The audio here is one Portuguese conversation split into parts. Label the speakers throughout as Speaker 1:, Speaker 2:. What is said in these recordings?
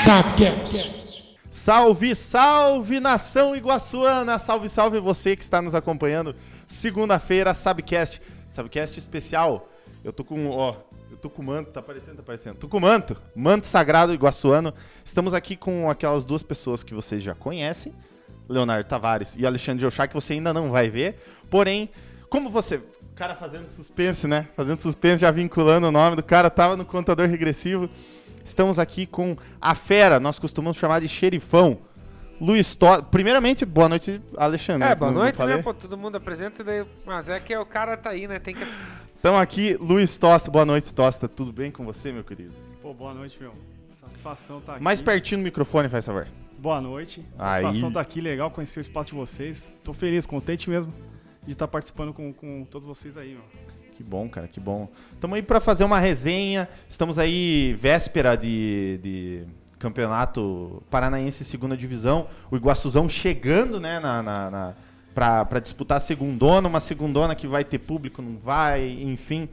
Speaker 1: Sabcast.
Speaker 2: Salve, salve, nação iguaçuana! Salve, salve você que está nos acompanhando. Segunda-feira, Sabcast. Sabcast especial. Eu tô com o manto, tá aparecendo. Tô com o manto sagrado iguaçuano. Estamos aqui com aquelas duas pessoas que vocês já conhecem, Leonardo Tavares e Alexandre Geuchac, que você ainda não vai ver. Porém, como você... O cara fazendo suspense, né? Fazendo suspense, já vinculando o nome do cara, tava no contador regressivo. Estamos aqui com a fera, nós costumamos chamar de xerifão, Luiz Tosta. Primeiramente, boa noite, Alexandre.
Speaker 3: Boa noite, né? Pô, todo mundo apresenta, mas é que o cara tá aí, né? Tem que...
Speaker 2: Estamos aqui, Luiz Tosta. Boa noite, Tosta. Tudo bem com você, meu querido?
Speaker 4: Pô, boa noite, meu. Satisfação tá aqui.
Speaker 2: Mais pertinho do microfone, faz favor.
Speaker 4: Boa noite. Satisfação tá aqui, legal conhecer o espaço de vocês. Tô feliz, contente mesmo de estar participando com todos vocês aí, meu.
Speaker 2: Que bom, cara, que bom. Estamos aí para fazer uma resenha. Estamos aí véspera de campeonato paranaense segunda divisão. O Iguaçuzão chegando, né, para disputar a segundona. Uma segundona que vai ter público, não vai, enfim.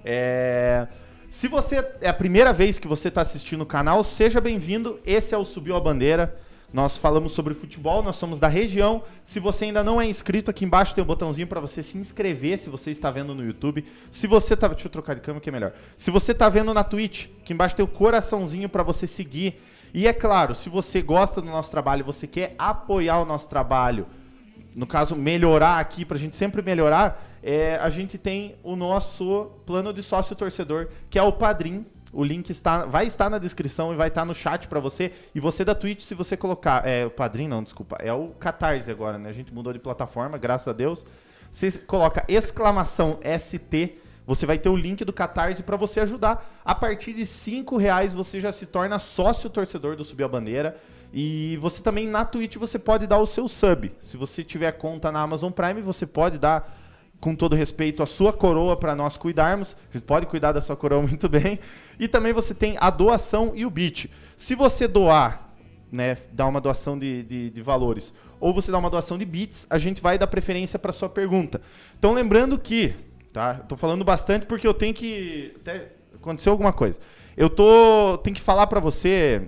Speaker 2: Se você é a primeira vez que você está assistindo o canal, seja bem-vindo. Esse é o Subiu a Bandeira. Nós falamos sobre futebol, nós somos da região. Se você ainda não é inscrito, aqui embaixo tem um botãozinho para você se inscrever, se você está vendo no YouTube. Se você tá... Deixa eu trocar de câmera que é melhor. Se você está vendo na Twitch, aqui embaixo tem o coraçãozinho para você seguir. E é claro, se você gosta do nosso trabalho, você quer apoiar o nosso trabalho, no caso, melhorar aqui, pra gente sempre melhorar, a gente tem o nosso plano de sócio torcedor, que é o Padrim. O link vai estar na descrição e vai estar no chat pra você. E você da Twitch, se você colocar... o Padrim não, desculpa. É o Catarse agora, né? A gente mudou de plataforma, graças a Deus. Você coloca exclamação ST, você vai ter o link do Catarse pra você ajudar. A partir de R$5 você já se torna sócio torcedor do Subir a Bandeira. E você também, na Twitch, você pode dar o seu sub. Se você tiver conta na Amazon Prime, você pode dar... com todo respeito, a sua coroa para nós cuidarmos. A gente pode cuidar da sua coroa muito bem. E também você tem a doação e o bit. Se você doar, né, dar uma doação de valores, ou você dá uma doação de bits, a gente vai dar preferência para sua pergunta. Então, lembrando que, tá? Eu tô falando bastante porque eu tenho que... Até aconteceu alguma coisa. Tenho que falar para você,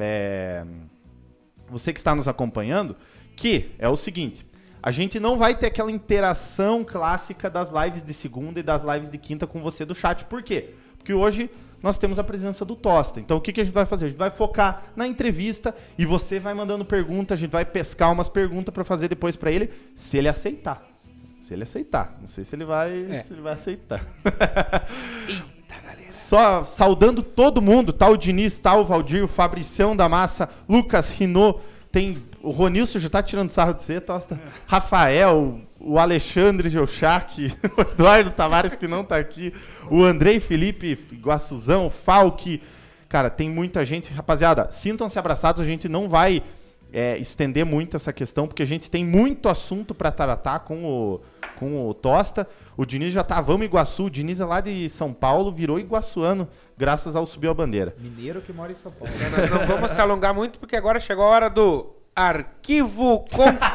Speaker 2: você que está nos acompanhando, que é o seguinte... A gente não vai ter aquela interação clássica das lives de segunda e das lives de quinta com você do chat. Por quê? Porque hoje nós temos a presença do Tosta. Então o que a gente vai fazer? A gente vai focar na entrevista e você vai mandando pergunta, a gente vai pescar umas perguntas para fazer depois para ele, se ele aceitar. Se ele aceitar. Não sei se ele vai aceitar.
Speaker 3: Eita, galera.
Speaker 2: Só saudando todo mundo, tá o Diniz, tá o Valdir, o Fabricião da Massa, Lucas Rinô, tem... O Ronilson já tá tirando sarro de você, Tosta. Rafael, o Alexandre Geuchac, o Eduardo Tavares, que não tá aqui, o Andrei Felipe Iguaçuzão, o Falque. Cara, tem muita gente. Rapaziada, sintam-se abraçados, a gente não vai estender muito essa questão, porque a gente tem muito assunto para tratar com o Tosta. O Diniz já tá, vamos Iguaçu, o Diniz é lá de São Paulo, virou iguaçuano, graças ao Subiu a Bandeira.
Speaker 5: Mineiro que mora em São Paulo.
Speaker 3: Nós não vamos se alongar muito, porque agora chegou a hora do... Arquivo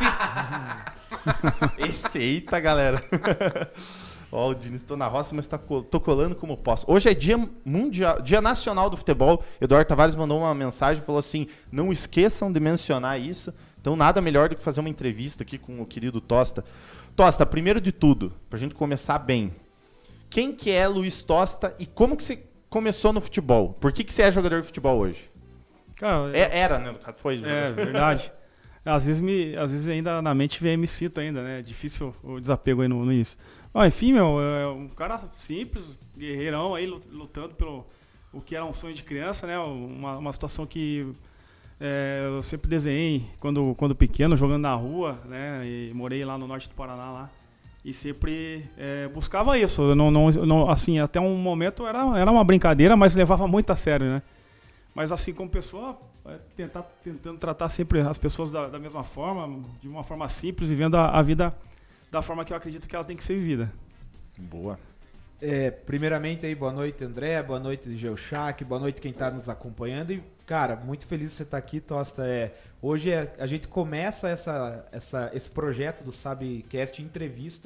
Speaker 2: Eita, galera. Ó, o Diniz, tô na roça, mas tô colando como posso. Hoje é dia mundial, dia nacional do futebol. Eduardo Tavares mandou uma mensagem, falou assim, não esqueçam de mencionar isso. Então nada melhor do que fazer uma entrevista aqui com o querido Tosta. Tosta, primeiro de tudo, pra gente começar bem. Quem que é Luiz Tosta e como que você começou no futebol? Por que você é jogador de futebol hoje?
Speaker 4: Cara,
Speaker 2: era, né? No caso, foi.
Speaker 4: É, verdade. Às vezes ainda na mente vem MC ainda, né? É difícil o desapego aí no início. Enfim, meu, é um cara simples, guerreirão aí, lutando pelo o que era um sonho de criança, né? Uma situação que eu sempre desenhei quando pequeno, jogando na rua, né? E morei lá no norte do Paraná, lá. E sempre buscava isso. Eu não, assim, até um momento era uma brincadeira, mas levava muito a sério, né? Mas assim, como pessoa, tentando tratar sempre as pessoas da mesma forma, de uma forma simples, vivendo a vida da forma que eu acredito que ela tem que ser vivida.
Speaker 2: Boa.
Speaker 5: Primeiramente aí, boa noite, André, boa noite, Geuchac, boa noite quem está nos acompanhando. E, cara, muito feliz de você estar aqui, Tosta. Hoje a gente começa esse projeto do Sabcast Entrevista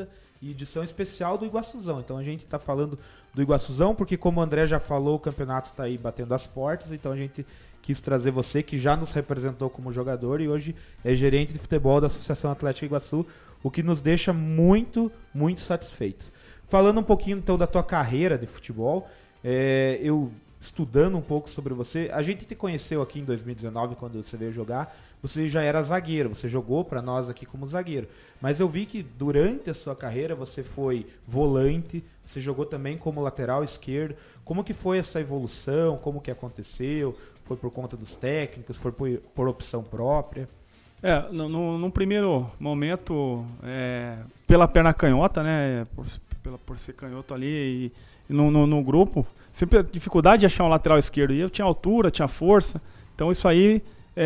Speaker 5: e edição especial do Iguaçuzão. Então a gente está falando do Iguaçuzão porque, como o André já falou, o campeonato está aí batendo as portas, então a gente quis trazer você, que já nos representou como jogador e hoje é gerente de futebol da Associação Atlética Iguaçu, o que nos deixa muito, muito satisfeitos. Falando um pouquinho então da tua carreira de futebol, eu estudando um pouco sobre você, a gente te conheceu aqui em 2019 quando você veio jogar, você já era zagueiro, você jogou para nós aqui como zagueiro, mas eu vi que durante a sua carreira você foi volante, você jogou também como lateral esquerdo. Como que foi essa evolução, como que aconteceu? Foi por conta dos técnicos, foi por opção própria?
Speaker 4: Num primeiro momento, pela perna canhota, né, por ser canhoto ali e no grupo, sempre a dificuldade de achar um lateral esquerdo. E eu tinha altura, tinha força, então isso aí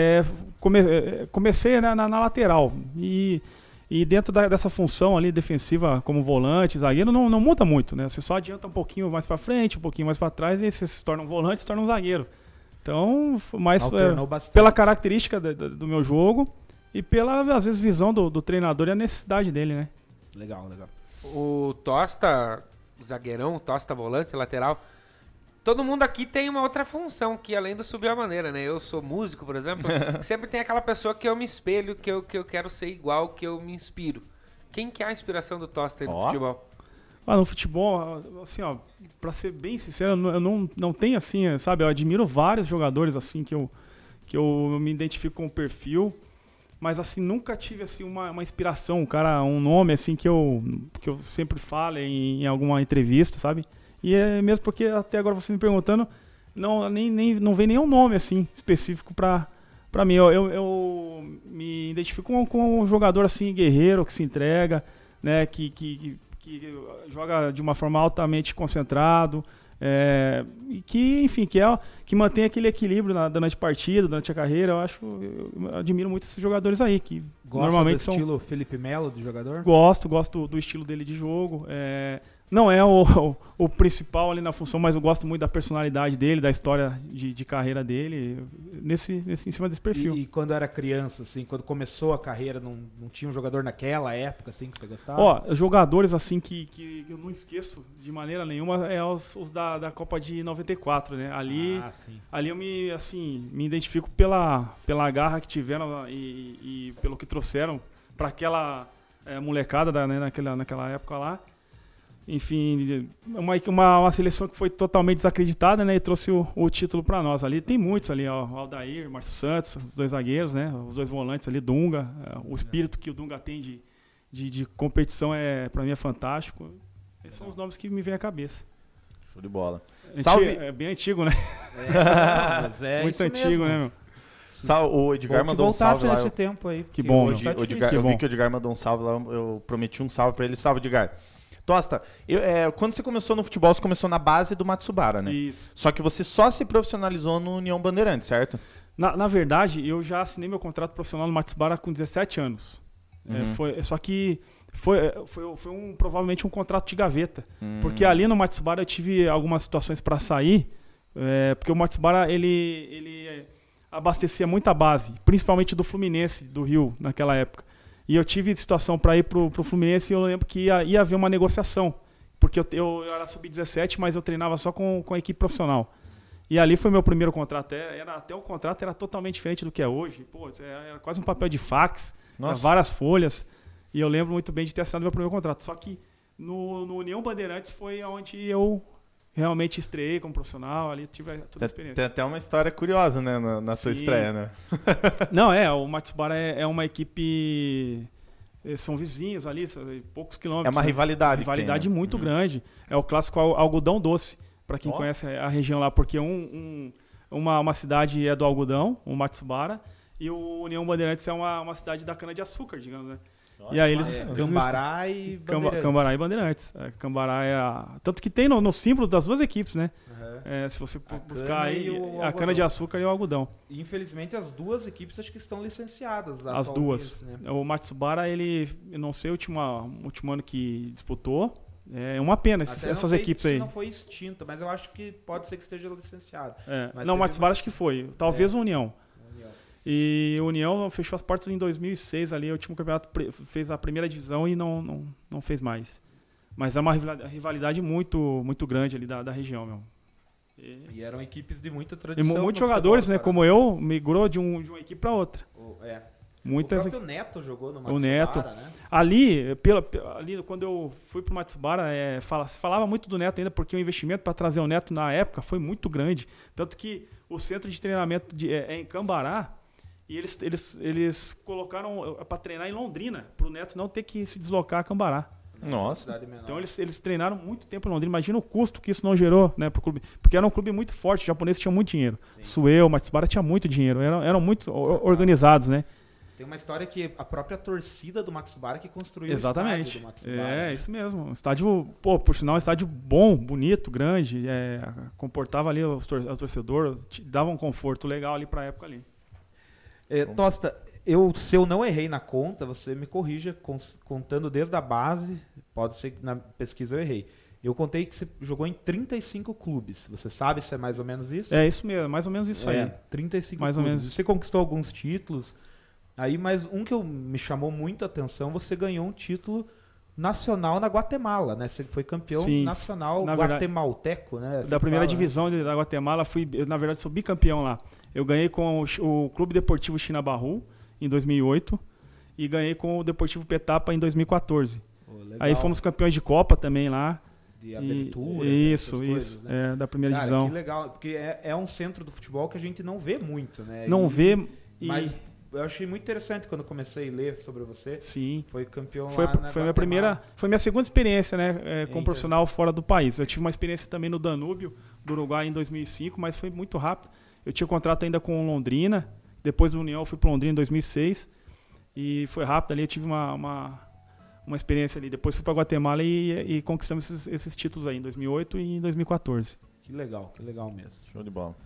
Speaker 4: comecei, né, na lateral. E dentro dessa função ali defensiva como volante, zagueiro, não muda muito, né? Você só adianta um pouquinho mais para frente, um pouquinho mais para trás, e aí você se torna um volante, se torna um zagueiro. Então, mais pela característica do meu jogo e pela, às vezes, visão do treinador e a necessidade dele, né?
Speaker 5: Legal, legal.
Speaker 3: O Tosta, o zagueirão, o Tosta volante, lateral, todo mundo aqui tem uma outra função, que além do subir a maneira, né? Eu sou músico, por exemplo, sempre tem aquela pessoa que eu me espelho, que eu quero ser igual, que eu me inspiro. Quem que é a inspiração do Tosta aí no futebol?
Speaker 4: No futebol, assim, ó, pra ser bem sincero, eu não tenho, assim, sabe, eu admiro vários jogadores, assim, que eu me identifico com o perfil, mas, assim, nunca tive, assim, uma inspiração, um nome, assim, que eu sempre falo em alguma entrevista, sabe? E é mesmo porque até agora você me perguntando, não vem nenhum nome assim específico pra mim. Eu me identifico com um jogador assim, guerreiro, que se entrega, né, que joga de uma forma altamente concentrado, e que, enfim, que mantém aquele equilíbrio durante a partida, durante a carreira. Eu admiro muito esses jogadores aí, que normalmente
Speaker 5: do estilo Felipe Melo de jogador?
Speaker 4: Gosto do estilo dele de jogo. Não é o principal ali na função, mas eu gosto muito da personalidade dele, da história de carreira dele, em cima desse perfil.
Speaker 5: E quando era criança, assim, quando começou a carreira, não tinha um jogador naquela época, assim, que você gostava?
Speaker 4: Jogadores, assim, que eu não esqueço de maneira nenhuma, os da Copa de 94, né? Ali eu me identifico pela garra que tiveram e pelo que trouxeram para aquela molecada, né, naquela época lá. Enfim, uma seleção que foi totalmente desacreditada, né, e trouxe o título para nós. Ali tem muitos ali, ó, o Aldair, Márcio Santos, os dois zagueiros, né, os dois volantes ali, Dunga, o espírito que o Dunga tem de competição para mim é fantástico. Esses são os nomes que me vêm à cabeça.
Speaker 2: Show de bola.
Speaker 4: Salve! É bem antigo, né? Muito antigo, né, meu?
Speaker 2: O Edgar mandou um salve lá.
Speaker 5: Nesse tempo aí.
Speaker 4: Que bom,
Speaker 2: eu vi que o Edgar mandou um salve lá, eu prometi um salve para ele. Salve, Edgar. Tosta, quando você começou no futebol, você começou na base do Matsubara, né? Isso. Só que você só se profissionalizou no União Bandeirantes, certo?
Speaker 4: Na verdade, eu já assinei meu contrato profissional no Matsubara com 17 anos. Só que foi provavelmente um contrato de gaveta. Porque ali no Matsubara eu tive algumas situações para sair, porque o Matsubara ele abastecia muita base, principalmente do Fluminense, do Rio, naquela época. E eu tive situação para ir pro Fluminense e eu lembro que ia haver uma negociação. Porque eu era sub-17, mas eu treinava só com a equipe profissional. E ali foi meu primeiro contrato. Até o contrato era totalmente diferente do que é hoje. Pô, era quase um papel de fax, várias folhas. E eu lembro muito bem de ter assinado meu primeiro contrato. Só que no União Bandeirantes foi onde eu realmente estreiei como profissional, ali tive toda a experiência.
Speaker 2: Tem até uma história curiosa, né, na sua estreia, né?
Speaker 4: Não, o Matsubara é uma equipe, são vizinhos ali, poucos quilômetros.
Speaker 2: É uma rivalidade.
Speaker 4: Uma rivalidade muito grande. É o clássico algodão doce, para quem conhece a região lá, porque uma cidade é do algodão, o Matsubara, e o União Bandeirantes é uma cidade da cana-de-açúcar, digamos, né?
Speaker 5: E aí Cambará e Bandeirantes.
Speaker 4: Cambará e Bandeirantes. Cambará tanto que tem no símbolo das duas equipes, né? Se você buscar aí, a cana-de-açúcar e o algodão.
Speaker 5: E, infelizmente, as duas equipes acho que estão licenciadas.
Speaker 4: As duas. Né? O Matsubara, eu não sei o último ano que disputou. É uma pena essas equipes aí.
Speaker 5: Não foi extinto, mas eu acho que pode ser que esteja licenciado.
Speaker 4: Não, o Matsubara acho que foi. Talvez o União. E o União fechou as portas em 2006 ali, o último campeonato fez a primeira divisão e não fez mais. Mas é uma rivalidade muito, muito grande ali da região, meu.
Speaker 5: E eram equipes de muita
Speaker 4: E
Speaker 5: tradição.
Speaker 4: muitos
Speaker 5: no
Speaker 4: jogadores,
Speaker 5: futebol,
Speaker 4: né, como eu, migrou de uma equipe para outra. Muitas.
Speaker 5: O próprio Neto jogou no Matsubara,
Speaker 4: O Neto.
Speaker 5: né?
Speaker 4: Ali, quando eu fui pro Matsubara, se falava muito do Neto ainda, porque o investimento para trazer o Neto na época foi muito grande. Tanto que o centro de treinamento é em Cambará, e eles colocaram para treinar em Londrina, para o Neto não ter que se deslocar a Cambará.
Speaker 2: Nossa.
Speaker 4: Então eles treinaram muito tempo em Londrina. Imagina o custo que isso não gerou, né, pro clube. Porque era um clube muito forte, os japoneses tinham muito dinheiro. Sueo, Matsubara tinha muito dinheiro, eram muito organizados, né?
Speaker 5: Tem uma história que a própria torcida do Matsubara que construiu
Speaker 4: Exatamente.
Speaker 5: o estádio do Matsubara.
Speaker 4: Isso mesmo. Um estádio, por sinal, um estádio bom, bonito, grande. Comportava ali o torcedor, dava um conforto legal ali pra época ali.
Speaker 5: Tosta, se eu não errei na conta, você me corrija, contando desde a base, pode ser que na pesquisa eu errei. Eu contei que você jogou em 35 clubes. Você sabe se é mais ou menos isso?
Speaker 4: É isso mesmo, mais ou menos isso aí.
Speaker 5: 35
Speaker 4: mais
Speaker 5: clubes.
Speaker 4: Ou menos.
Speaker 5: Você conquistou alguns títulos. Aí, mas um que me chamou muito a atenção, você ganhou um título nacional na Guatemala, né? Você foi campeão nacional guatemalteco, né?
Speaker 4: Da primeira divisão da Guatemala, eu, na verdade, sou bicampeão lá. Eu ganhei com o Clube Deportivo Chinabarru em 2008 e ganhei com o Deportivo Petapa em 2014. Aí fomos campeões de Copa também lá.
Speaker 5: De abertura.
Speaker 4: Isso,
Speaker 5: coisas, né?
Speaker 4: da primeira
Speaker 5: Cara,
Speaker 4: divisão.
Speaker 5: Que legal, porque é um centro do futebol que a gente não vê muito, né? Mas eu achei muito interessante quando comecei a ler sobre você.
Speaker 4: Sim.
Speaker 5: Foi campeão
Speaker 4: foi
Speaker 5: lá na
Speaker 4: Guatemala. Foi minha segunda experiência, né, como profissional fora do país. Eu tive uma experiência também no Danúbio, do Uruguai, em 2005, mas foi muito rápido. Eu tinha contrato ainda com Londrina, depois do União eu fui para Londrina em 2006 e foi rápido ali, eu tive uma experiência ali. Depois fui para Guatemala e conquistamos esses títulos aí em 2008 e em 2014.
Speaker 5: Que legal mesmo.
Speaker 2: Show de bola.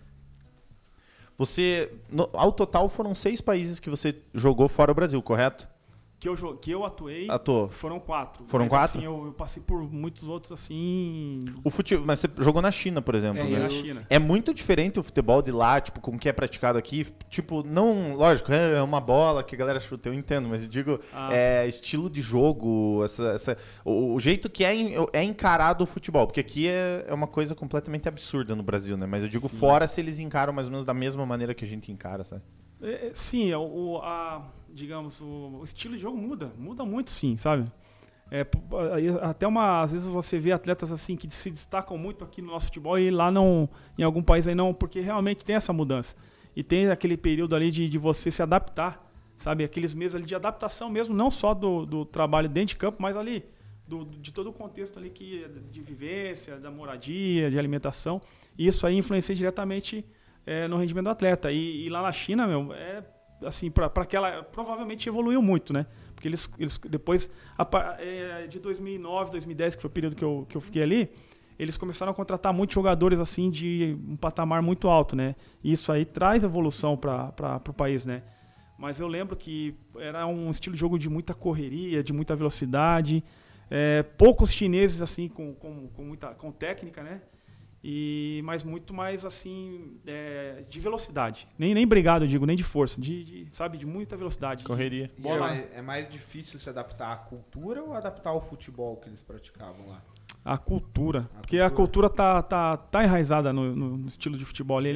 Speaker 2: Ao total, foram 6 países que você jogou fora o Brasil, correto?
Speaker 4: Que eu atuei, foram 4.
Speaker 2: Foram 4?
Speaker 4: Assim, eu passei por muitos outros, assim...
Speaker 2: Mas você jogou na China, por exemplo, né?
Speaker 4: Na China.
Speaker 2: É muito diferente o futebol de lá, tipo, com o que é praticado aqui. Tipo, não... Lógico, é uma bola que a galera chuta, eu entendo. Mas eu digo, estilo de jogo, o jeito que é encarado o futebol. Porque aqui é uma coisa completamente absurda no Brasil, né? Mas eu digo fora se eles encaram mais ou menos da mesma maneira que a gente encara, sabe?
Speaker 4: Sim, digamos, o estilo de jogo muda muito, sim, sabe? Até às vezes você vê atletas assim que se destacam muito aqui no nosso futebol e lá não, em algum país aí não, porque realmente tem essa mudança. E tem aquele período ali de você se adaptar, sabe? Aqueles meses ali de adaptação mesmo, não só do trabalho dentro de campo, mas ali de todo o contexto ali de vivência, da moradia, de alimentação. E isso aí influencia diretamente no rendimento do atleta. E lá na China, assim, para aquela... Provavelmente evoluiu muito, né? Porque eles depois, de 2009, 2010, que foi o período que eu fiquei ali, eles começaram a contratar muitos jogadores, assim, de um patamar muito alto, né? E isso aí traz evolução para o país, né? Mas eu lembro que era um estilo de jogo de muita correria, de muita velocidade, poucos chineses, assim, com técnica, né? Mas muito mais assim de velocidade, nem brigado, eu digo, nem de força, sabe, de muita velocidade,
Speaker 2: correria.
Speaker 5: É mais difícil se adaptar à cultura ou adaptar ao futebol que eles praticavam lá?
Speaker 4: A cultura, porque a cultura tá enraizada no estilo de futebol ali.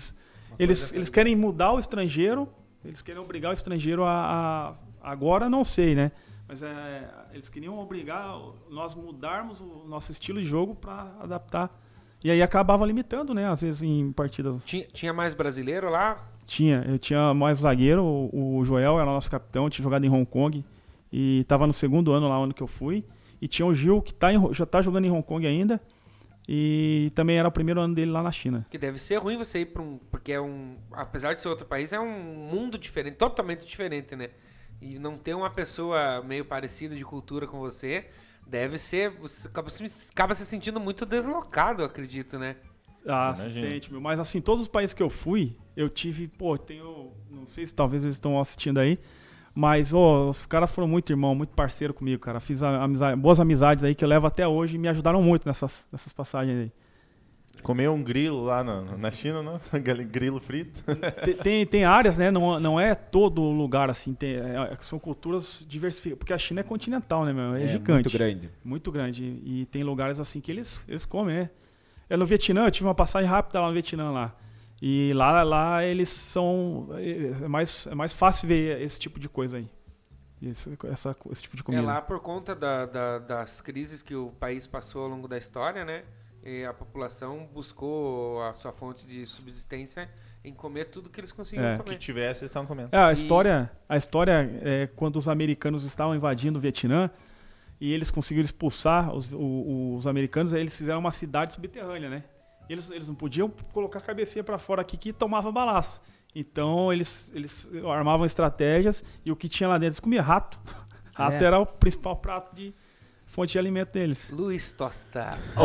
Speaker 4: Eles querem mudar o estrangeiro, eles querem obrigar o estrangeiro agora não sei, né? Mas eles queriam obrigar nós mudarmos o nosso estilo de jogo para adaptar. E aí acabava limitando, né? Às vezes em partidas.
Speaker 3: Tinha mais brasileiro lá?
Speaker 4: Eu tinha mais zagueiro, o Joel era o nosso capitão, tinha jogado em Hong Kong e estava no segundo ano lá onde que eu fui. E tinha o Gil, que já tá jogando em Hong Kong ainda, e também era o primeiro ano dele lá na China.
Speaker 3: Que deve ser ruim você ir para porque apesar de ser outro país, é um mundo diferente, totalmente diferente, né? E não ter uma pessoa meio parecida de cultura com você... Deve ser... Você acaba se sentindo muito deslocado, acredito, né?
Speaker 4: Sente, meu. Mas assim, todos os países que eu fui, eu tive... Não sei se talvez eles estão assistindo aí, mas os caras foram muito irmão, muito parceiro comigo, cara. Fiz boas amizades aí que eu levo até hoje e me ajudaram muito nessas passagens aí.
Speaker 2: Comeu um grilo lá na China, não? Grilo frito.
Speaker 4: Tem áreas, né? Não é todo lugar assim. São culturas diversificadas. Porque a China é continental, né, meu? É gigante.
Speaker 5: Muito grande.
Speaker 4: Muito grande. E tem lugares assim que eles comem, né? No Vietnã, eu tive uma passagem rápida lá no Vietnã lá. E lá eles são... É mais fácil ver esse tipo de coisa aí. Esse tipo de comida.
Speaker 3: Lá por conta das crises que o país passou ao longo da história, né? E a população buscou a sua fonte de subsistência em comer tudo que eles conseguiam
Speaker 2: O
Speaker 3: comer.
Speaker 2: que tivesse, eles estavam comendo.
Speaker 4: A história é quando os americanos estavam invadindo o Vietnã e eles conseguiram expulsar os americanos, aí eles fizeram uma cidade subterrânea, né? Eles não podiam colocar a cabecinha para fora aqui que tomava balaço. Então eles armavam estratégias e o que tinha lá dentro, eles comiam rato. Rato era o principal prato de fonte de alimento deles.
Speaker 3: Luiz Tosta.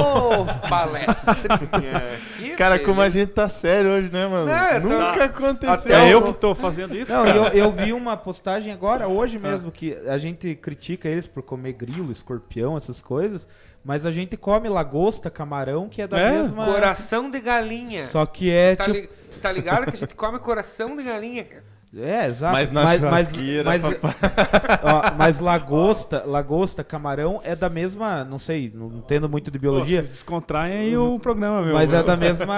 Speaker 3: Palestrinha.
Speaker 2: Cara, como a gente tá sério hoje, né, mano? Nunca aconteceu.
Speaker 4: É eu que tô fazendo isso?
Speaker 5: Não,
Speaker 4: cara?
Speaker 5: eu vi uma postagem agora, hoje mesmo, que a gente critica eles por comer grilo, escorpião, essas coisas, mas a gente come lagosta, camarão, que é da mesma...
Speaker 3: Coração de galinha.
Speaker 5: Só que é
Speaker 3: Você tá ligado que a gente come coração de galinha, cara?
Speaker 5: Exato.
Speaker 2: Mas na churrasqueira,
Speaker 5: mas lagosta, camarão é da mesma, não sei, não entendo muito de biologia.
Speaker 4: Vocês descontraem aí o programa, meu.
Speaker 5: Mas é da mesma,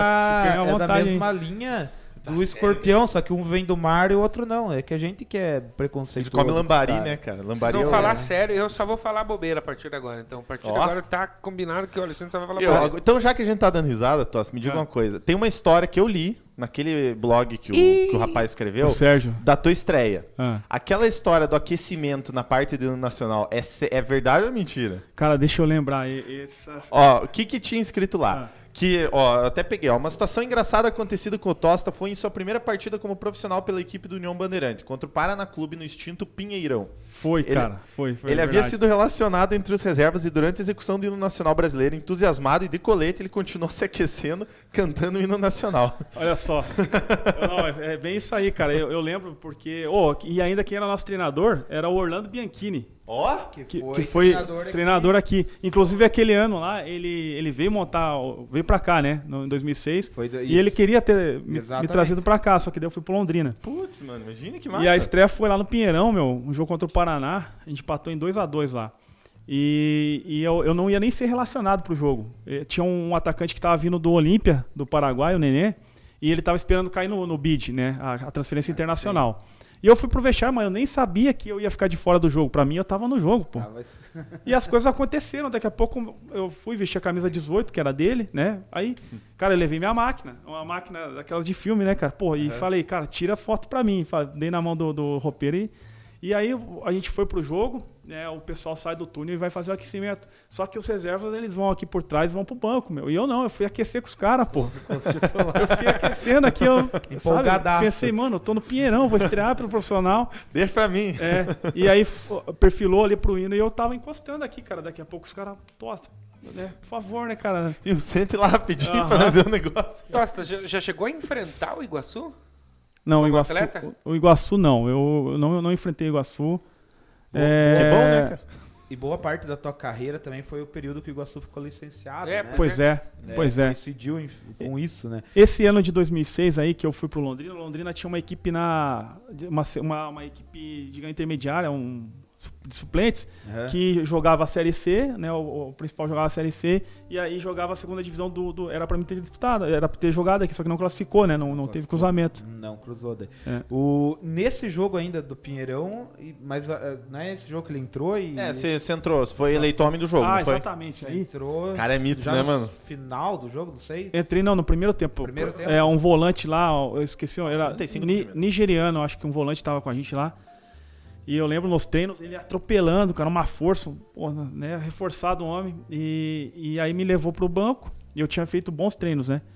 Speaker 5: linha do escorpião, só que um vem do mar e o outro não. É que a gente que é preconceituoso.
Speaker 2: A gente come lambari, né, cara?
Speaker 3: Vocês
Speaker 2: Lambari
Speaker 3: vão falar sério, eu só vou falar bobeira a partir de agora. Então, a partir de agora tá combinado que o Alexandre só vai falar bobeira.
Speaker 2: Então, já que a gente tá dando risada, Toss, me diga uma coisa. Tem uma história que eu li naquele blog que o rapaz escreveu,
Speaker 4: O Sérgio.
Speaker 2: da tua estreia.
Speaker 4: Ah.
Speaker 2: Aquela história do aquecimento na parte do hino nacional é verdade ou mentira?
Speaker 4: Cara, deixa eu lembrar.
Speaker 2: Ó, o que tinha escrito lá? Que, ó, eu até peguei, ó, uma situação engraçada acontecida com o Tosta foi em sua primeira partida como profissional pela equipe do União Bandeirante, contra o Paraná Clube no extinto Pinheirão.
Speaker 4: Foi.
Speaker 2: Ele havia sido relacionado entre os reservas e durante a execução do hino nacional brasileiro, entusiasmado e de colete, ele continuou se aquecendo, cantando o hino nacional.
Speaker 4: Olha só. É bem isso aí, cara. Eu lembro porque... e ainda quem era nosso treinador era o Orlando Bianchini.
Speaker 2: Ó!
Speaker 4: Que foi treinador aqui. Inclusive, aquele ano lá, ele veio pra cá, né? Em 2006. E ele queria ter me trazido pra cá, só que daí eu fui pro Londrina.
Speaker 2: Putz, mano, imagina que massa.
Speaker 4: E a estreia foi lá no Pinheirão, meu. Um jogo contra o Paraná. A gente empatou em 2-2 lá. E eu não ia nem ser relacionado pro jogo. Tinha um atacante que tava vindo do Olímpia, do Paraguai, o Nenê. E ele tava esperando cair no bid, né? A transferência internacional. E eu fui pro vestiário, mas eu nem sabia que eu ia ficar de fora do jogo. Pra mim, eu tava no jogo, pô. E as coisas aconteceram. Daqui a pouco eu fui vestir a camisa 18, que era dele, né? Aí, cara, eu levei minha máquina. Uma máquina daquelas de filme, né, cara? Pô, e falei, cara, tira foto pra mim. Dei na mão do roupeiro e aí a gente foi pro jogo, né? O pessoal sai do túnel e vai fazer o aquecimento. Só que os reservas, eles vão aqui por trás e vão pro banco, meu. E eu não, eu fui aquecer com os caras, pô. Eu fiquei aquecendo aqui,
Speaker 5: empolgadaço.
Speaker 4: Pensei, mano, eu tô no Pinheirão, vou estrear pelo profissional.
Speaker 2: Deixa pra mim.
Speaker 4: E aí perfilou ali pro hino e eu tava encostando aqui, cara. Daqui a pouco os caras, Tosta, né? Por favor, né, cara?
Speaker 2: E sente lá rapidinho pra fazer um negócio.
Speaker 3: Tosta, já chegou a enfrentar o Iguaçu?
Speaker 4: Não,
Speaker 3: atleta?
Speaker 4: O Iguaçu não. Eu não enfrentei o Iguaçu.
Speaker 2: Que bom, né, cara?
Speaker 5: E boa parte da tua carreira também foi o período que o Iguaçu ficou licenciado, né?
Speaker 4: Pois é.
Speaker 5: Coincidiu com isso, né?
Speaker 4: Esse ano de 2006 aí que eu fui pro Londrina, Londrina tinha uma equipe uma equipe de intermediária, de suplentes, que jogava a Série C, né? O principal jogava a Série C, e aí jogava a segunda divisão era pra mim ter disputado, era pra ter jogado aqui, só que não classificou, né? Não teve cruzamento.
Speaker 5: Não cruzou daí. Nesse jogo ainda do Pinheirão, mas não é esse jogo que ele entrou e...
Speaker 2: Você entrou, você foi eleito homem do jogo, não foi?
Speaker 4: Exatamente. Aí
Speaker 5: entrou...
Speaker 2: Cara, é mito,
Speaker 5: já
Speaker 2: né,
Speaker 5: no
Speaker 2: mano?
Speaker 5: final do jogo, não sei.
Speaker 4: Entrei, no primeiro tempo. Um volante lá, eu esqueci, era nigeriano, acho que um volante tava com a gente lá. E eu lembro nos treinos, ele atropelando, cara, uma força, né, reforçado o homem. E aí me levou pro banco, e eu tinha feito bons treinos, né?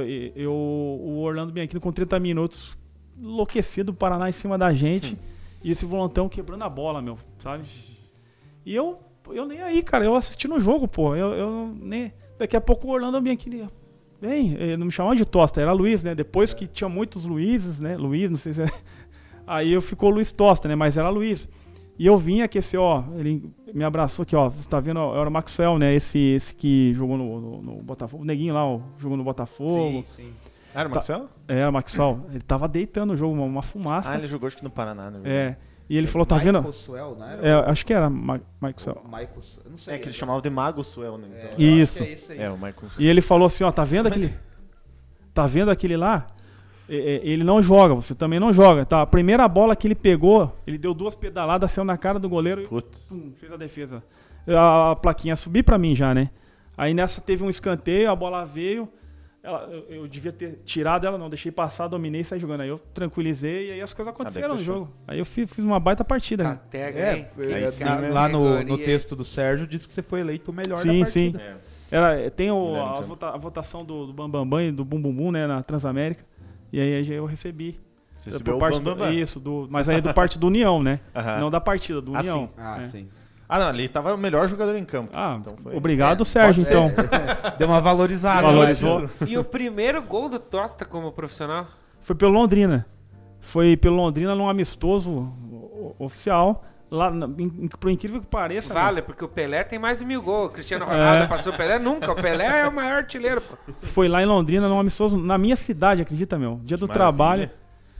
Speaker 4: O Orlando Bianchini com 30 minutos, enlouquecido, o Paraná em cima da gente. E esse volantão quebrando a bola, meu, sabe? E eu nem aí, cara, eu assistindo o jogo, pô. Eu nem... Daqui a pouco o Orlando Bianchini... Ele não me chamava de Tosta, era Luiz, né? Depois que tinha muitos Luizes, né? Luiz, não sei se é... Aí ficou Luiz Tosta, né? Mas era Luiz. E eu vim aquecer, ó, ele me abraçou aqui, ó, você tá vendo, ó, era o Maxwell, né, esse que jogou no Botafogo, o neguinho lá, ó, jogou no Botafogo.
Speaker 5: Sim.
Speaker 2: Era o Maxwell?
Speaker 4: É, o Maxwell, ele tava deitando o jogo, uma fumaça.
Speaker 2: Ah, ele jogou acho que no Paraná, né?
Speaker 4: É, e ele falou, tá vendo?
Speaker 5: Michael Swell, não era?
Speaker 4: É, acho que era Maxwell.
Speaker 5: Michael, eu não sei.
Speaker 2: É que eles chamavam de Mago Suel, né?
Speaker 5: É,
Speaker 2: Então.
Speaker 5: eu
Speaker 4: Isso.
Speaker 5: acho que é isso aí.
Speaker 2: É, o Michael Suel.
Speaker 4: E ele falou assim, ó, tá vendo aquele... Tá vendo aquele lá? Ele não joga, você também não joga, tá? A primeira bola que ele pegou, ele deu 2 pedaladas, saiu na cara do goleiro e pum, fez a defesa. A plaquinha subiu pra mim já, né? Aí nessa teve um escanteio, a bola veio, eu devia ter tirado ela, não, deixei passar, dominei e saí jogando. Aí eu tranquilizei e aí as coisas aconteceram no
Speaker 2: fechou.
Speaker 4: jogo. Aí eu fiz uma baita partida. Né?
Speaker 3: Catega, hein?
Speaker 2: Aí sim, né?
Speaker 5: Lá no
Speaker 3: Categoria.
Speaker 5: texto do Sérgio diz que você foi eleito o melhor
Speaker 4: Sim,
Speaker 5: da
Speaker 4: sim.
Speaker 5: partida.
Speaker 4: Tem
Speaker 2: Melhor em
Speaker 4: a votação do Bambambam e do Bum Bum Bum, né, na Transamérica. E aí eu recebi.
Speaker 2: Você
Speaker 4: Por
Speaker 2: recebeu o
Speaker 4: parte
Speaker 2: Bambambam.
Speaker 4: Isso, mas aí é do parte do União, né?
Speaker 2: Aham.
Speaker 4: Não da partida, do
Speaker 2: Ah,
Speaker 4: União.
Speaker 2: sim.
Speaker 5: Ah,
Speaker 4: É.
Speaker 5: sim.
Speaker 2: Ah, não, ele tava o melhor jogador em campo.
Speaker 4: Ah,
Speaker 2: Então foi-
Speaker 4: obrigado, Sérgio,
Speaker 2: pode
Speaker 4: então.
Speaker 5: Deu uma valorizada.
Speaker 4: Valorizou.
Speaker 5: né?
Speaker 3: E o primeiro gol do Tosta como profissional?
Speaker 4: Foi pelo Londrina. Foi pelo Londrina num amistoso oficial. Lá, por incrível que pareça.
Speaker 3: Vale, porque o Pelé tem mais de 1000 gols. O Cristiano Ronaldo passou o Pelé nunca. O Pelé é o maior artilheiro, pô.
Speaker 4: Foi lá em Londrina, num amistoso, na minha cidade, acredita, meu? Dia do
Speaker 2: Maravilha.
Speaker 4: trabalho.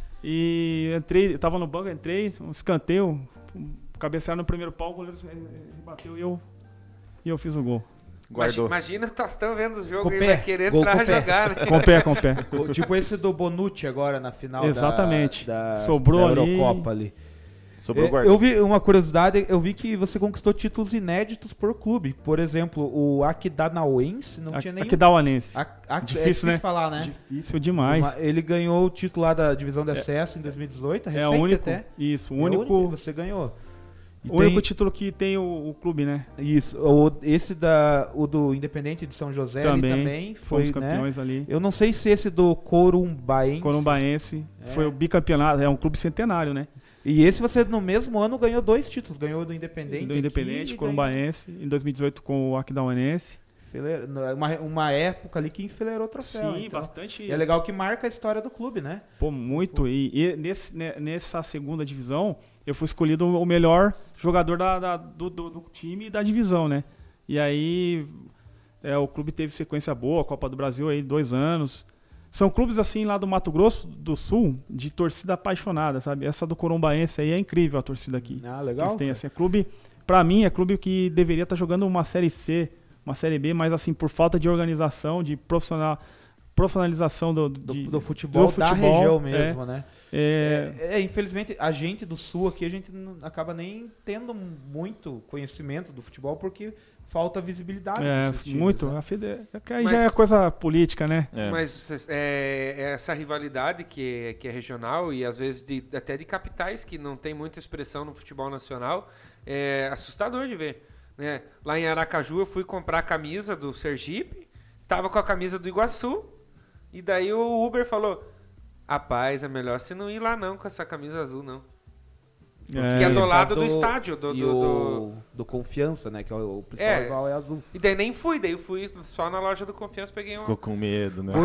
Speaker 4: E entrei, tava no banco, entrei, um escanteio, cabecearam no primeiro pau, o goleiro bateu e eu fiz o gol.
Speaker 2: Guardou.
Speaker 3: Imagina o Tostão vendo o jogo
Speaker 5: Com o
Speaker 3: e
Speaker 5: pé.
Speaker 3: vai querer
Speaker 5: Gol
Speaker 3: entrar
Speaker 5: com
Speaker 3: a
Speaker 5: o pé.
Speaker 3: jogar, né?
Speaker 4: Com pé.
Speaker 5: Tipo esse do Bonucci agora na final
Speaker 4: Exatamente.
Speaker 5: da
Speaker 4: Sobrou
Speaker 5: da
Speaker 4: ali.
Speaker 5: Eurocopa ali.
Speaker 2: Sobrou o
Speaker 5: Eu
Speaker 2: guardou.
Speaker 5: vi uma curiosidade, eu vi que você conquistou títulos inéditos por clube. Por exemplo, o Aquidauanense não tinha nenhum.
Speaker 4: Aquidauanense.
Speaker 5: Difícil,
Speaker 4: né?
Speaker 5: falar, né?
Speaker 4: Difícil demais.
Speaker 5: Ele ganhou o título lá da divisão de acesso em 2018,
Speaker 4: É o
Speaker 5: recente
Speaker 4: único.
Speaker 5: até.
Speaker 4: Isso, o
Speaker 5: É
Speaker 4: único.
Speaker 5: você ganhou. E
Speaker 4: O único
Speaker 5: tem-
Speaker 4: título que tem o clube, né?
Speaker 5: Isso, o do Independente de São José ali também foi,
Speaker 4: fomos
Speaker 5: né?
Speaker 4: campeões ali.
Speaker 5: Eu não sei se esse do Corumbaense.
Speaker 4: Corumbaense foi o bicampeonato, é um clube centenário, né?
Speaker 5: E esse você no mesmo ano ganhou 2 títulos, ganhou do Independente.
Speaker 4: Do Independente,
Speaker 5: aqui e
Speaker 4: Corumbaense, em 2018 com o Aquidauanense.
Speaker 5: uma época ali que enfileirou o troféu.
Speaker 4: Sim,
Speaker 5: então.
Speaker 4: bastante.
Speaker 5: E é legal que marca a história do clube, né?
Speaker 4: Pô, muito. E nessa segunda divisão, eu fui escolhido o melhor jogador do time e da divisão, né? E aí o clube teve sequência boa, Copa do Brasil aí 2 anos. São clubes assim lá do Mato Grosso do Sul, de torcida apaixonada, sabe? Essa do Corumbaense aí é incrível a torcida aqui.
Speaker 5: Ah,
Speaker 4: Eles
Speaker 5: legal.
Speaker 4: têm, assim, é clube, pra mim, é clube que deveria estar jogando uma Série C, uma Série B, mas assim, por falta de organização, de profissionalização
Speaker 5: Do futebol
Speaker 4: do
Speaker 5: da
Speaker 4: futebol,
Speaker 5: região mesmo, né?
Speaker 4: é,
Speaker 5: Infelizmente, a gente do Sul aqui, a gente não acaba nem tendo muito conhecimento do futebol porque falta visibilidade. desses times,
Speaker 4: muito.
Speaker 5: né?
Speaker 4: Aí
Speaker 3: Mas-
Speaker 4: já é coisa política, né?
Speaker 2: É.
Speaker 3: Mas essa rivalidade que é regional e às vezes até de capitais que não tem muita expressão no futebol nacional é assustador de ver. Né? Lá em Aracaju eu fui comprar a camisa do Sergipe, tava com a camisa do Iguaçu e daí o Uber falou: rapaz, é melhor você não ir lá não com essa camisa azul não. Que é do lado do estádio.
Speaker 5: Do Confiança, né? Que é o principal rival é azul.
Speaker 3: E daí nem fui, daí eu fui só na loja do Confiança, peguei uma.
Speaker 2: Ficou com medo, né?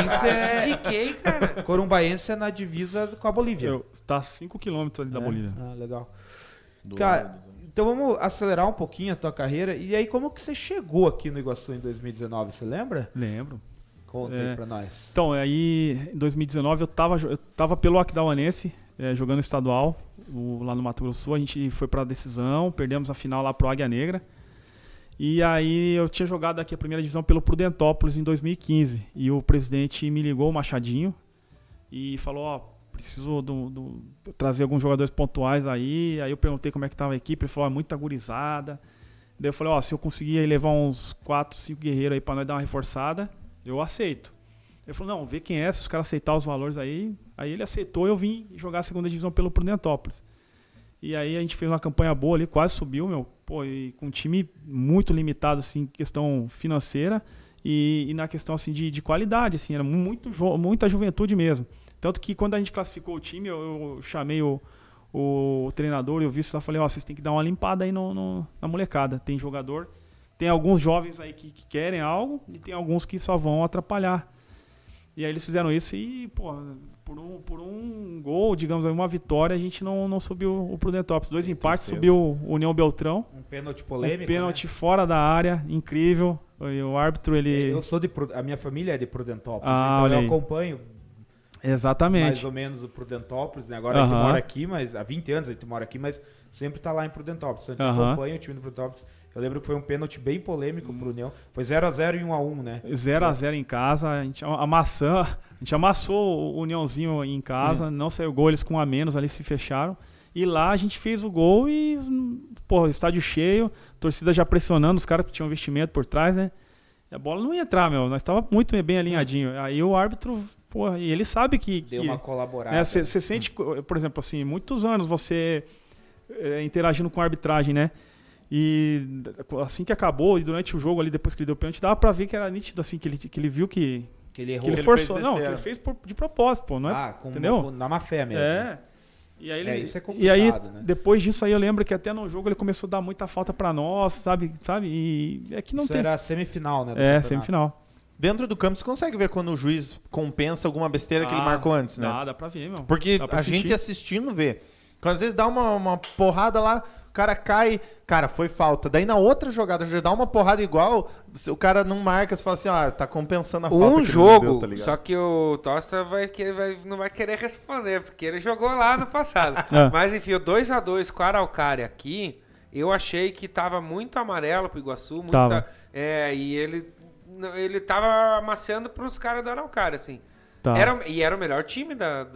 Speaker 3: Fiquei, cara.
Speaker 5: Corumbaense é na divisa com a Bolívia.
Speaker 4: Tá a 5 km ali da Bolívia.
Speaker 5: Ah, legal.
Speaker 2: Do
Speaker 5: Cara,
Speaker 2: lado.
Speaker 5: então vamos acelerar um pouquinho a tua carreira. E aí, como que você chegou aqui no Iguaçu em 2019? Você lembra?
Speaker 4: Lembro.
Speaker 5: Conta aí pra nós.
Speaker 4: Então, aí em 2019 eu tava pelo Aquidauanense, jogando estadual, lá no Mato Grosso do Sul. A gente foi pra decisão, perdemos a final lá pro Águia Negra. E aí eu tinha jogado aqui a primeira divisão pelo Prudentópolis em 2015. E o presidente me ligou, o Machadinho, e falou, ó, preciso trazer alguns jogadores pontuais aí. Aí eu perguntei como é que tava a equipe, ele falou, muita gurizada. Daí eu falei, ó, se eu conseguir aí levar uns 4, 5 guerreiros aí pra nós dar uma reforçada, eu aceito. Ele falou, não, vê quem é, se os caras aceitar os valores aí. Aí ele aceitou e eu vim jogar a segunda divisão pelo Prudentópolis. E aí a gente fez uma campanha boa ali, quase subiu, e com um time muito limitado, assim, em questão financeira e na questão, assim, de qualidade, assim, era muita juventude mesmo. Tanto que quando a gente classificou o time, eu chamei o treinador e o vice lá, falei, ó, vocês têm que dar uma limpada aí na molecada. Tem jogador, tem alguns jovens aí que querem algo e tem alguns que só vão atrapalhar. E aí eles fizeram isso e, pô, por um gol, digamos, uma vitória, a gente não subiu o Prudentópolis. 2 empates,
Speaker 2: tristeza.
Speaker 4: subiu o União Beltrão.
Speaker 5: Um pênalti polêmico.
Speaker 4: Um pênalti fora da área, incrível. E o árbitro, ele...
Speaker 5: Eu sou a minha família é de Prudentópolis,
Speaker 4: Ah,
Speaker 5: então
Speaker 4: olha
Speaker 5: eu
Speaker 4: aí.
Speaker 5: acompanho
Speaker 4: Exatamente.
Speaker 5: mais ou menos o Prudentópolis, né? Agora a gente
Speaker 4: Aham.
Speaker 5: mora aqui, mas há 20 anos a gente mora aqui, mas sempre tá lá em Prudentópolis. Então a gente
Speaker 4: Aham.
Speaker 5: acompanha o time do Prudentópolis. Eu lembro que foi um pênalti bem polêmico pro União. Foi 0x0 e 1x1, né?
Speaker 4: 0x0 em casa, a gente amassou o Uniãozinho em casa, não saiu gol, eles com um a menos ali se fecharam. E lá a gente fez o gol e, pô, estádio cheio, torcida já pressionando, os caras que tinham investimento por trás, né? E a bola não ia entrar, meu, nós tava muito bem alinhadinho. Aí o árbitro, pô, e ele sabe que...
Speaker 5: Deu uma colaborada.
Speaker 4: né, você sente, por exemplo, assim, muitos anos você interagindo com a arbitragem, né? E assim que acabou, e durante o jogo ali, depois que ele deu o pênalti, dava pra ver que era nítido, assim, que ele viu que
Speaker 5: Que ele errou.
Speaker 4: ele
Speaker 2: ele
Speaker 4: forçou.
Speaker 2: fez
Speaker 4: Não, que
Speaker 2: besteira.
Speaker 4: ele fez de propósito, pô, não é? Entendeu?
Speaker 5: Na má fé mesmo.
Speaker 4: É. E aí,
Speaker 5: isso é
Speaker 4: e aí
Speaker 5: complicado, né?
Speaker 4: depois disso aí, eu lembro que até no jogo ele começou a dar muita falta pra nós, sabe? E é que não
Speaker 5: Isso
Speaker 4: tem.
Speaker 5: era a semifinal, né? do
Speaker 4: É,
Speaker 5: campeonato.
Speaker 4: semifinal.
Speaker 2: Dentro do campo, você consegue ver quando o juiz compensa alguma besteira que ele marcou antes, né?
Speaker 4: Dá pra ver, meu.
Speaker 2: Porque
Speaker 4: Dá pra
Speaker 2: a gente
Speaker 4: sentir.
Speaker 2: assistindo vê. Quando às vezes dá uma porrada lá, o cara cai, cara, foi falta. Daí na outra jogada, já dá uma porrada igual, o cara não marca, você fala assim, tá compensando a falta que ele não
Speaker 3: jogo,
Speaker 2: deu, tá ligado?
Speaker 3: só que o Tosta não vai querer responder, porque ele jogou lá no passado. Mas enfim, o 2x2 com a Araucária aqui, eu achei que tava muito amarelo pro Iguaçu,
Speaker 4: Tava.
Speaker 3: e ele tava amassando pros caras do Araucária, assim.
Speaker 4: Tá.
Speaker 3: Era o melhor time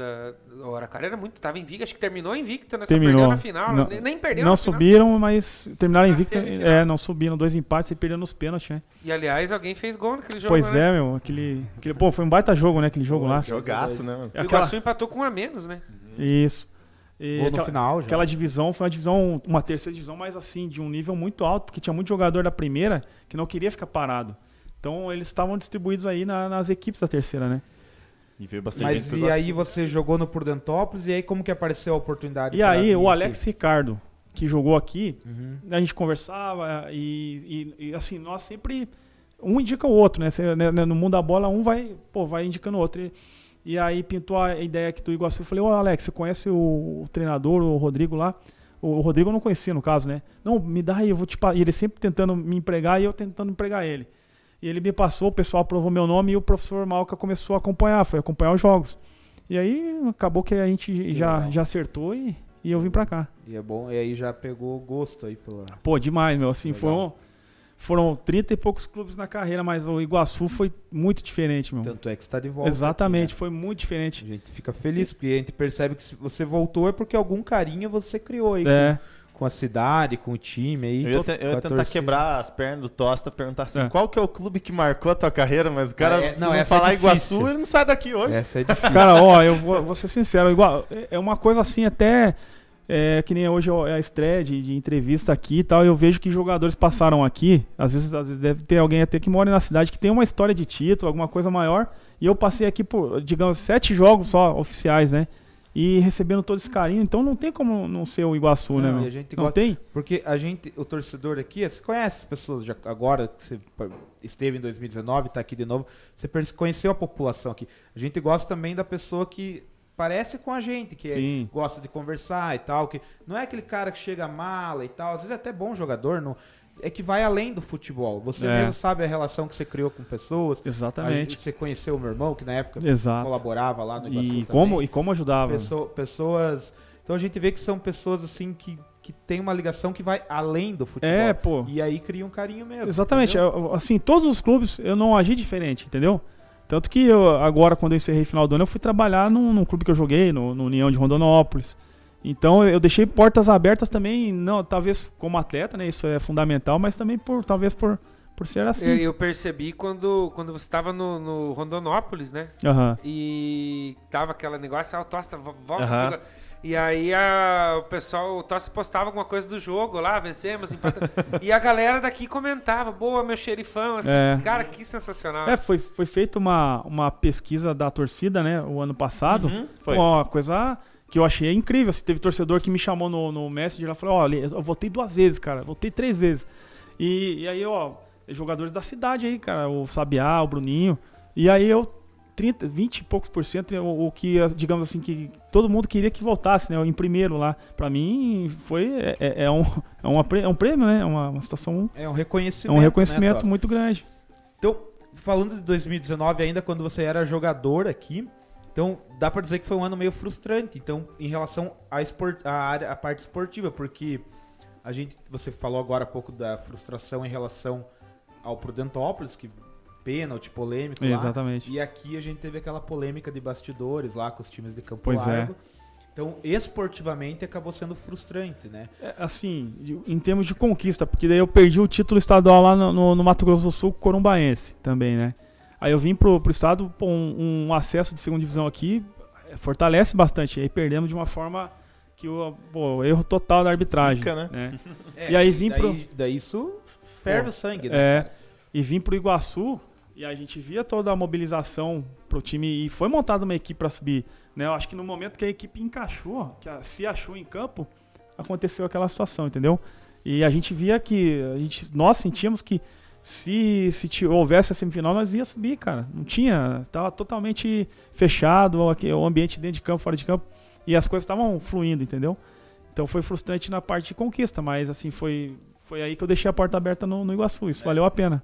Speaker 3: o Araucária tava invicto, acho que terminou invicto nessa,
Speaker 4: Terminou.
Speaker 3: perdeu na final,
Speaker 4: Não-
Speaker 3: nem perdeu
Speaker 4: Não
Speaker 3: na final.
Speaker 4: subiram, mas terminaram
Speaker 3: Na
Speaker 4: invicto.
Speaker 3: semifinal.
Speaker 4: Não subiram, 2 empates e perderam nos pênaltis, né?
Speaker 3: E aliás, alguém fez gol naquele jogo,
Speaker 4: Pois
Speaker 3: né?
Speaker 4: é, meu. Pô, foi um baita jogo, né? Aquele jogo lá.
Speaker 2: Jogaço, né, mano?
Speaker 3: E o Iguaçu empatou com um a menos, né?
Speaker 4: Isso. E
Speaker 5: Gol no final já.
Speaker 4: Aquela divisão foi uma divisão, uma terceira divisão, mas assim, de um nível muito alto, porque tinha muito jogador da primeira que não queria ficar parado. Então eles estavam distribuídos aí nas equipes da terceira, né?
Speaker 2: E veio bastante
Speaker 5: Mas
Speaker 2: gente pro
Speaker 5: e
Speaker 2: Iguaçu.
Speaker 5: aí você jogou no Prudentópolis, e aí como que apareceu a oportunidade?
Speaker 4: E
Speaker 5: pra
Speaker 4: aí
Speaker 5: vir
Speaker 4: o
Speaker 5: aqui?
Speaker 4: Alex Ricardo, que jogou aqui,
Speaker 5: Uhum.
Speaker 4: a gente conversava e assim, nós sempre... Um indica o outro, né? No mundo da bola, um vai indicando o outro. E aí pintou a ideia aqui do Iguaçu. Eu falei, Alex, você conhece o treinador, o Rodrigo lá? O Rodrigo eu não conhecia, no caso, né? Não, me dá aí, eu vou te passar. E ele sempre tentando me empregar e eu tentando empregar ele. E ele me passou, o pessoal aprovou meu nome e o professor Malca começou a acompanhar, foi acompanhar os jogos. E aí acabou que a gente já acertou e eu vim pra cá.
Speaker 5: E é bom, e aí já pegou gosto aí pela...
Speaker 4: Pô, demais, meu. Assim,
Speaker 5: Legal.
Speaker 4: foram 30 e poucos clubes na carreira, mas o Iguaçu foi muito diferente, meu.
Speaker 5: Tanto é que está de volta.
Speaker 4: Exatamente,
Speaker 5: aqui,
Speaker 4: foi muito diferente.
Speaker 5: né? A gente fica feliz, porque a gente percebe que se você voltou é porque algum carinho você criou aí
Speaker 4: É.
Speaker 5: com a cidade, com o time aí.
Speaker 2: Eu ia
Speaker 5: com a
Speaker 2: tentar
Speaker 5: torcida.
Speaker 2: quebrar as pernas do Tosta, perguntar assim,
Speaker 4: É.
Speaker 2: qual que é o clube que marcou a tua carreira, mas o cara, se não
Speaker 5: essa
Speaker 2: falar
Speaker 5: é difícil.
Speaker 2: Iguaçu, ele não sai daqui hoje.
Speaker 5: Essa é difícil.
Speaker 4: Cara, ó, eu vou ser sincero, é uma coisa assim até que nem hoje é a estreia de entrevista aqui e tal, eu vejo que jogadores passaram aqui, às vezes deve ter alguém até que mora na cidade que tem uma história de título, alguma coisa maior, e eu passei aqui por, digamos, 7 jogos só oficiais, né? E recebendo todo esse carinho, então não tem como não ser o Iguaçu, né,
Speaker 5: Não,
Speaker 4: meu?
Speaker 5: e a gente
Speaker 4: Não
Speaker 5: gosta-
Speaker 4: tem?
Speaker 5: Porque a gente, o torcedor aqui, você conhece as pessoas já agora que você esteve em 2019, está aqui de novo, você conheceu a população aqui. A gente gosta também da pessoa que parece com a gente, que
Speaker 4: Sim.
Speaker 5: gosta de conversar e tal, que não é aquele cara que chega mala e tal, às vezes é até bom jogador, não, é que vai além do futebol. Você
Speaker 4: É.
Speaker 5: mesmo sabe a relação que você criou com pessoas.
Speaker 4: Exatamente.
Speaker 5: Você conheceu o meu irmão, que na época
Speaker 4: Exato.
Speaker 5: colaborava lá no Iguaçu
Speaker 4: E
Speaker 5: também.
Speaker 4: como ajudava.
Speaker 5: Pessoas. Então a gente vê que são pessoas assim que tem uma ligação que vai além do futebol.
Speaker 4: É, pô.
Speaker 5: E aí cria um carinho mesmo.
Speaker 4: Exatamente.
Speaker 5: entendeu?
Speaker 4: Assim, todos os clubes eu não agi diferente, entendeu? Tanto que agora, quando eu encerrei final do ano, eu fui trabalhar num clube que eu joguei, no União de Rondonópolis. Então eu deixei portas abertas também, não, talvez como atleta, né? Isso é fundamental, mas também talvez por ser assim.
Speaker 3: Eu percebi quando você estava no Rondonópolis, né?
Speaker 4: Aham.
Speaker 3: E tava aquele negócio, o Tosta volta.
Speaker 2: Aham.
Speaker 3: Fica... E aí o Tosta postava alguma coisa do jogo lá, vencemos, empatamos. E a galera daqui comentava, boa, meu xerifão, assim,
Speaker 4: É.
Speaker 3: cara, que sensacional.
Speaker 4: Foi feita uma pesquisa da torcida, né? O ano passado.
Speaker 2: foi.
Speaker 4: Uma coisa que eu achei incrível. Assim, teve torcedor que me chamou no Messenger e falou, olha, eu votei 2 vezes, cara. Votei 3 vezes. E aí, jogadores da cidade aí, cara. O Sabiá, o Bruninho. E aí eu 20 e poucos por cento o que, digamos assim, que todo mundo queria que voltasse, né? Em primeiro lá. Pra mim, é um prêmio, né? É uma situação...
Speaker 5: É um reconhecimento,
Speaker 4: É um reconhecimento
Speaker 5: né,
Speaker 4: muito grande.
Speaker 5: Então, falando de 2019 ainda, quando você era jogador aqui, então dá pra dizer que foi um ano meio frustrante, então, em relação à parte esportiva, porque você falou agora há pouco da frustração em relação ao Prudentópolis, que pênalti, polêmico lá.
Speaker 4: Exatamente.
Speaker 5: E aqui a gente teve aquela polêmica de bastidores lá com os times de Campo
Speaker 4: Pois é.
Speaker 5: Largo. Então, esportivamente, acabou sendo frustrante, né?
Speaker 4: Assim, em termos de conquista, porque daí eu perdi o título estadual lá no Mato Grosso do Sul, Corumbaense também, né? Aí eu vim pro estado, um acesso de segunda divisão aqui fortalece bastante. Aí perdemos de uma forma que erro total da arbitragem.
Speaker 2: Zica, né?
Speaker 4: E aí vim
Speaker 5: daí isso ferve o sangue, né?
Speaker 4: E vim pro Iguaçu, e a gente via toda a mobilização pro time, e foi montada uma equipe para subir, né? Eu acho que no momento que a equipe encaixou, se achou em campo, aconteceu aquela situação, entendeu? E a gente via que, nós sentíamos que se houvesse a semifinal, nós ia subir, cara. Não tinha, tava totalmente fechado o ambiente dentro de campo, fora de campo, e as coisas estavam fluindo, entendeu? Então foi frustrante na parte de conquista, mas assim, foi aí que eu deixei a porta aberta no Iguaçu, isso valeu a pena.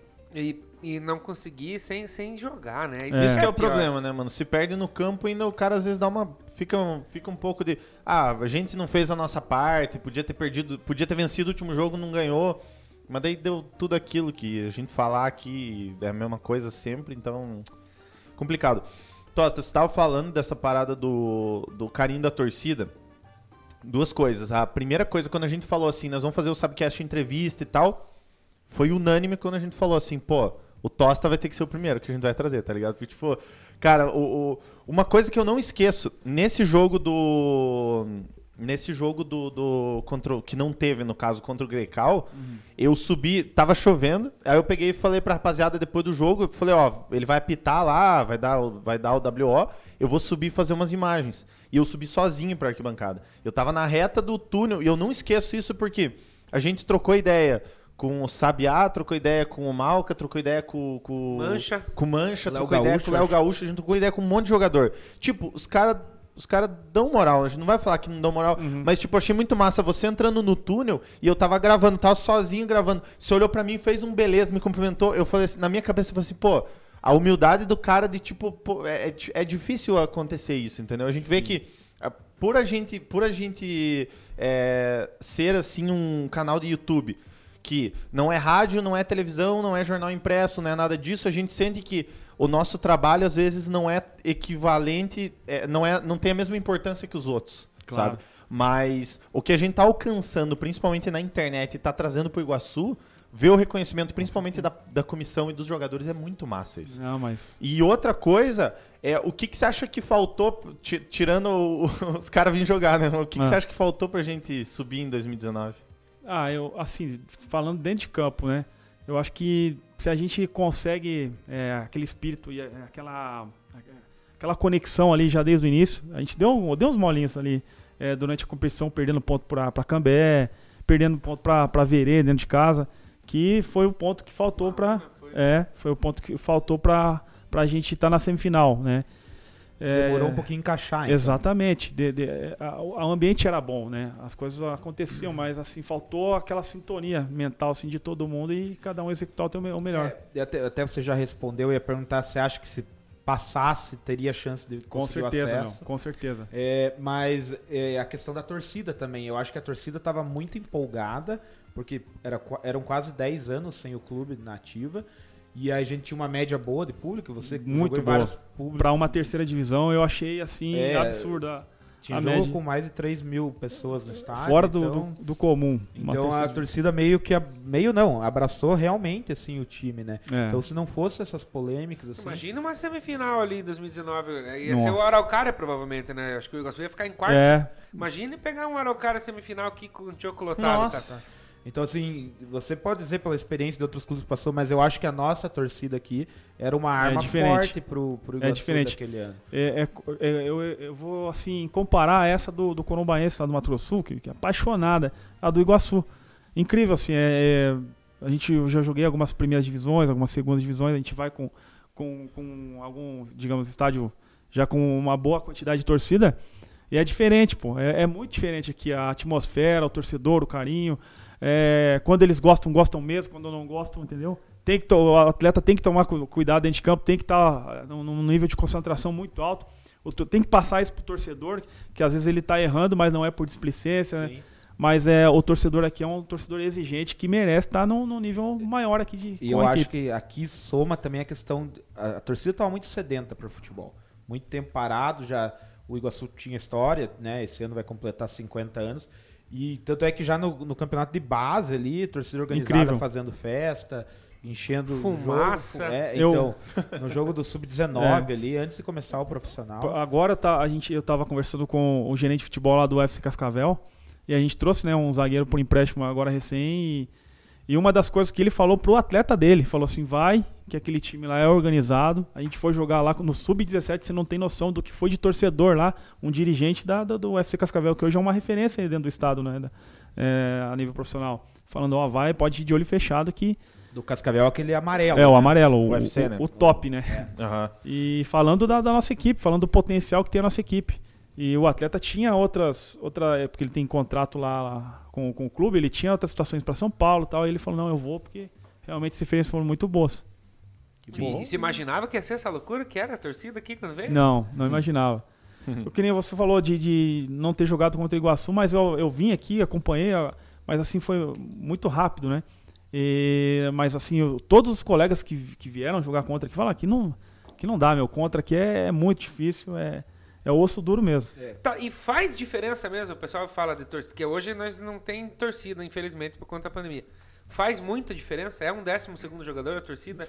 Speaker 3: E não conseguir sem jogar, né?
Speaker 2: Isso que é o problema, né, mano? Se perde no campo, ainda o cara às vezes fica um pouco de... a gente não fez a nossa parte, podia ter vencido o último jogo, não ganhou. Mas daí deu tudo aquilo que a gente falar aqui, é a mesma coisa sempre, então... complicado. Tosta, você estava falando dessa parada do carinho da torcida. Duas coisas. A primeira coisa, quando a gente falou assim, nós vamos fazer o Sabcast entrevista e tal... Foi unânime quando a gente falou assim, o Tosta vai ter que ser o primeiro que a gente vai trazer, tá ligado? Porque, tipo, cara, uma coisa que eu não esqueço, nesse jogo que não teve, no caso, contra o Grecal, eu subi, tava chovendo, aí eu peguei e falei pra rapaziada depois do jogo, eu falei, ele vai apitar lá, vai dar o WO, eu vou subir e fazer umas imagens. E eu subi sozinho pra arquibancada. Eu tava na reta do túnel, e eu não esqueço isso porque a gente trocou ideia com o Sabiá, trocou ideia com o Malca, trocou ideia com o Mancha, trocou ideia com o Léo Gaúcho, a gente trocou ideia com um monte de jogador. Tipo, os caras dão moral, a gente não vai falar que não dão moral, mas tipo, achei muito massa você entrando no túnel e eu tava gravando, tava sozinho gravando. Você olhou pra mim, fez um beleza, me cumprimentou, eu falei assim, na minha cabeça eu falei assim, a humildade do cara de tipo, é difícil acontecer isso, entendeu? A gente vê que por a gente ser assim um canal de YouTube que não é rádio, não é televisão, não é jornal impresso, não é nada disso, a gente sente que o nosso trabalho às vezes não é equivalente, não tem a mesma importância que os outros,
Speaker 4: claro.
Speaker 2: Sabe? Mas o que a gente tá alcançando, principalmente na internet, e tá trazendo pro Iguaçu, ver o reconhecimento, principalmente da comissão e dos jogadores, é muito massa isso.
Speaker 4: Não, mas...
Speaker 2: E outra coisa, o que você acha que faltou, tirando os caras virem jogar, né? O que você acha que faltou pra gente subir em 2019?
Speaker 4: Eu, assim, falando dentro de campo, né? Eu acho que se a gente consegue aquele espírito e aquela conexão ali já desde o início, a gente deu uns molinhos ali durante a competição, perdendo ponto pra Cambé, perdendo ponto pra Verê dentro de casa, que foi o ponto que faltou foi o ponto que faltou pra gente estar na semifinal, né?
Speaker 5: Demorou um pouquinho encaixar. Então.
Speaker 4: Exatamente. O ambiente era bom, né? As coisas aconteciam, mas assim, faltou aquela sintonia mental assim, de todo mundo e cada um executar o melhor.
Speaker 5: Até você já respondeu, eu ia perguntar se acha que se passasse, teria chance de conseguir acesso.
Speaker 4: Com certeza.
Speaker 5: Mas a questão da torcida também. Eu acho que a torcida estava muito empolgada, porque eram quase 10 anos sem o clube na ativa. E aí a gente tinha uma média boa de público, você
Speaker 4: muito boa. Para uma terceira divisão eu achei assim absurda.
Speaker 5: Tinha jogo média. Com mais de 3 mil pessoas no estádio.
Speaker 4: Fora do comum.
Speaker 5: Então a torcida abraçou realmente assim o time, né? Então se não fosse essas polêmicas assim...
Speaker 3: Imagina uma semifinal ali em 2019, ia ser o Araucária provavelmente, né? Acho que o Iguaçu ia ficar em quartos. Imagine pegar um Araucária semifinal aqui com o Tioco lotado.
Speaker 5: Nossa. Então, assim, você pode dizer pela experiência de outros clubes que passou, mas eu acho que a nossa torcida aqui era uma arma forte pro Iguaçu daquele ano.
Speaker 4: Eu vou, assim, comparar essa do Corumbaense lá do Mato Grosso do Sul, que é apaixonada, a do Iguaçu. Incrível, assim, eu já joguei algumas primeiras divisões, algumas segundas divisões, a gente vai com com algum, digamos, estádio já com uma boa quantidade de torcida, e é diferente, pô. É muito diferente aqui a atmosfera, o torcedor, o carinho. Quando eles gostam mesmo, quando não gostam, entendeu? O atleta tem que tomar cuidado dentro de campo, tem que estar num nível de concentração muito alto. Tem que passar isso pro torcedor, que às vezes ele tá errando, mas não é por displicência, né? Mas o torcedor aqui é um torcedor exigente que merece estar num nível maior aqui de
Speaker 5: E eu acho que aqui soma também a questão... A torcida estava muito sedenta para o futebol. Muito tempo parado, já o Iguaçu tinha história, né? Esse ano vai completar 50 anos. E tanto é que já no campeonato de base ali, torcida organizada
Speaker 4: Incrível.
Speaker 5: fazendo festa, enchendo
Speaker 3: Fumaça.
Speaker 5: o jogo. No jogo do Sub-19 ali, antes de começar o profissional.
Speaker 4: Agora eu tava conversando com o gerente de futebol lá do UFC Cascavel, e a gente trouxe, né, um zagueiro por empréstimo agora recém, e uma das coisas que ele falou pro atleta dele, falou assim, vai, que aquele time lá é organizado, a gente foi jogar lá no Sub-17, você não tem noção do que foi de torcedor lá, um dirigente do UFC Cascavel, que hoje é uma referência aí dentro do estado, né, a nível profissional, falando, vai, pode ir de olho fechado que...
Speaker 5: Do Cascavel, aquele amarelo.
Speaker 4: O amarelo, o
Speaker 2: UFC, né?
Speaker 4: o top, né? E falando da nossa equipe, falando do potencial que tem a nossa equipe. E o atleta tinha porque ele tem contrato lá com o clube, ele tinha outras situações para São Paulo e tal, e ele falou, não, eu vou, porque realmente as referências foram muito boas.
Speaker 3: E você imaginava que ia ser essa loucura que era a torcida aqui quando veio?
Speaker 4: Não imaginava. O que nem você falou de não ter jogado contra o Iguaçu, mas eu vim aqui, acompanhei, mas assim foi muito rápido, né? Mas assim, todos os colegas que vieram jogar contra aqui falam que não dá, meu, contra aqui é muito difícil, é osso duro mesmo.
Speaker 3: Tá, e faz diferença mesmo, o pessoal fala de torcida, porque hoje nós não tem torcida, infelizmente, por conta da pandemia. Faz muita diferença? É um 12º jogador a torcida?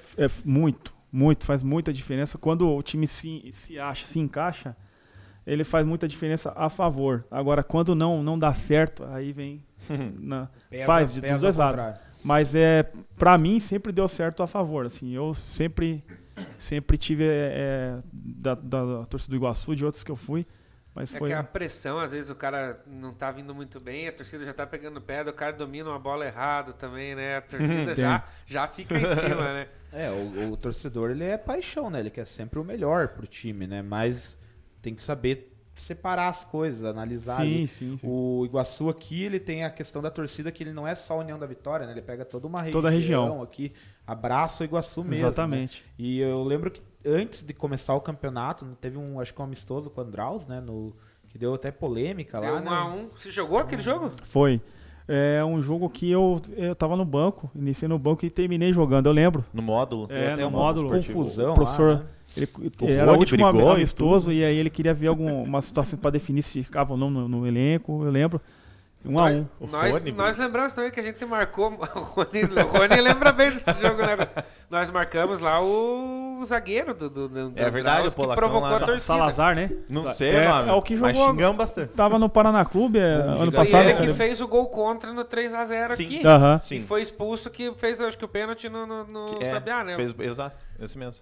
Speaker 4: Faz muita diferença. Quando o time se encaixa, ele faz muita diferença a favor. Agora, quando não dá certo, aí vem... faz dos dois lados. Mas pra mim sempre deu certo a favor. Assim, eu sempre tive da torcida do Iguaçu, de outros que eu fui. Mas foi...
Speaker 3: que a pressão, às vezes o cara não tá vindo muito bem, a torcida já tá pegando o pé, o cara domina uma bola errado também, né? A torcida já fica em cima, né?
Speaker 5: O torcedor, ele é paixão, né? Ele quer sempre o melhor pro time, né? Mas tem que saber separar as coisas, analisar.
Speaker 4: Sim.
Speaker 5: O Iguaçu aqui, ele tem a questão da torcida, que ele não é só a União da Vitória, né? Ele pega toda a região aqui, abraça o Iguaçu mesmo.
Speaker 4: Exatamente.
Speaker 5: Né? E eu lembro que antes de começar o campeonato, teve acho que um amistoso com o Andraus, né? Que deu até polêmica lá,
Speaker 3: né? 1-1. Você jogou aquele jogo?
Speaker 4: Foi. É um jogo que eu tava no banco, iniciei no banco e terminei jogando, eu lembro.
Speaker 2: No módulo?
Speaker 4: No módulo.
Speaker 5: Confusão.
Speaker 4: O professor...
Speaker 5: Lá, né?
Speaker 4: Ele era o último amistoso e aí ele queria ver uma situação para definir se ficava ou não no elenco, eu lembro. 1-1.
Speaker 3: Nós lembramos também que a gente marcou. O Rony lembra bem desse jogo, né? Nós marcamos lá o zagueiro do
Speaker 2: verdade,
Speaker 3: que provocou a torcida.
Speaker 4: Salazar, né?
Speaker 2: Não sei o nome.
Speaker 4: É o que jogou.
Speaker 2: Mas xingamos bastante.
Speaker 4: Tava no Paraná Clube ano passado.
Speaker 3: Ele que fez o gol contra no 3-0 aqui.
Speaker 4: Sim.
Speaker 3: E foi expulso, que fez, acho que o pênalti no Sabiá, né?
Speaker 2: Exato, esse mesmo.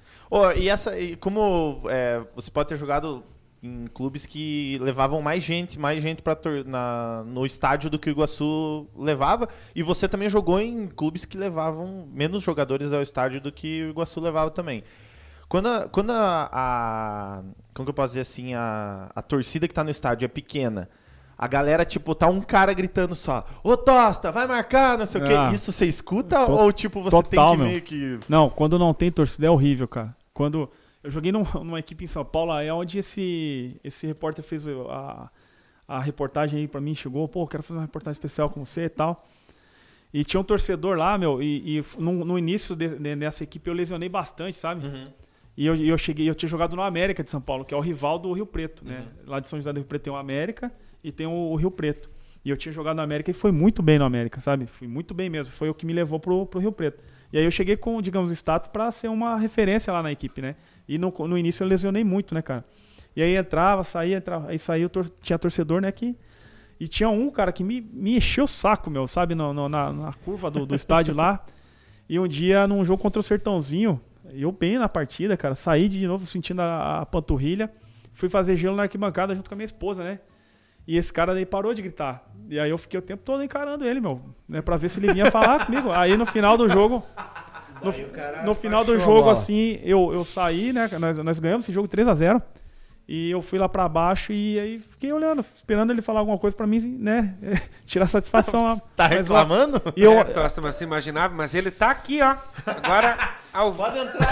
Speaker 2: Como você pode ter jogado em clubes que levavam mais gente no estádio do que o Iguaçu levava, e você também jogou em clubes que levavam menos jogadores ao estádio do que o Iguaçu levava também. Quando como que eu posso dizer assim, a torcida que tá no estádio é pequena, a galera, tá um cara gritando só, ô Tosta, vai marcar, não sei o quê. Isso você escuta ou você
Speaker 4: total,
Speaker 2: tem que meio que...
Speaker 4: Não, quando não tem torcida é horrível, cara. Quando eu joguei numa equipe em São Paulo, é onde esse repórter fez a reportagem aí pra mim, chegou, quero fazer uma reportagem especial com você e tal. E tinha um torcedor lá, meu, e no início nessa equipe eu lesionei bastante, sabe?
Speaker 2: Uhum.
Speaker 4: E eu tinha jogado no América de São Paulo, que é o rival do Rio Preto, né? Lá de São José do Rio Preto tem o América e tem o Rio Preto. E eu tinha jogado no América e foi muito bem no América, sabe? Fui muito bem mesmo, foi o que me levou pro Rio Preto. E aí eu cheguei com, digamos, status pra ser uma referência lá na equipe, né? E no início eu lesionei muito, né, cara? E aí saía, aí saiu, tinha torcedor, né, e tinha um cara que me encheu o saco, meu, sabe? Na curva do estádio lá. E um dia, num jogo contra o Sertãozinho, eu bem na partida, cara, saí de novo sentindo a panturrilha, fui fazer gelo na arquibancada junto com a minha esposa, né? E esse cara daí parou de gritar. E aí eu fiquei o tempo todo encarando ele, meu, né, pra ver se ele vinha falar comigo. Aí no final do jogo, No final do jogo, assim, eu saí, né? Nós ganhamos esse jogo 3-0. E eu fui lá pra baixo e aí fiquei olhando, esperando ele falar alguma coisa pra mim, né? Tirar satisfação lá.
Speaker 2: Tá reclamando?
Speaker 4: E eu,
Speaker 3: Tosta, mas você imaginava, mas ele tá aqui, ó. Agora,
Speaker 2: Pode entrar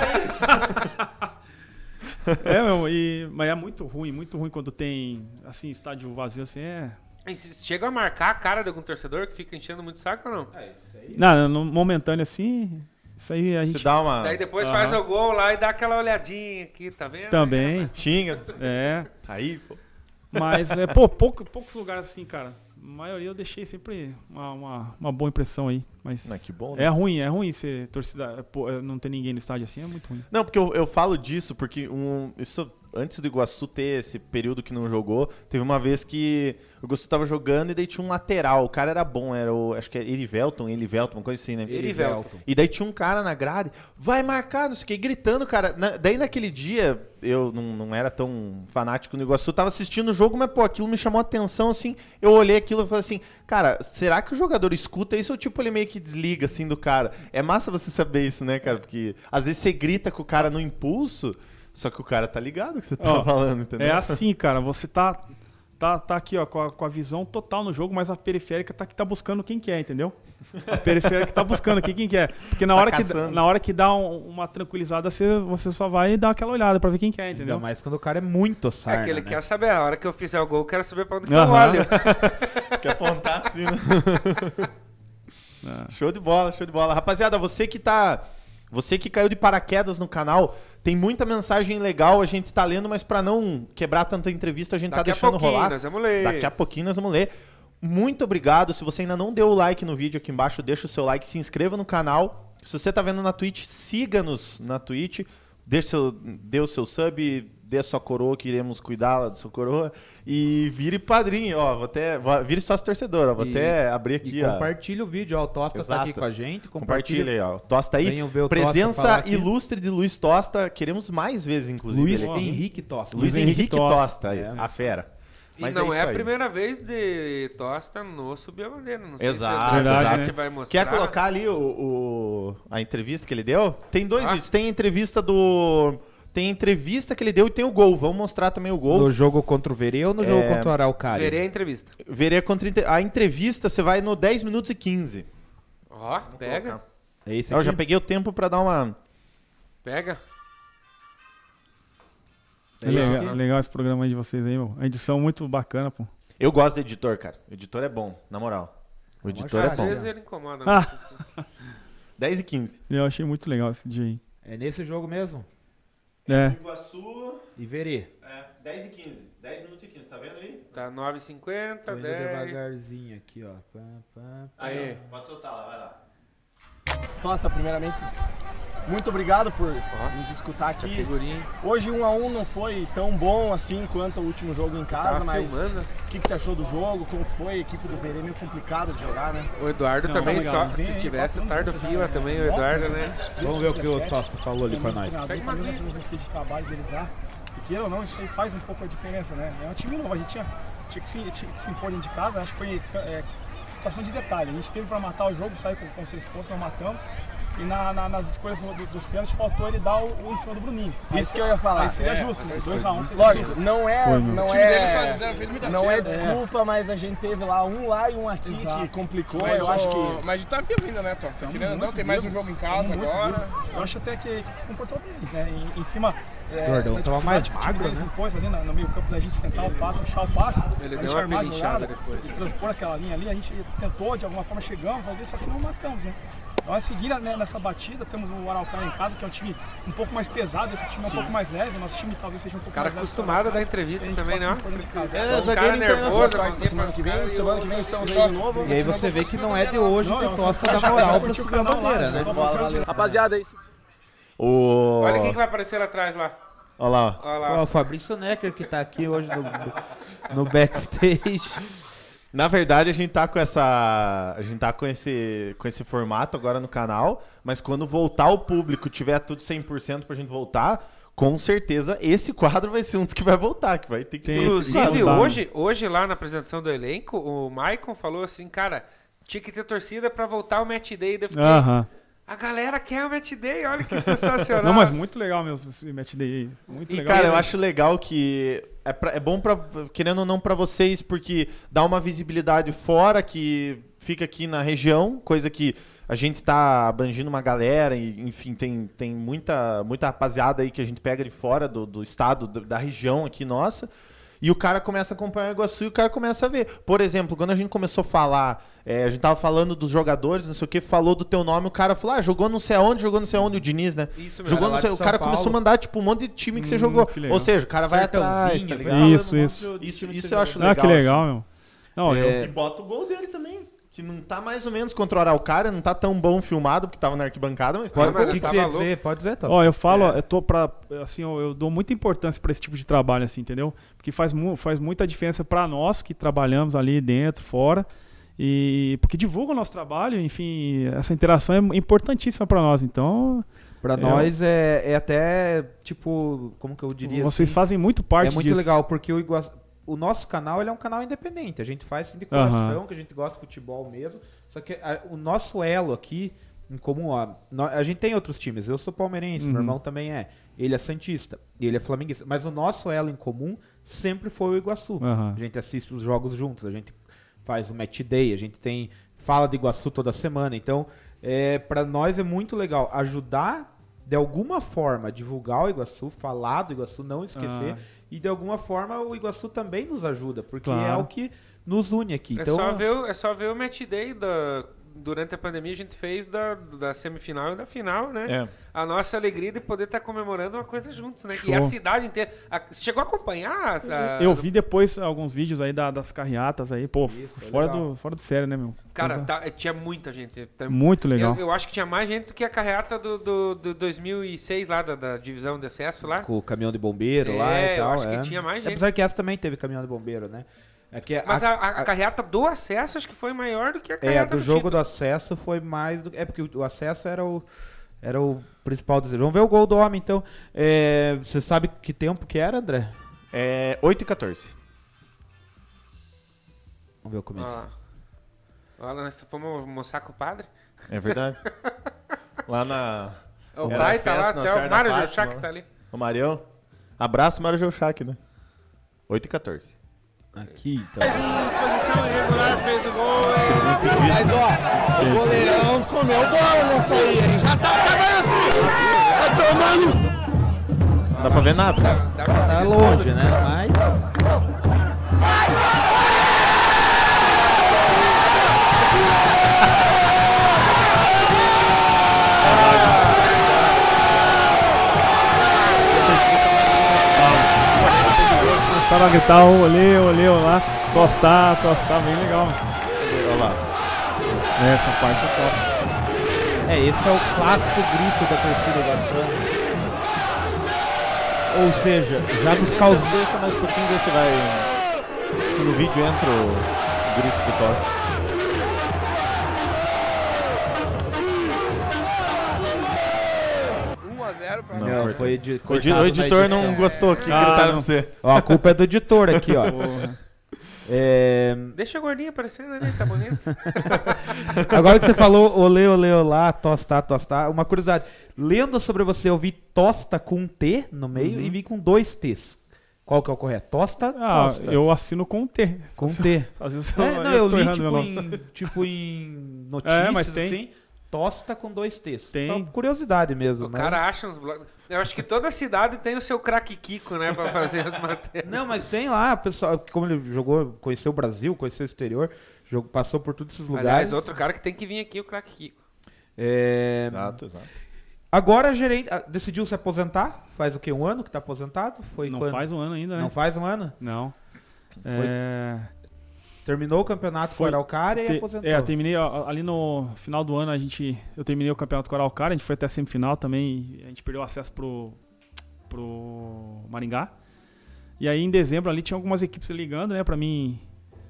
Speaker 2: aí.
Speaker 4: mas é muito ruim quando tem, assim, estádio vazio, assim,
Speaker 3: E se chega a marcar a cara de algum torcedor que fica enchendo muito saco ou não?
Speaker 5: Isso aí.
Speaker 4: Não, no momentâneo assim, isso aí a gente...
Speaker 2: Você dá uma...
Speaker 3: Daí depois faz o gol lá e dá aquela olhadinha aqui, tá vendo?
Speaker 4: Também,
Speaker 2: Xinga. Aí, pô.
Speaker 4: mas, poucos lugares assim, cara. A maioria eu deixei sempre uma boa impressão aí, mas
Speaker 2: Não, que bom, né?
Speaker 4: é ruim ser torcida, não ter ninguém no estádio assim, é muito ruim.
Speaker 2: Não, porque eu falo disso, porque isso, antes do Iguaçu ter esse período que não jogou, teve uma vez que o Iguaçu tava jogando e daí tinha um lateral, o cara era bom, acho que é Erivelton, uma coisa assim, né?
Speaker 3: Erivelton.
Speaker 2: E daí tinha um cara na grade, vai marcar, não sei o que, gritando, cara. Daí naquele dia, eu não era tão fanático no Iguaçu, tava assistindo o jogo, mas pô, aquilo me chamou a atenção, assim, eu olhei aquilo e falei assim, cara, será que o jogador escuta isso ou tipo ele meio que desliga, assim, do cara? É massa você saber isso, né, cara? Porque às vezes você grita com o cara no impulso, só que o cara tá ligado que você tá falando, entendeu?
Speaker 4: É assim, cara, você tá aqui, ó, com a visão total no jogo, mas a periférica tá buscando quem quer, entendeu? A periférica tá buscando quem quer. Porque na hora que dá uma tranquilizada, você só vai dar aquela olhada pra ver quem quer, entendeu?
Speaker 5: Ainda mais quando o cara é muito sarna,
Speaker 3: É que ele
Speaker 5: né?
Speaker 3: quer saber, a hora que eu fizer o gol, eu quero saber pra onde que eu olho.
Speaker 2: Quer apontar assim, né? Show de bola, show de bola. Rapaziada, você que caiu de paraquedas no canal, tem muita mensagem legal, a gente tá lendo, mas pra não quebrar tanta entrevista, a gente tá deixando rolar.
Speaker 3: Nós vamos ler.
Speaker 2: Daqui a pouquinho nós vamos ler. Muito obrigado. Se você ainda não deu o like no vídeo aqui embaixo, deixa o seu like, se inscreva no canal. Se você tá vendo na Twitch, siga-nos na Twitch. Dê o seu sub, dê a sua coroa, que iremos cuidar da sua coroa. E vire padrinho, ó. Vire sócio torcedor, ó. Vou até abrir aqui, ó.
Speaker 5: Compartilha o vídeo, ó. O Tosta tá aqui com a gente.
Speaker 2: Compartilha aí, ó. Tosta aí.
Speaker 5: Venham ver o Tosta
Speaker 2: Presença
Speaker 5: falar aqui.
Speaker 2: ilustre de Luiz Tosta. Queremos mais vezes, inclusive.
Speaker 5: Luiz
Speaker 2: ele aqui.
Speaker 5: Henrique Tosta.
Speaker 2: Luiz Henrique Tosta, aí,
Speaker 5: É.
Speaker 2: a fera.
Speaker 3: E
Speaker 2: Mas
Speaker 3: não
Speaker 2: é
Speaker 3: é
Speaker 2: isso
Speaker 3: a
Speaker 2: aí.
Speaker 3: primeira vez de Tosta no Subir a Bandeira. Não sei
Speaker 2: Exato,
Speaker 3: se
Speaker 4: Verdade,
Speaker 3: a
Speaker 4: né?
Speaker 3: gente vai mostrar.
Speaker 2: Quer colocar ali a entrevista que ele deu? Tem dois
Speaker 3: Ah.
Speaker 2: vídeos. Tem a entrevista Tem a entrevista que ele deu e tem o gol. Vamos mostrar também o gol.
Speaker 5: No jogo contra o Verê ou no jogo contra o Araucária?
Speaker 3: Verei a entrevista.
Speaker 2: Verei a entrevista, você vai no 10 minutos e 15.
Speaker 3: Ó, pega.
Speaker 5: É esse
Speaker 2: Eu
Speaker 5: aqui?
Speaker 2: já peguei o tempo pra dar uma...
Speaker 3: Pega.
Speaker 4: É legal esse programa aí de vocês aí, meu. A edição muito bacana, pô.
Speaker 2: Eu gosto do editor, cara. O editor é bom, na moral. O editor é
Speaker 3: Às
Speaker 2: bom.
Speaker 3: vezes ele incomoda.
Speaker 4: Ah.
Speaker 2: 10 e 15.
Speaker 4: Eu achei muito legal esse dia aí.
Speaker 5: É nesse jogo mesmo?
Speaker 4: É.
Speaker 2: Iguaçu,
Speaker 5: E Verê.
Speaker 2: 10 e 15. 10 minutos e 15, tá vendo aí?
Speaker 3: Tá 9h50,
Speaker 5: Tô indo
Speaker 3: 10.
Speaker 5: devagarzinho aqui, ó.
Speaker 3: Aí.
Speaker 2: Pode soltar lá, vai lá.
Speaker 1: Tosta, primeiramente, muito obrigado por nos escutar aqui.
Speaker 3: Figurinha.
Speaker 1: Hoje 1-1 não foi tão bom assim quanto o último jogo em casa,
Speaker 3: Tava
Speaker 1: mas
Speaker 3: filmando.
Speaker 1: o que você achou do jogo? Como foi? A equipe do Verê é meio complicada de jogar, né?
Speaker 3: O Eduardo
Speaker 4: Não,
Speaker 3: também,
Speaker 4: legal.
Speaker 3: só se tivesse o Tardo Pila também, o Eduardo, né?
Speaker 5: Vamos ver o que o Tosta falou ali pra nós.
Speaker 3: Pega uma
Speaker 6: a
Speaker 3: aqui.
Speaker 6: filosofia de trabalho deles lá. E queira ou não, isso aí faz um pouco a diferença, né? É um time novo, a gente tinha que se impor dentro de casa, acho que foi situação de detalhe. A gente teve para matar o jogo, sair com 6 pontos, nós matamos. E nas escolhas dos pênaltis faltou ele dar o em cima do Bruninho.
Speaker 1: Isso que eu ia falar.
Speaker 6: Aí seria justo, né? 2-1 seria
Speaker 1: Lógico,
Speaker 6: justo.
Speaker 1: não é,
Speaker 4: Foi,
Speaker 1: não
Speaker 6: O time deles só
Speaker 1: é,
Speaker 6: fizeram, fez muita
Speaker 1: não é
Speaker 6: cera.
Speaker 1: desculpa, mas a gente teve lá um lá e um aqui
Speaker 6: Exato.
Speaker 1: que complicou.
Speaker 7: Mas,
Speaker 1: eu acho que
Speaker 7: Mas a gente tá vivo ainda, né, Tosta? Querendo ou não,
Speaker 6: muito
Speaker 7: tem mais um
Speaker 6: vivo.
Speaker 7: jogo em casa
Speaker 6: Muito
Speaker 7: agora.
Speaker 6: vivo. Eu acho até que se comportou bem, né? Em cima
Speaker 5: Gordão
Speaker 6: da
Speaker 5: tava mais
Speaker 6: dificuldade que o time
Speaker 5: magro,
Speaker 6: deles
Speaker 5: né?
Speaker 6: impôs ali no meio campo da gente tentar o passe, achar o passe,
Speaker 3: Ele
Speaker 6: a
Speaker 3: deu
Speaker 6: gente
Speaker 3: uma
Speaker 6: armar a
Speaker 3: pelinchada
Speaker 6: jogada
Speaker 3: depois.
Speaker 6: e transpor aquela linha ali, a gente tentou, de alguma forma chegamos ali, só que não matamos, né? Então a seguir nessa batida, temos o Araucária em casa, que é um time um pouco mais pesado, esse time é um pouco mais leve, nosso time talvez seja um pouco
Speaker 3: O cara
Speaker 6: mais leve.
Speaker 3: acostumado a dar entrevista também, né?
Speaker 6: né?
Speaker 3: Um cara nervoso,
Speaker 1: semana que vem estamos aí de novo.
Speaker 5: E aí você vê que não é de hoje
Speaker 6: Não,
Speaker 5: esse
Speaker 6: eu
Speaker 5: Tosta
Speaker 6: já-
Speaker 5: da
Speaker 6: já
Speaker 5: moral pra
Speaker 6: curti o
Speaker 5: subir a
Speaker 6: canal lá,
Speaker 5: bandeira,
Speaker 6: já
Speaker 5: né?
Speaker 6: tô falando de-
Speaker 1: Rapaziada, aí
Speaker 3: Olha quem que vai aparecer atrás lá.
Speaker 2: Olha lá, ó.
Speaker 3: Olha
Speaker 5: Ó,
Speaker 3: lá.
Speaker 5: o Fabrício Necker que tá aqui hoje no backstage.
Speaker 2: Na verdade, a gente tá com esse formato agora no canal, mas quando voltar o público, tiver tudo 100% pra gente voltar, com certeza esse quadro vai ser um dos que vai voltar, que vai ter que
Speaker 4: Tem
Speaker 2: ter
Speaker 4: esse
Speaker 2: esse
Speaker 3: Inclusive,
Speaker 2: quadro.
Speaker 3: hoje lá na apresentação do elenco, o Maicon falou assim, cara, tinha que ter torcida pra voltar o match day. Eu fiquei,
Speaker 4: Aham.
Speaker 3: A galera quer o Match Day, olha que sensacional.
Speaker 4: Não, mas muito legal mesmo esse Match Day aí. Muito
Speaker 2: E,
Speaker 4: legal.
Speaker 2: cara, eu acho legal que é bom, querendo ou não, pra vocês, porque dá uma visibilidade fora que fica aqui na região, coisa que a gente tá abrangindo uma galera, e, enfim, tem muita rapaziada aí que a gente pega de fora do estado, da região aqui nossa. E o cara começa a acompanhar o Iguaçu e o cara começa a ver. Por exemplo, quando a gente começou a falar, a gente tava falando dos jogadores, não sei o que, falou do teu nome, o cara falou, jogou não sei aonde, o Diniz, né?
Speaker 3: Isso mesmo.
Speaker 2: Jogou não sei, o cara começou a mandar, tipo, um monte de time que você jogou.
Speaker 4: Que legal.
Speaker 2: Ou seja, o cara vai atrás, tá ligado?
Speaker 4: Isso.
Speaker 2: Isso eu acho legal.
Speaker 4: Ah, que legal,
Speaker 2: assim.
Speaker 4: meu. Não,
Speaker 2: E bota o gol dele também. Que não tá mais ou menos contra o Araucária, não tá tão bom filmado, porque tava na arquibancada, mas
Speaker 3: Pode-
Speaker 2: tá
Speaker 3: mas
Speaker 5: O que
Speaker 3: tava
Speaker 5: você ia
Speaker 3: louco.
Speaker 5: dizer? Pode dizer, Tosta.
Speaker 4: Ó, eu falo, eu tô pra. Assim, eu dou muita importância pra esse tipo de trabalho, assim, entendeu? Porque faz muita diferença pra nós que trabalhamos ali dentro, fora. E porque divulga o nosso trabalho, enfim, essa interação é importantíssima pra nós. Então,
Speaker 5: Pra nós é até, tipo, como que eu diria
Speaker 4: vocês
Speaker 5: assim?
Speaker 4: fazem muito parte
Speaker 5: É muito
Speaker 4: disso.
Speaker 5: legal, porque o nosso canal ele é um canal independente. A gente faz assim de coração, que a gente gosta de futebol mesmo. Só que o nosso elo aqui, em comum, a gente tem outros times. Eu sou palmeirense, meu irmão também é. Ele é santista e ele é flamenguista. Mas o nosso elo em comum sempre foi o Iguaçu.
Speaker 4: Aham.
Speaker 5: A gente assiste os jogos juntos, a gente faz o Match Day, a gente fala de Iguaçu toda semana. Então, pra nós é muito legal ajudar, de alguma forma, divulgar o Iguaçu, falar do Iguaçu, não esquecer. E de alguma forma o Iguaçu também nos ajuda, porque
Speaker 4: Claro.
Speaker 5: é o que nos une aqui.
Speaker 3: É
Speaker 5: Então,
Speaker 3: só ver o Match Day durante a pandemia, a gente fez da semifinal e da final, né?
Speaker 2: É.
Speaker 3: A nossa alegria de poder estar comemorando uma coisa juntos, né?
Speaker 4: Show.
Speaker 3: E a cidade inteira. Você chegou a acompanhar?
Speaker 4: Eu vi depois alguns vídeos aí das carreatas aí, pô,
Speaker 5: Isso, foi
Speaker 4: fora
Speaker 5: legal.
Speaker 4: do sério, né, meu?
Speaker 3: Cara,
Speaker 4: Coisa
Speaker 3: tinha muita gente.
Speaker 4: muito legal.
Speaker 3: Eu acho que tinha mais gente do que a carreata do 2006 lá, da divisão de acesso lá.
Speaker 5: com o caminhão de bombeiro lá e
Speaker 3: eu
Speaker 5: tal.
Speaker 3: acho que tinha mais gente.
Speaker 5: Apesar que essa também teve caminhão de bombeiro, né? É que
Speaker 3: Mas a carreata do acesso acho que foi maior do que a carreata
Speaker 5: do jogo do
Speaker 3: título.
Speaker 5: acesso foi mais do. É porque o acesso era o principal desejo. Vamos ver o gol do homem, então. Você sabe que tempo que era, André?
Speaker 2: 8h14.
Speaker 5: Vamos ver o começo.
Speaker 3: Olha, nós fomos almoçar com o padre.
Speaker 2: É verdade. Lá na...
Speaker 3: O
Speaker 2: Era
Speaker 3: pai tá lá,
Speaker 2: festa na
Speaker 3: até
Speaker 2: Serra
Speaker 3: o
Speaker 2: da
Speaker 3: Mário
Speaker 2: Fátima,
Speaker 3: Geuchac
Speaker 2: lá.
Speaker 3: tá ali.
Speaker 2: O Marião. Abraço, Mário Geuchac, né? 8h14.
Speaker 5: Aqui, então.
Speaker 3: Posição irregular, fez o gol.
Speaker 1: Mas ó, o goleirão comeu bola nessa aí, hein? Já tá assim! Tá tomando!
Speaker 2: Não dá pra ver nada, cara.
Speaker 5: Tá longe, né? Mas.
Speaker 4: Começaram a gritar, olê lá, tostar, bem legal.
Speaker 2: Olha lá.
Speaker 4: Essa parte é top.
Speaker 5: Esse é o clássico grito da torcida Iguaçu. Ou seja, já nos causou.
Speaker 2: Deixa mais um pouquinho, ver se vai... Se no vídeo entra o grito do Tosta.
Speaker 7: 1x0 pra
Speaker 2: Não,
Speaker 5: Não,
Speaker 2: cortou.
Speaker 5: foi
Speaker 2: O editor não gostou que gritaram pra você.
Speaker 5: Ó, a culpa é do editor aqui, ó.
Speaker 3: Deixa a gordinha aparecendo ali, tá bonito.
Speaker 5: Agora que você falou olê, olá, tostar. Uma curiosidade. Lendo sobre você, eu vi tosta com um T no meio e vi com 2 T's. Qual que é o correto? Tosta? Tosta.
Speaker 4: Eu assino com um T.
Speaker 5: Com T.
Speaker 4: Às vezes
Speaker 5: Não, eu
Speaker 4: tô
Speaker 5: li
Speaker 4: errando meu nome.
Speaker 5: tipo em notícias,
Speaker 4: mas tem.
Speaker 5: assim, tosta com 2 T's.
Speaker 4: Tem.
Speaker 5: Então, curiosidade mesmo.
Speaker 3: O
Speaker 5: mas-
Speaker 3: cara acha uns blogs. Eu acho que toda cidade tem o seu craque Kiko, né? Pra fazer as matérias.
Speaker 5: Não, mas tem lá, pessoal, como ele jogou, conheceu o Brasil, conheceu o exterior, passou por todos esses lugares.
Speaker 3: Aliás, outro cara que tem que vir aqui, o craque Kiko.
Speaker 2: Exato.
Speaker 5: Agora, gerente decidiu se aposentar. Faz o quê? Um ano que tá aposentado? Foi
Speaker 4: Não
Speaker 5: quando?
Speaker 4: faz um ano ainda, né?
Speaker 5: Não faz um ano?
Speaker 4: Não.
Speaker 5: Terminou o campeonato com o Araucária e aposentou.
Speaker 4: Eu terminei ali no final do ano, eu terminei o campeonato com o Araucária, a gente foi até a semifinal também, a gente perdeu acesso pro Maringá. E aí em dezembro ali tinha algumas equipes ligando, né, pra mim.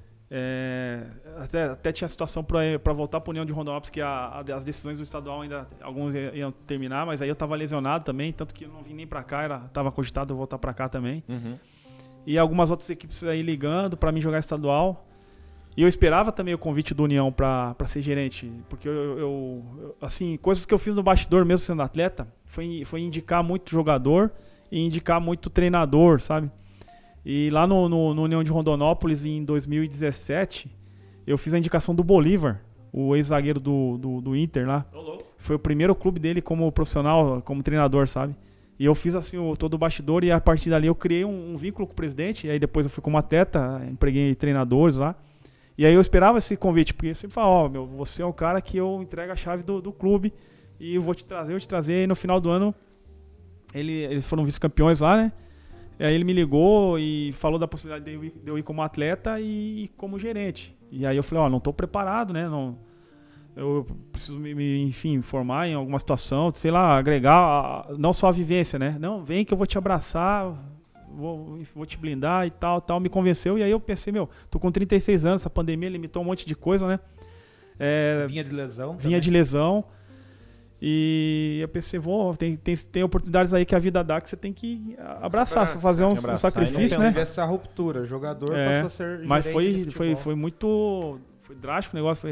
Speaker 4: Até tinha a situação pra voltar pra União de Rondonópolis, que as decisões do estadual ainda, alguns iam terminar, mas aí eu tava lesionado também, tanto que eu não vim nem pra cá, tava cogitado eu voltar pra cá também.
Speaker 2: Uhum.
Speaker 4: E algumas outras equipes aí ligando pra mim jogar estadual. E eu esperava também o convite do União pra ser gerente, porque assim, coisas que eu fiz no bastidor mesmo sendo atleta, foi indicar muito jogador e indicar muito treinador, sabe? E lá no União de Rondonópolis, em 2017, eu fiz a indicação do Bolívar, o ex-zagueiro do Inter lá. Foi o primeiro clube dele como profissional, como treinador, sabe? E eu fiz assim todo o bastidor e a partir dali eu criei um vínculo com o presidente, e aí depois eu fui como atleta, empreguei treinadores lá. E aí eu esperava esse convite, porque eu sempre falava, você é o cara que eu entrego a chave do clube e eu vou te trazer. E no final do ano, eles foram vice-campeões lá, né? E aí ele me ligou e falou da possibilidade de eu ir como atleta e como gerente. E aí eu falei, não tô preparado, né? Eu preciso enfim, formar em alguma situação, sei lá, agregar, não só a vivência, né? Não, vem que eu vou te abraçar, vou te blindar e tal, me convenceu. E aí eu pensei, tô com 36 anos, essa pandemia limitou um monte de coisa, né?
Speaker 5: Vinha de lesão.
Speaker 4: De lesão. E eu pensei, tem oportunidades aí que a vida dá que você tem que abraçar, fazer um sacrifício, né?
Speaker 5: Essa ruptura, jogador passou a ser
Speaker 4: mas foi muito... Foi drástico o negócio.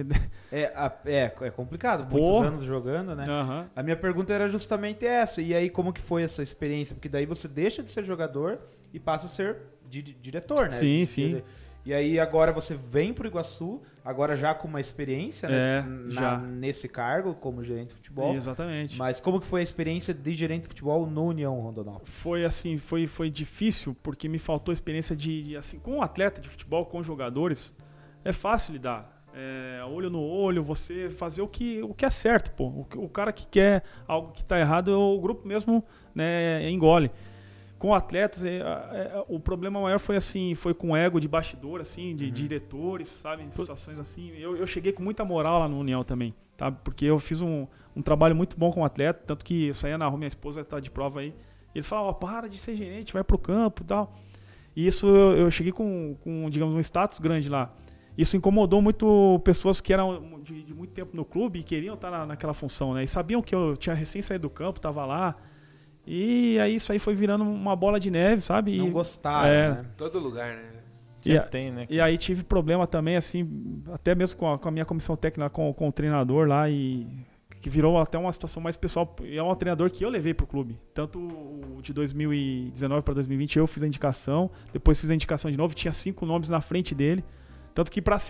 Speaker 5: É complicado, muitos anos jogando, né?
Speaker 4: Uhum.
Speaker 5: A minha pergunta era justamente essa. E aí, como que foi essa experiência? Porque daí você deixa de ser jogador e passa a ser diretor, né?
Speaker 4: Sim.
Speaker 5: E aí agora você vem pro Iguaçu, agora já com uma experiência, né? Nesse cargo, como gerente de futebol.
Speaker 4: Exatamente.
Speaker 5: Mas como que foi a experiência de gerente de futebol no União Rondonópolis?
Speaker 4: Foi assim, foi difícil, porque me faltou experiência de assim, com um atleta de futebol, com jogadores. É fácil lidar, olho no olho, você fazer o que é certo, pô. O cara que quer algo que tá errado, o grupo mesmo, né, engole. Com atletas, o problema maior foi com ego de bastidor, assim, de diretores, sabe? Situações assim. Eu cheguei com muita moral lá no União também, tá? Porque eu fiz um trabalho muito bom como atleta, tanto que eu saía na rua, minha esposa tá de prova aí, e eles falavam, para de ser gerente, vai pro campo e tal. E isso eu cheguei com, digamos, um status grande lá. Isso incomodou muito pessoas que eram de muito tempo no clube e queriam estar naquela função, né? E sabiam que eu tinha recém saído do campo, estava lá. E aí isso aí foi virando uma bola de neve, sabe?
Speaker 5: Não gostaram, né?
Speaker 3: Todo lugar, né?
Speaker 2: Sempre tem, né?
Speaker 4: E aí tive problema também, assim, até mesmo com a minha comissão técnica, com o treinador lá, e que virou até uma situação mais pessoal. E é um treinador que eu levei pro clube. Tanto o de 2019 para 2020 eu fiz a indicação, depois fiz a indicação de novo, tinha 5 nomes na frente dele. Tanto que para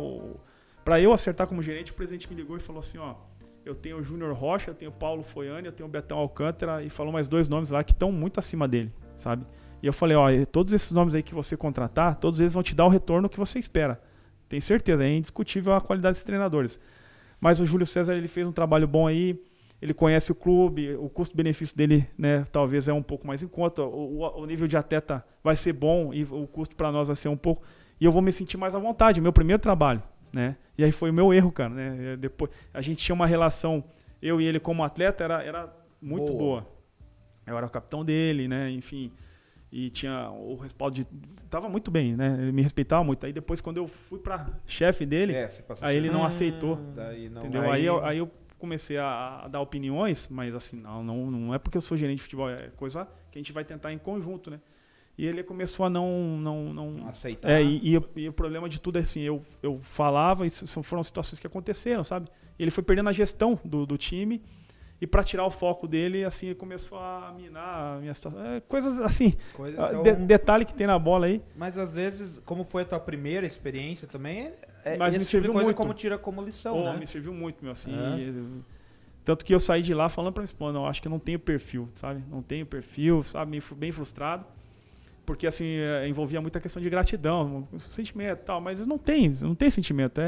Speaker 4: eu acertar como gerente, o presidente me ligou e falou assim, eu tenho o Júnior Rocha, eu tenho o Paulo Foiani, eu tenho o Betão Alcântara, e falou mais 2 nomes lá que estão muito acima dele, sabe? E eu falei, todos esses nomes aí que você contratar, todos eles vão te dar o retorno que você espera. Tenho certeza, é indiscutível a qualidade desses treinadores. Mas o Júlio César, ele fez um trabalho bom aí, ele conhece o clube, o custo-benefício dele, né, talvez é um pouco mais em conta, o nível de atleta vai ser bom e o custo para nós vai ser um pouco... E eu vou me sentir mais à vontade, meu primeiro trabalho, né? E aí foi o meu erro, cara, né? Depois, a gente tinha uma relação, eu e ele como atleta, era muito boa. Eu era o capitão dele, né? Enfim, e tinha o respaldo tava muito bem, né? Ele me respeitava muito. Aí depois, quando eu fui pra chefe dele, aí ele não aceitou, entendeu? Aí eu comecei a dar opiniões, mas assim, não é porque eu sou gerente de futebol, é coisa que a gente vai tentar em conjunto, né? E ele começou a não
Speaker 5: aceitar.
Speaker 4: E o problema de tudo é assim, eu falava, e foram situações que aconteceram, sabe? E ele foi perdendo a gestão do time, e para tirar o foco dele, assim, ele começou a minar a minha situação. Coisas assim, detalhe que tem na bola aí.
Speaker 5: Mas às vezes, como foi a tua primeira experiência também,
Speaker 4: mas me serviu muito.
Speaker 5: Como tira como lição, né?
Speaker 4: Me serviu muito, meu, assim. Tanto que eu saí de lá falando pra minha esposa, acho que eu não tenho perfil, sabe? Não tenho perfil, sabe? Bem frustrado. Porque, assim, envolvia muita questão de gratidão, sentimento e tal, mas não tem sentimento.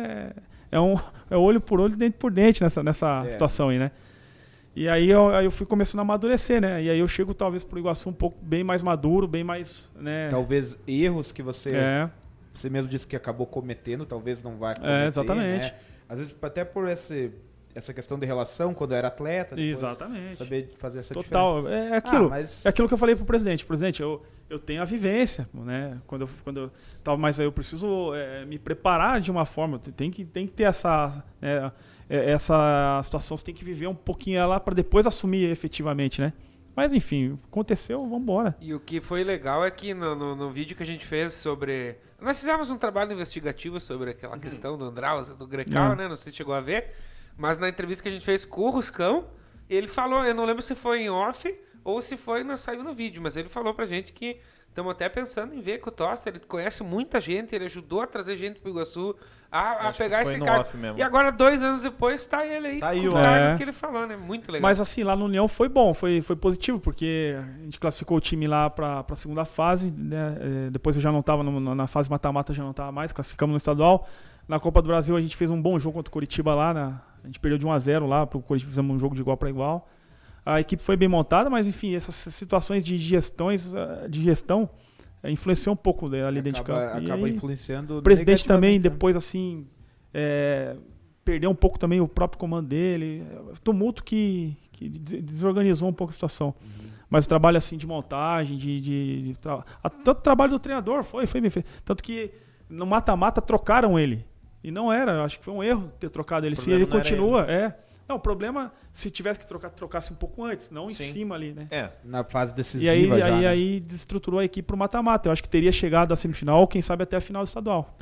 Speaker 4: É olho por olho, dente por dente nessa situação aí, né? E aí eu fui começando a amadurecer, né? E aí eu chego, talvez, pro Iguaçu um pouco bem mais maduro, bem mais, né?
Speaker 5: Talvez erros que você mesmo disse que acabou cometendo, talvez não vai cometer,
Speaker 4: exatamente.
Speaker 5: Né? Às vezes, até por essa questão de relação, quando eu era atleta,
Speaker 4: exatamente.
Speaker 5: Saber fazer essa
Speaker 4: Total.
Speaker 5: diferença.
Speaker 4: É aquilo. É aquilo que eu falei pro presidente. Presidente, eu tenho a vivência, né? Quando eu tava, mas eu preciso me preparar de uma forma. Tem que ter essa situação. Você tem que viver um pouquinho ela para depois assumir efetivamente, né? Mas enfim, aconteceu, vamos embora.
Speaker 3: E o que foi legal é que no vídeo que a gente fez sobre... Nós fizemos um trabalho investigativo sobre aquela questão do Andraus, do Grecal, né? Não sei se chegou a ver. Mas na entrevista que a gente fez com o Ruscão, ele falou, eu não lembro se foi em off ou se saiu no vídeo, mas ele falou pra gente que estamos até pensando em ver com o Tosta, ele conhece muita gente, ele ajudou a trazer gente pro Iguaçu, a pegar esse cara. E agora, 2 anos depois, tá ele aí, com o cargo que ele falou, né? Muito legal.
Speaker 4: Mas assim, lá no União foi bom, foi positivo, porque a gente classificou o time lá pra segunda fase, né? Depois eu já não tava na fase mata-mata, já não tava mais, classificamos no estadual. Na Copa do Brasil a gente fez um bom jogo contra o Curitiba lá, a gente perdeu de 1-0 lá pro Curitiba, fizemos um jogo de igual para igual. A equipe foi bem montada, mas enfim, essas situações de gestão influenciou um pouco ali dentro de campo.
Speaker 5: Acaba influenciando.
Speaker 4: O presidente também, depois assim, perdeu um pouco também o próprio comando dele. Tumulto que desorganizou um pouco a situação. Mas o trabalho assim de montagem, tanto o trabalho do treinador foi bem feito. Tanto que no mata-mata trocaram ele. E não era, acho que foi um erro ter trocado ele. Se ele continua, Não, o problema, se tivesse que trocasse um pouco antes, não em cima ali, né?
Speaker 5: Na fase decisiva
Speaker 4: e
Speaker 5: já.
Speaker 4: E aí desestruturou a equipe pro mata-mata. Eu acho que teria chegado à semifinal, ou quem sabe até a final do estadual.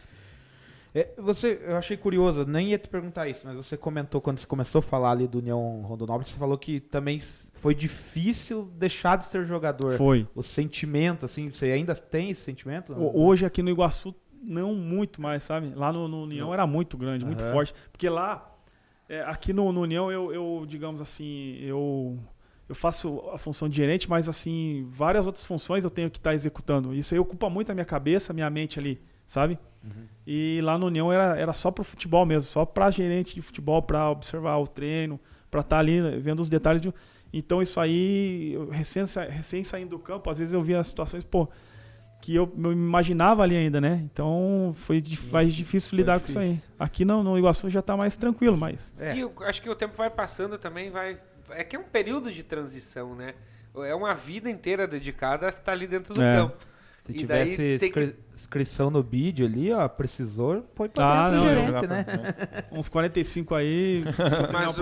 Speaker 5: Eu achei curioso, nem ia te perguntar isso, mas você comentou quando você começou a falar ali do União Rondonópolis, você falou que também foi difícil deixar de ser jogador.
Speaker 4: Foi.
Speaker 5: O sentimento, assim, você ainda tem esse sentimento?
Speaker 4: Hoje aqui no Iguaçu, não muito mais, sabe? Lá no União era muito grande, muito forte. Porque lá... aqui no União, eu digamos assim, eu faço a função de gerente, mas assim, várias outras funções eu tenho que estar executando. Isso aí ocupa muito a minha cabeça, a minha mente ali, sabe? E lá no União era só pro futebol mesmo, só pra gerente de futebol, pra observar o treino, pra estar ali vendo os detalhes. Então isso aí, eu recém saindo do campo, às vezes eu via situações, que eu me imaginava ali ainda, né? Então foi mais difícil lidar com isso aí. Aqui no Iguaçu já tá mais tranquilo, mas...
Speaker 3: E eu acho que o tempo vai passando também, é que é um período de transição, né? É uma vida inteira dedicada a estar ali dentro do campo.
Speaker 5: Se tivesse inscrição no bid ali, precisou, põe pra dentro o gerente, né?
Speaker 4: Uns 45 aí...
Speaker 3: Mas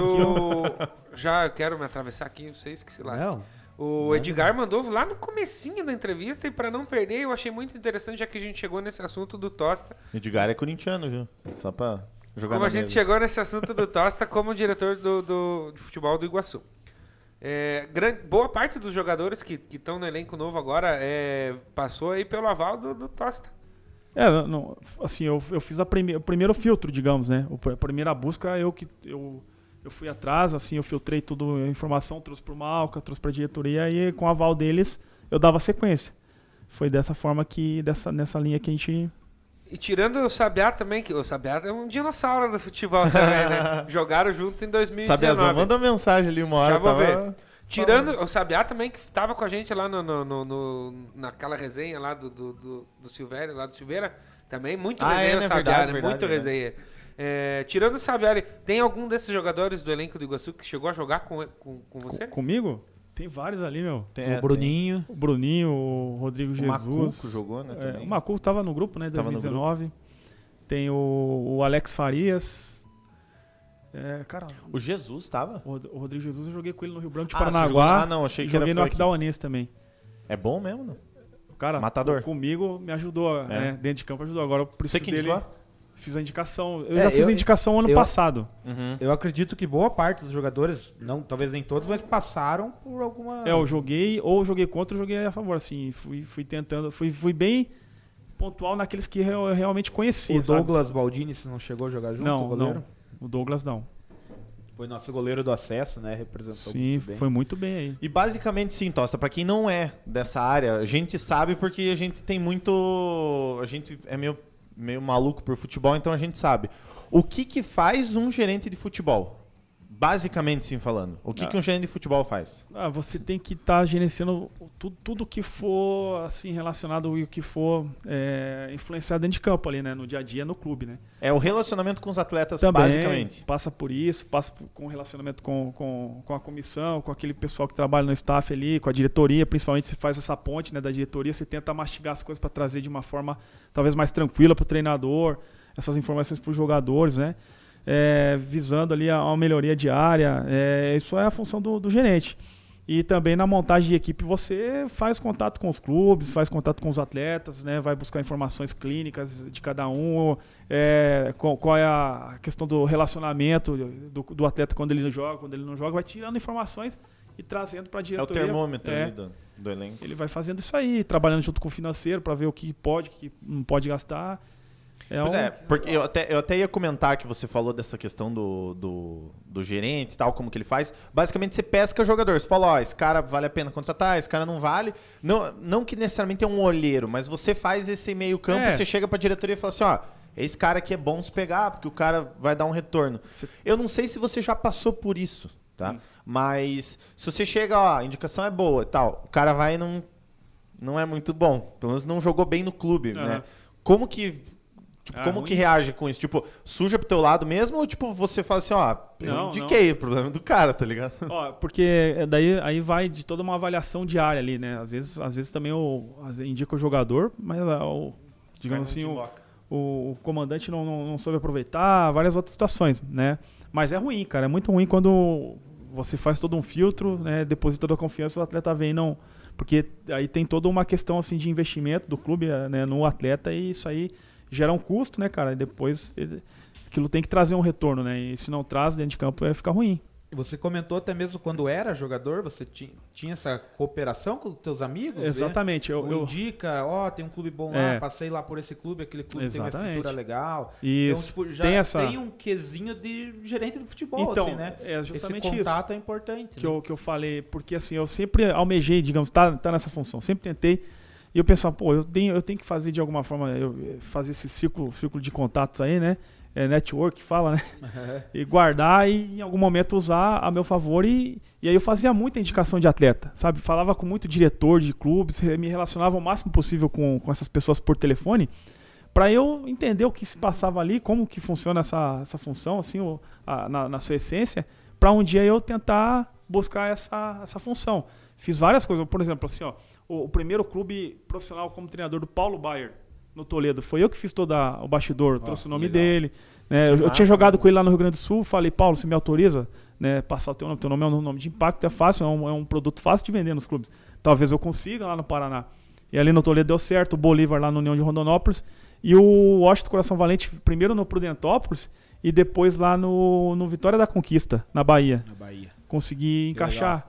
Speaker 3: já quero me atravessar aqui, não sei se lá.
Speaker 5: Não.
Speaker 3: O Edgar mandou lá no comecinho da entrevista, e para não perder, eu achei muito interessante, já que a gente chegou nesse assunto do Tosta.
Speaker 2: Edgar é corintiano, viu? Só para jogar
Speaker 3: como a gente chegou nesse assunto do Tosta como diretor de futebol do Iguaçu. Boa parte dos jogadores que estão no elenco novo agora passou aí pelo aval do Tosta.
Speaker 4: Assim, eu fiz o primeiro filtro, digamos, né? A primeira busca eu fui atrás, assim, eu filtrei tudo, a informação, trouxe pro Malca, trouxe pra diretoria e com o aval deles eu dava sequência. Foi dessa forma nessa linha que a gente...
Speaker 3: E tirando o Sabiá também, que o Sabiá é um dinossauro do futebol também, né? Jogaram junto em 2019.
Speaker 2: Sabiazão, manda uma mensagem ali uma hora.
Speaker 3: Já vou ver. Tirando o Sabiá também, que tava com a gente lá naquela resenha lá do Silvério, lá do Silveira, também, muito resenha o Sabiá, né? Muito resenha. Tirando o Sabiá, tem algum desses jogadores do elenco do Iguaçu que chegou a jogar com você?
Speaker 4: Comigo? Tem vários ali, meu.
Speaker 5: O Bruninho.
Speaker 4: O Bruninho, o Rodrigo Jesus.
Speaker 2: O Macuco jogou, né? Também.
Speaker 4: O Macuco tava no grupo, né? 2019. Tem o Alex Farias. Cara...
Speaker 2: O Jesus tava?
Speaker 4: O Rodrigo Jesus, eu joguei com ele no Rio Branco de Paranaguá.
Speaker 2: Não, achei que
Speaker 4: joguei no Aquidauanense também.
Speaker 2: É bom mesmo, né?
Speaker 4: O cara,
Speaker 2: matador.
Speaker 4: Comigo me ajudou, né? Dentro de campo ajudou. Agora eu preciso dele... Fiz a indicação. Eu já fiz a indicação ano passado.
Speaker 5: Eu acredito que boa parte dos jogadores, não, talvez nem todos, mas passaram por alguma...
Speaker 4: Eu joguei contra, ou joguei a favor, assim. Fui tentando, fui bem pontual naqueles que eu realmente conhecia.
Speaker 5: O Douglas Baldini, você não chegou a jogar junto, o goleiro?
Speaker 4: Não. O Douglas não.
Speaker 5: Foi nosso goleiro do acesso, né? Representou muito bem.
Speaker 4: Foi muito bem aí.
Speaker 2: E basicamente sim, Tosta, pra quem não é dessa área, a gente sabe porque a gente tem muito... A gente é meio maluco por futebol, então a gente sabe. O que faz um gerente de futebol? Basicamente, sim, falando. O que um gerente de futebol faz?
Speaker 4: Você tem que estar gerenciando tudo que for assim, relacionado e o que for influenciado dentro de campo ali, né? No dia a dia, no clube, né?
Speaker 2: É o relacionamento com os atletas,
Speaker 4: também,
Speaker 2: basicamente.
Speaker 4: Passa por isso, com o relacionamento com a comissão, com aquele pessoal que trabalha no staff ali, com a diretoria, principalmente se faz essa ponte, né, da diretoria, você tenta mastigar as coisas para trazer de uma forma talvez mais tranquila para o treinador, essas informações para os jogadores, né? Visando ali a melhoria diária. Isso é a função do gerente. E também na montagem de equipe você faz contato com os clubes, faz contato com os atletas, né? Vai buscar informações clínicas de cada um, qual é a questão do relacionamento do atleta quando ele joga, quando ele não joga, vai tirando informações e trazendo para a diretoria.
Speaker 2: É o termômetro ali do elenco.
Speaker 4: Ele vai fazendo isso aí, trabalhando junto com o financeiro para ver o que pode, o que não pode gastar.
Speaker 2: Porque eu até ia comentar que você falou dessa questão do gerente e tal, como que ele faz. Basicamente, você pesca jogador. Você fala, esse cara vale a pena contratar, esse cara não vale. Não que necessariamente é um olheiro, mas você faz esse meio campo, você chega pra diretoria e fala assim, esse cara aqui é bom se pegar, porque o cara vai dar um retorno. Eu não sei se você já passou por isso, tá? Mas se você chega, a indicação é boa e tal, o cara vai e não é muito bom. Pelo menos não jogou bem no clube, né? Como que reage com isso? Tipo, suja pro teu lado mesmo ou tipo, você fala assim, eu indiquei, o problema é do cara, tá ligado?
Speaker 4: Porque daí aí vai de toda uma avaliação diária ali, né? Às vezes também indica o jogador, mas digamos assim, o comandante não soube aproveitar, várias outras situações, né? Mas é ruim, cara, é muito ruim quando você faz todo um filtro, né? Deposita toda a confiança, o atleta vem e não... Porque aí tem toda uma questão assim, de investimento do clube, né, no atleta, e isso aí gera um custo, né, cara? E depois aquilo tem que trazer um retorno, né? E se não traz dentro de campo, vai ficar ruim.
Speaker 5: E você comentou até mesmo quando era jogador, você tinha essa cooperação com os teus amigos?
Speaker 4: Exatamente. Eu
Speaker 5: indica, tem um clube bom lá, passei lá por esse clube, aquele clube tem uma estrutura legal.
Speaker 4: Isso.
Speaker 5: Então, tipo, já tem um quesinho de gerente do futebol,
Speaker 4: então,
Speaker 5: assim, né?
Speaker 4: É justamente
Speaker 5: esse contato
Speaker 4: isso
Speaker 5: é importante.
Speaker 4: Que eu falei, porque assim, eu sempre almejei, digamos, tá nessa função, sempre tentei. E eu pensava, eu tenho que fazer de alguma forma, fazer esse círculo de contatos aí, né? Network que fala, né? E guardar e em algum momento usar a meu favor. E aí eu fazia muita indicação de atleta, sabe? Falava com muito diretor de clubes, me relacionava o máximo possível com essas pessoas por telefone, para eu entender o que se passava ali, como que funciona essa função, assim, na sua essência, para um dia eu tentar buscar essa função. Fiz várias coisas, por exemplo, assim, o primeiro clube profissional como treinador do Paulo Baier, no Toledo, foi eu que fiz todo o bastidor, trouxe o nome dele. Né? Eu tinha jogado com ele lá no Rio Grande do Sul, falei, Paulo, você me autoriza, né, passar o teu nome é um nome de impacto, é fácil, é um produto fácil de vender nos clubes. Talvez eu consiga lá no Paraná. E ali no Toledo deu certo, o Bolívar lá no União de Rondonópolis, e o Washington Coração Valente, primeiro no Prudentópolis, e depois lá no Vitória da Conquista, na Bahia. Consegui encaixar.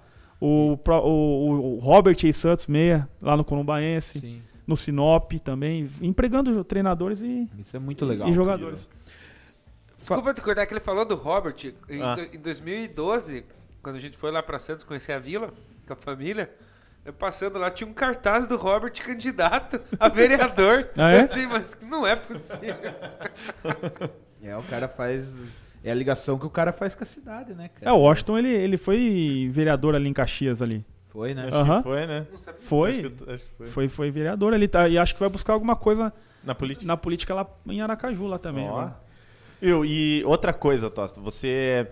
Speaker 4: O Robert E. Santos, meia, lá no Columbaense.
Speaker 5: Sim.
Speaker 4: No Sinop também, empregando treinadores
Speaker 5: isso é muito legal,
Speaker 4: e jogadores.
Speaker 3: Desculpa te cortar que ele falou do Robert. Em 2012, quando a gente foi lá pra Santos conhecer a vila, com a família, eu passando lá, tinha um cartaz do Robert candidato a vereador. Assim, mas não é possível.
Speaker 5: O cara faz... É a ligação que o cara faz com a cidade, né, cara?
Speaker 4: O Washington, ele foi vereador ali em Caxias ali.
Speaker 5: Foi, né?
Speaker 2: Acho que foi, né?
Speaker 4: Acho que foi vereador ali, tá? E acho que vai buscar alguma coisa
Speaker 2: na política
Speaker 4: lá em Aracaju lá também.
Speaker 2: E outra coisa, Tosta, você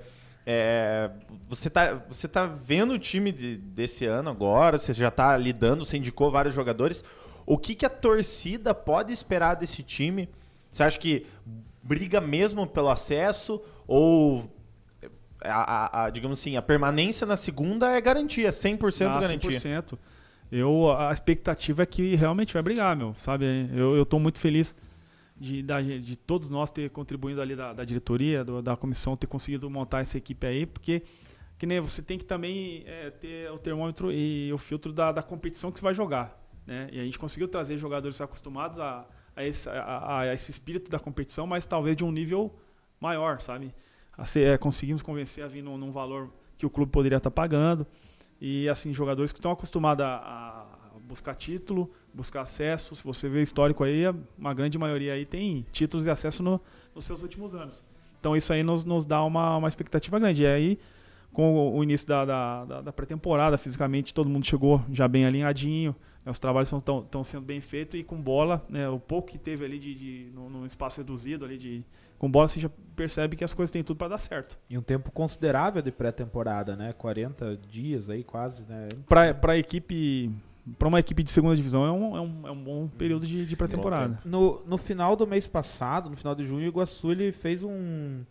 Speaker 2: tá vendo o time desse ano agora, você já tá lidando, você indicou vários jogadores. O que a torcida pode esperar desse time? Você acha que briga mesmo pelo acesso ou... digamos assim, a permanência na segunda é garantia, 100% garantia.
Speaker 4: 100%. A expectativa é que realmente vai brigar, sabe? Eu tô muito feliz de todos nós ter contribuído ali da diretoria, da comissão, ter conseguido montar essa equipe aí, porque que nem você tem que também ter o termômetro e o filtro da competição que você vai jogar, né? E a gente conseguiu trazer jogadores acostumados a esse espírito da competição, mas talvez de um nível maior, sabe? Conseguimos convencer a vir num valor que o clube poderia estar pagando. E assim, jogadores que estão acostumados a buscar título, buscar acesso. Se você vê o histórico aí, uma grande maioria aí tem títulos e acesso nos seus últimos anos. Então isso aí nos dá uma expectativa grande. E aí, com o início da pré-temporada, fisicamente todo mundo chegou já bem alinhadinho, né, os trabalhos estão sendo bem feitos e com bola, né, o pouco que teve ali num espaço reduzido ali com bola, você já percebe que as coisas têm tudo para dar certo.
Speaker 5: E um tempo considerável de pré-temporada, né? 40 dias aí quase, né?
Speaker 4: Para uma equipe de segunda divisão é um bom período de pré-temporada.
Speaker 5: No final do mês passado, no final de junho, o Iguaçu ele fez um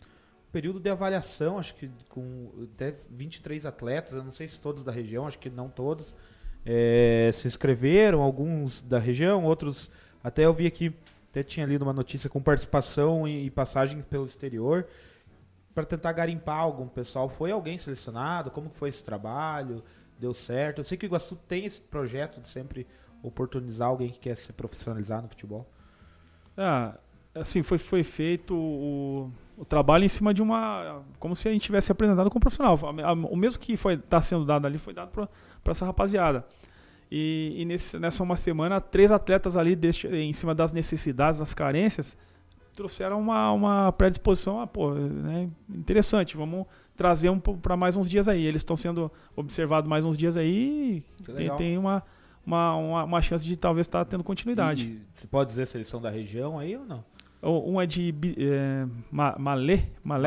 Speaker 5: período de avaliação, acho que com até 23 atletas, eu não sei se todos da região, acho que não todos, se inscreveram, alguns da região, outros, até eu vi aqui, até tinha lido uma notícia com participação e passagem pelo exterior, para tentar garimpar algum pessoal. Foi alguém selecionado? Como foi esse trabalho? Deu certo? Eu sei que o Iguaçu tem esse projeto de sempre oportunizar alguém que quer se profissionalizar no futebol.
Speaker 4: Assim, foi feito o trabalho em cima de uma... Como se a gente tivesse apresentado como profissional. O mesmo que está sendo dado ali foi dado para essa rapaziada. E nessa uma semana, 3 atletas ali, em cima das necessidades, das carências, trouxeram uma predisposição, né, interessante, vamos trazer para mais uns dias aí. Eles estão sendo observados mais uns dias aí e tem uma chance de talvez estar tendo continuidade.
Speaker 5: E você pode dizer se eles são da região aí ou não?
Speaker 4: Um é de Malé.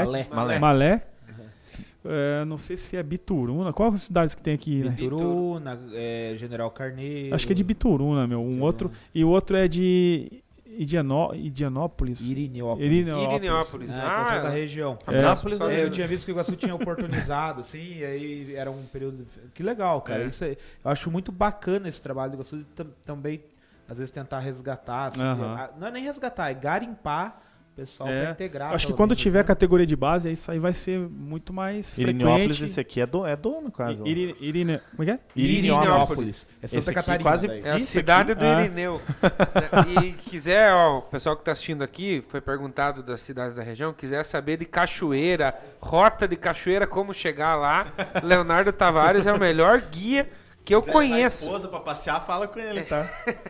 Speaker 4: Não sei se é Bituruna. Qual as cidades que tem aqui?
Speaker 5: Bituruna, General Carneiro.
Speaker 4: Acho que é de Bituruna, meu. Outro, e o outro é de Indianópolis.
Speaker 3: Irineuópolis.
Speaker 5: Então são da região. Eu tinha visto que o Iguaçu tinha oportunizado, assim, e aí era um período... Que legal, cara. Isso eu acho muito bacana esse trabalho do Iguaçu de também, às vezes, tentar resgatar. Assim, não é nem resgatar, é garimpar o pessoal para integrar.
Speaker 4: Acho que quando tiver categoria de base, isso aí vai ser muito mais
Speaker 2: Irineuópolis,
Speaker 4: frequente.
Speaker 2: esse aqui é do no caso.
Speaker 4: Como é que é?
Speaker 2: Irineuópolis.
Speaker 5: É Santa
Speaker 2: Esse
Speaker 5: Catarina.
Speaker 2: quase
Speaker 3: É a cidade do Irineu. E quiser, o pessoal que está assistindo aqui, foi perguntado das cidades da região, quiser saber de cachoeira, rota de cachoeira, como chegar lá, Leonardo Tavares é o melhor guia que eu conheço.
Speaker 2: Se esposa para passear, fala com ele, tá?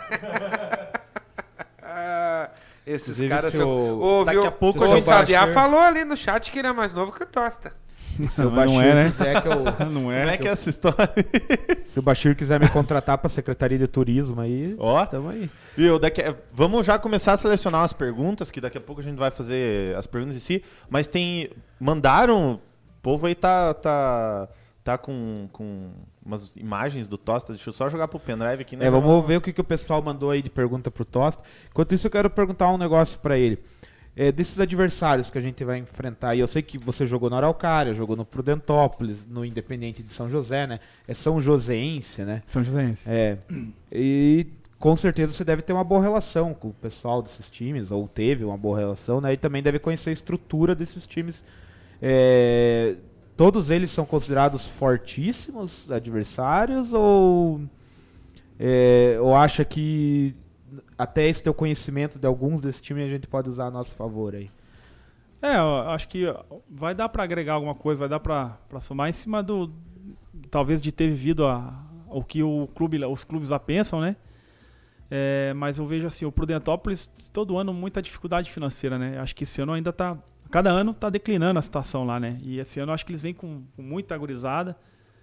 Speaker 3: Esses
Speaker 5: Inclusive,
Speaker 3: caras
Speaker 5: se
Speaker 3: são...
Speaker 2: daqui a pouco
Speaker 3: o
Speaker 2: a gente
Speaker 3: Sabiá falou ali no chat que ele é mais novo que o Tosta.
Speaker 5: Se o
Speaker 4: Não
Speaker 5: Bashir
Speaker 4: é, né?
Speaker 5: quiser que eu...
Speaker 4: Não é?
Speaker 2: Como é que é essa história?
Speaker 5: Se o Bashir quiser me contratar para a Secretaria de Turismo aí,
Speaker 2: Ó,
Speaker 5: tamo aí.
Speaker 2: viu, vamos já começar a selecionar as perguntas, que daqui a pouco a gente vai fazer as perguntas em si, mas mandaram, o povo aí tá com umas imagens do Tosta, deixa eu só jogar pro pendrive aqui, né?
Speaker 5: Vamos ver o que o pessoal mandou aí de pergunta pro Tosta. Enquanto isso, eu quero perguntar um negócio para ele. Desses adversários que a gente vai enfrentar, e eu sei que você jogou no Araucária, jogou no Prudentópolis, no Independente de São José, né? É São Joséense, né?
Speaker 4: São Joséense.
Speaker 5: E com certeza você deve ter uma boa relação com o pessoal desses times, ou teve uma boa relação, né? E também deve conhecer a estrutura desses times. Todos eles são considerados fortíssimos adversários, ou acha que até esse teu conhecimento de alguns desses times a gente pode usar a nosso favor aí?
Speaker 4: Eu acho que vai dar para agregar alguma coisa, vai dar para somar em cima talvez de ter vivido o que os clubes lá pensam, né? Mas eu vejo assim, o Prudentópolis todo ano muita dificuldade financeira, né? Acho que esse ano ainda cada ano está declinando a situação lá, né? E esse ano eu acho que eles vêm com muita agorizada.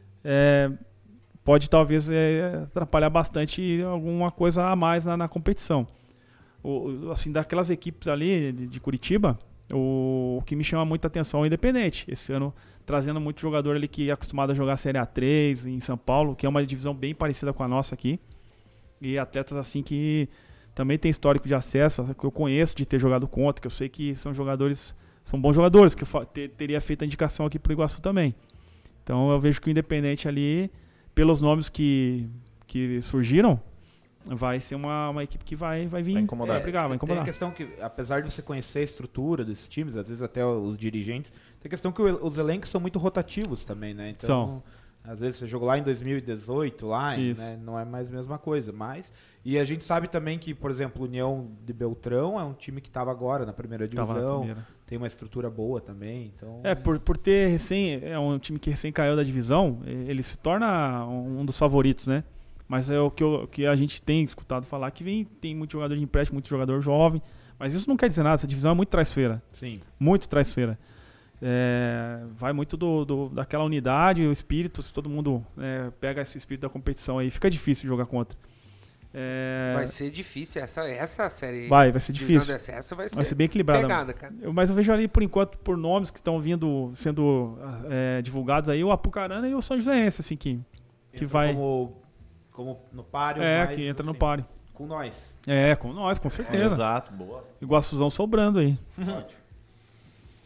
Speaker 4: Pode talvez atrapalhar bastante alguma coisa a mais na competição. Assim, daquelas equipes ali de Curitiba, o que me chama muita atenção é o Independente. Esse ano trazendo muito jogador ali que é acostumado a jogar Série A3 em São Paulo, que é uma divisão bem parecida com a nossa aqui. E atletas assim que também tem histórico de acesso, que eu conheço de ter jogado contra, que eu sei que são bons jogadores, que eu teria feito a indicação aqui pro Iguaçu também. Então eu vejo que o Independente ali, pelos nomes que surgiram, vai ser uma equipe que vai vir, vai incomodar, vai brigar, vai incomodar.
Speaker 5: Tem a questão que, apesar de você conhecer a estrutura desses times, às vezes até os dirigentes, tem a questão que os elencos são muito rotativos também, né? Então, às vezes você jogou lá em 2018, né? Não é mais a mesma coisa, mas... E a gente sabe também que, por exemplo, o União de Beltrão é um time que estava agora na primeira divisão, tem uma estrutura boa também, então...
Speaker 4: Por ter é um time que recém caiu da divisão, ele se torna um dos favoritos, né? Mas é o que a gente tem escutado falar, que tem muito jogador de empréstimo, muito jogador jovem, mas isso não quer dizer nada, essa divisão é muito traiçoeira.
Speaker 5: Sim.
Speaker 4: Muito traiçoeira. Vai muito daquela unidade, o espírito, se todo mundo pega esse espírito da competição aí, fica difícil jogar contra.
Speaker 3: Vai ser difícil, essa série
Speaker 4: vai ser difícil.
Speaker 3: De acesso vai ser
Speaker 4: bem equilibrada.
Speaker 3: Pegada, cara.
Speaker 4: Mas eu vejo ali, por enquanto, por nomes que estão sendo divulgados aí, o Apucarana e o São Joséense, assim, que vai...
Speaker 5: Como no páreo.
Speaker 4: Que entra no páreo.
Speaker 5: Com nós.
Speaker 4: Com nós, com certeza.
Speaker 2: Exato, boa.
Speaker 4: Iguaçuzão sobrando aí.
Speaker 5: Ótimo.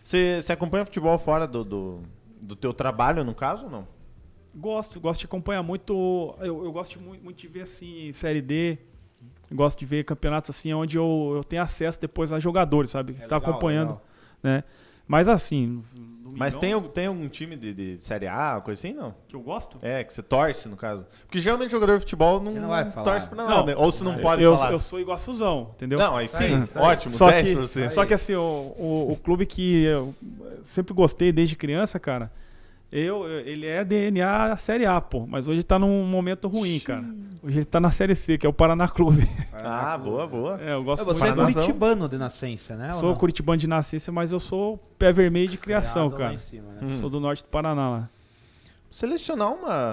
Speaker 2: Você acompanha futebol fora do teu trabalho, no caso, ou não?
Speaker 4: Gosto de acompanhar muito. Eu gosto muito de ver assim, Série D. Gosto de ver campeonatos assim, onde eu tenho acesso depois a jogadores, sabe? Que tá acompanhando, né? Mas assim.
Speaker 2: Mas tem algum time de Série A, coisa assim, não?
Speaker 4: Que eu gosto?
Speaker 2: É, que você torce, no caso. Porque geralmente jogador de futebol não
Speaker 5: vai falar.
Speaker 2: torce pra nada, né? Ou se não pode
Speaker 4: eu,
Speaker 2: falar.
Speaker 4: Eu sou Iguaçuzão, entendeu?
Speaker 2: Não, aí sim, ótimo,
Speaker 4: Só
Speaker 2: 10
Speaker 4: que,
Speaker 2: pra você.
Speaker 4: só que assim, o clube que eu sempre gostei desde criança, cara, ele é DNA Série A, pô. Mas hoje tá num momento ruim, cara. Hoje ele tá na Série C, que é o Paraná Clube.
Speaker 2: Ah, boa.
Speaker 4: É, eu gosto
Speaker 5: Você
Speaker 4: muito.
Speaker 5: é curitibano de nascença, né?
Speaker 4: Sou curitibano de nascença, mas eu sou pé vermelho de criação,
Speaker 5: Criado lá
Speaker 4: cara.
Speaker 5: em cima, né?
Speaker 4: Sou do norte do Paraná lá.
Speaker 2: Selecionar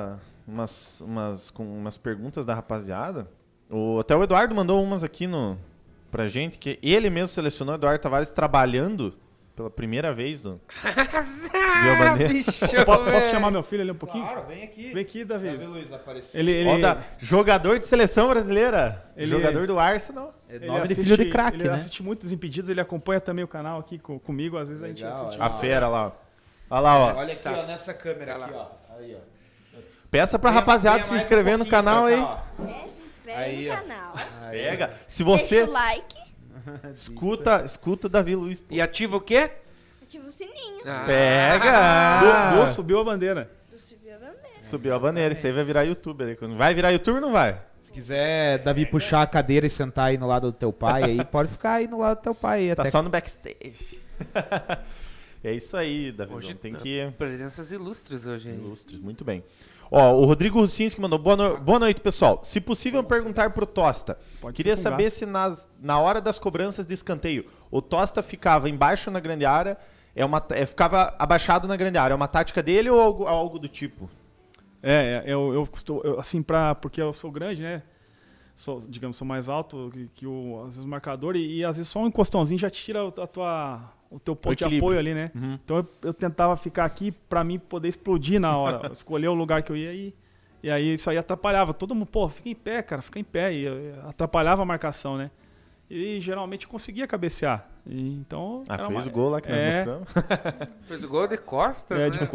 Speaker 2: umas perguntas da rapaziada. Até o Eduardo mandou umas aqui pra gente, que ele mesmo selecionou, Eduardo Tavares, trabalhando pela primeira vez Subiu a bandeira.
Speaker 4: Posso chamar meu filho ali um pouquinho?
Speaker 5: Claro, vem aqui.
Speaker 4: Vem aqui, Davi.
Speaker 5: Davi Luiz apareceu.
Speaker 4: Ele
Speaker 2: Jogador de seleção brasileira.
Speaker 4: Ele-
Speaker 2: jogador do Arsenal.
Speaker 5: Nome de filho de craque,
Speaker 4: ele
Speaker 5: né?
Speaker 4: assiste muito Desimpedidos, ele acompanha também o canal aqui comigo, às vezes
Speaker 5: Legal,
Speaker 4: a gente assiste.
Speaker 2: A fera lá. Olha lá, ó.
Speaker 5: Olha aqui, ó, nessa câmera aqui, ó. Aí, ó.
Speaker 2: Peça pra rapaziada se inscrever no canal aí.
Speaker 8: Se inscreve
Speaker 5: Aí, ó.
Speaker 8: no canal.
Speaker 2: Pega. Se
Speaker 8: Deixa
Speaker 2: você
Speaker 8: o like,
Speaker 2: escuta o Davi Luiz.
Speaker 3: E ativa o quê?
Speaker 8: ativa o sininho.
Speaker 2: Pega!
Speaker 4: Subiu a bandeira.
Speaker 8: Do Subiu a Bandeira.
Speaker 2: Subiu a bandeira, isso aí vai virar youtuber aí. Quando vai virar youtuber, não vai?
Speaker 5: Se quiser, Davi, puxar a cadeira e sentar aí no lado do teu pai, aí pode ficar aí no lado do teu pai. Aí,
Speaker 2: Tá
Speaker 5: até
Speaker 2: só no backstage. É isso aí, Davi.
Speaker 3: Hoje
Speaker 2: Tem que...
Speaker 3: Presenças ilustres hoje, hein?
Speaker 2: Ilustres, muito bem. Ó, o Rodrigo Russinski mandou boa noite, pessoal. Se possível, perguntar pro Tosta.
Speaker 4: Pode
Speaker 2: Queria
Speaker 4: ser com
Speaker 2: saber
Speaker 4: gasto.
Speaker 2: se na hora das cobranças de escanteio, o Tosta ficava embaixo na grande área, ficava abaixado na grande área. É uma tática dele ou algo do tipo?
Speaker 4: Eu assim, porque eu sou grande, né? Sou mais alto às vezes o marcador e às vezes só um encostãozinho já tira o teu ponto de
Speaker 2: equilíbrio.
Speaker 4: apoio ali, né?
Speaker 2: Uhum.
Speaker 4: Então eu tentava ficar aqui pra mim poder explodir na hora, escolher o lugar que eu ia e aí isso aí atrapalhava. Todo mundo, pô, fica em pé, cara, fica em pé. E atrapalhava a marcação, né? E geralmente conseguia cabecear. Então, era
Speaker 2: Fez o gol lá que nós mostramos.
Speaker 3: Fez o gol de costas,
Speaker 4: É,
Speaker 3: né?
Speaker 4: de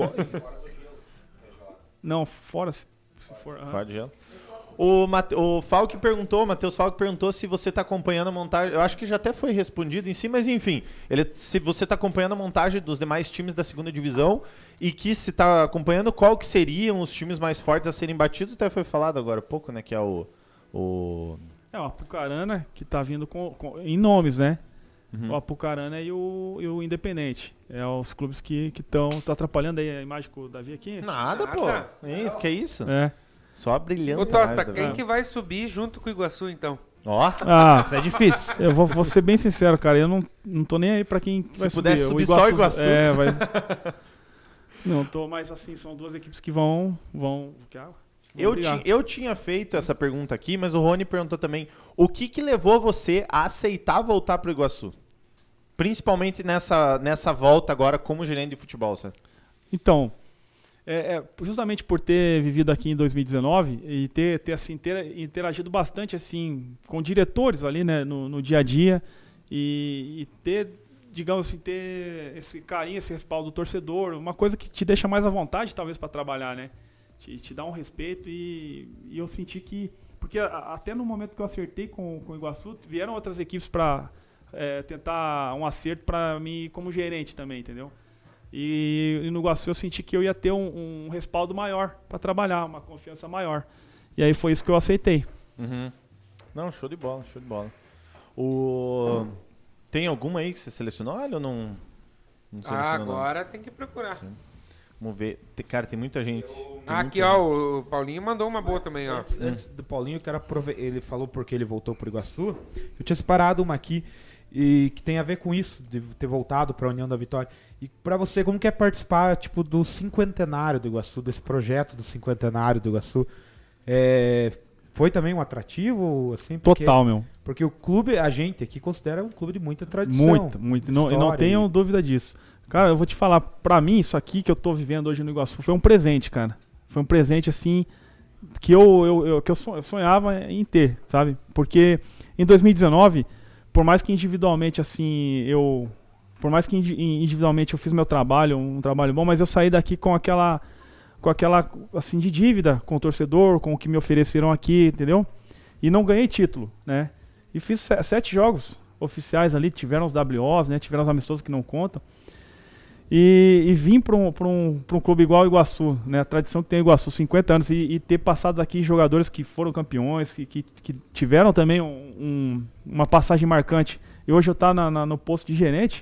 Speaker 4: Não, fora se for.
Speaker 2: Fora de gelo. O Matheus Falk perguntou se você está acompanhando a montagem. Eu acho que já até foi respondido em si, mas enfim. Se você está acompanhando a montagem dos demais times da segunda divisão e que se está acompanhando qual que seriam os times mais fortes a serem batidos, até foi falado agora há pouco, né? Que é o
Speaker 4: Apucarana, que tá vindo em nomes, né?
Speaker 2: Uhum.
Speaker 4: O Apucarana e o Independente. É os clubes que estão atrapalhando aí a imagem com o Davi aqui.
Speaker 2: Nada, pô. Que isso?
Speaker 4: É.
Speaker 2: Só brilhando.
Speaker 3: Ô, Tosta,
Speaker 2: mais,
Speaker 3: quem
Speaker 2: Davi.
Speaker 3: que vai subir junto com o Iguaçu, então?
Speaker 2: Ó,
Speaker 5: Isso é difícil.
Speaker 4: Eu vou ser bem sincero, cara. Eu não tô nem aí pra quem vai
Speaker 2: pudesse
Speaker 4: subir.
Speaker 2: subir só o Iguaçu.
Speaker 4: Vai... Não tô, mas assim, são duas equipes que vão brigar.
Speaker 2: eu tinha feito essa pergunta aqui, mas o Rony perguntou também o que levou você a aceitar voltar pro Iguaçu? Principalmente nessa volta agora como gerente de futebol, sabe?
Speaker 4: Então, justamente por ter vivido aqui em 2019 e ter assim, interagido bastante assim, com diretores ali, né, no dia a dia e ter, digamos assim, ter esse carinho, esse respaldo do torcedor, uma coisa que te deixa mais à vontade talvez para trabalhar, né? Te dá um respeito e eu senti que... Porque até no momento que eu acertei com o Iguaçu, vieram outras equipes para tentar um acerto para mim como gerente também, entendeu? E no Iguaçu eu senti que eu ia ter um respaldo maior para trabalhar, uma confiança maior. E aí foi isso que eu aceitei.
Speaker 2: Uhum. Não, show de bola. Tem alguma aí que você selecionou? Olha, eu não selecionou não.
Speaker 3: Agora tem que procurar.
Speaker 2: Vamos ver. Cara, tem muita gente.
Speaker 3: Aqui, ó, o Paulinho mandou uma boa também, ó.
Speaker 5: Antes do Paulinho, eu quero ele falou porque ele voltou pro Iguaçu. Eu tinha separado uma aqui e que tem a ver com isso, de ter voltado para a União da Vitória. E para você, como que é participar tipo do cinquentenário do Iguaçu, desse projeto do cinquentenário do Iguaçu? Foi também um atrativo, assim?
Speaker 4: Total, meu.
Speaker 5: Porque o clube, a gente aqui considera um clube de muita tradição.
Speaker 4: Muito. Não tenham dúvida disso. Cara, eu vou te falar, pra mim, isso aqui que eu tô vivendo hoje no Iguaçu foi um presente, cara. Foi um presente, assim, que eu sonhava em ter, sabe? Porque em 2019, por mais que individualmente, assim, eu por mais que individualmente eu fiz meu trabalho, um trabalho bom, mas eu saí daqui com aquela assim, de dívida com o torcedor, com o que me ofereceram aqui, entendeu? E não ganhei título, né? E fiz 7 jogos oficiais ali, tiveram os WOs, né? Tiveram os amistosos que não contam. E vim para um clube igual ao Iguaçu, né? A tradição que tem o Iguaçu, 50 anos, e ter passado aqui jogadores que foram campeões, que tiveram também uma passagem marcante. E hoje eu estou no posto de gerente.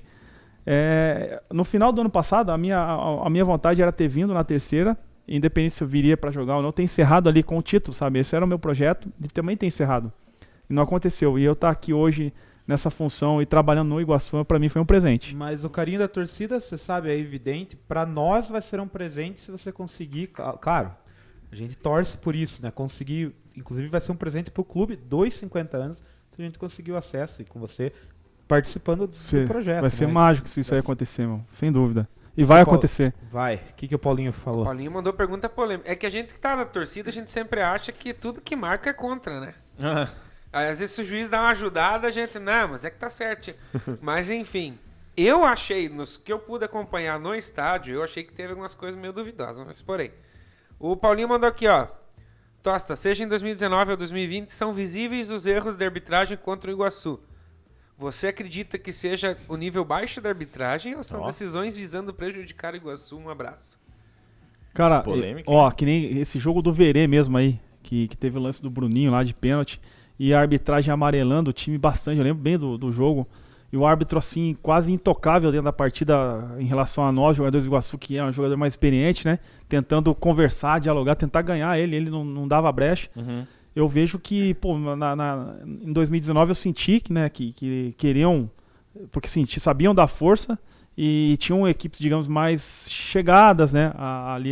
Speaker 4: No final do ano passado, a minha vontade era ter vindo na terceira, independente se eu viria para jogar ou não, ter encerrado ali com o título, sabe? Esse era o meu projeto, de também ter encerrado. E não aconteceu. E eu estar aqui hoje nessa função e trabalhando no Iguaçu, para mim foi um presente.
Speaker 5: Mas o carinho da torcida, você sabe, é evidente. Para nós vai ser um presente se você conseguir, claro, a gente torce por isso, né? Conseguir, inclusive vai ser um presente pro clube dos 50 anos, se a gente conseguiu acesso e com você participando do projeto.
Speaker 4: Vai ser
Speaker 5: né?
Speaker 4: mágico se isso aí acontecer, meu. Sem dúvida. E vai acontecer.
Speaker 5: Vai. O que o Paulinho falou?
Speaker 3: O Paulinho mandou pergunta polêmica. É que a gente que tá na torcida, a gente sempre acha que tudo que marca é contra, né? Aí, às vezes se o juiz dá uma ajudada, a gente, não, mas é que tá certo. Mas enfim, eu achei, nos que eu pude acompanhar no estádio, eu achei que teve algumas coisas meio duvidosas, mas porém. O Paulinho mandou aqui, ó. Tosta, seja em 2019 ou 2020, são visíveis os erros de arbitragem contra o Iguaçu. Você acredita que seja o nível baixo da arbitragem ou são decisões visando prejudicar o Iguaçu? Um abraço.
Speaker 4: Cara,
Speaker 2: Polêmica,
Speaker 4: ó, que nem esse jogo do Verê mesmo aí, que teve o lance do Bruninho lá de pênalti, e a arbitragem amarelando o time bastante, eu lembro bem do jogo, e o árbitro assim, quase intocável dentro da partida em relação a nós, jogadores do Iguaçu, que é um jogador mais experiente, né, tentando conversar, dialogar, tentar ganhar ele não dava brecha. Eu vejo que, pô, em 2019 eu senti que queriam, porque sabiam da força e tinham equipes, digamos, mais chegadas, né, ali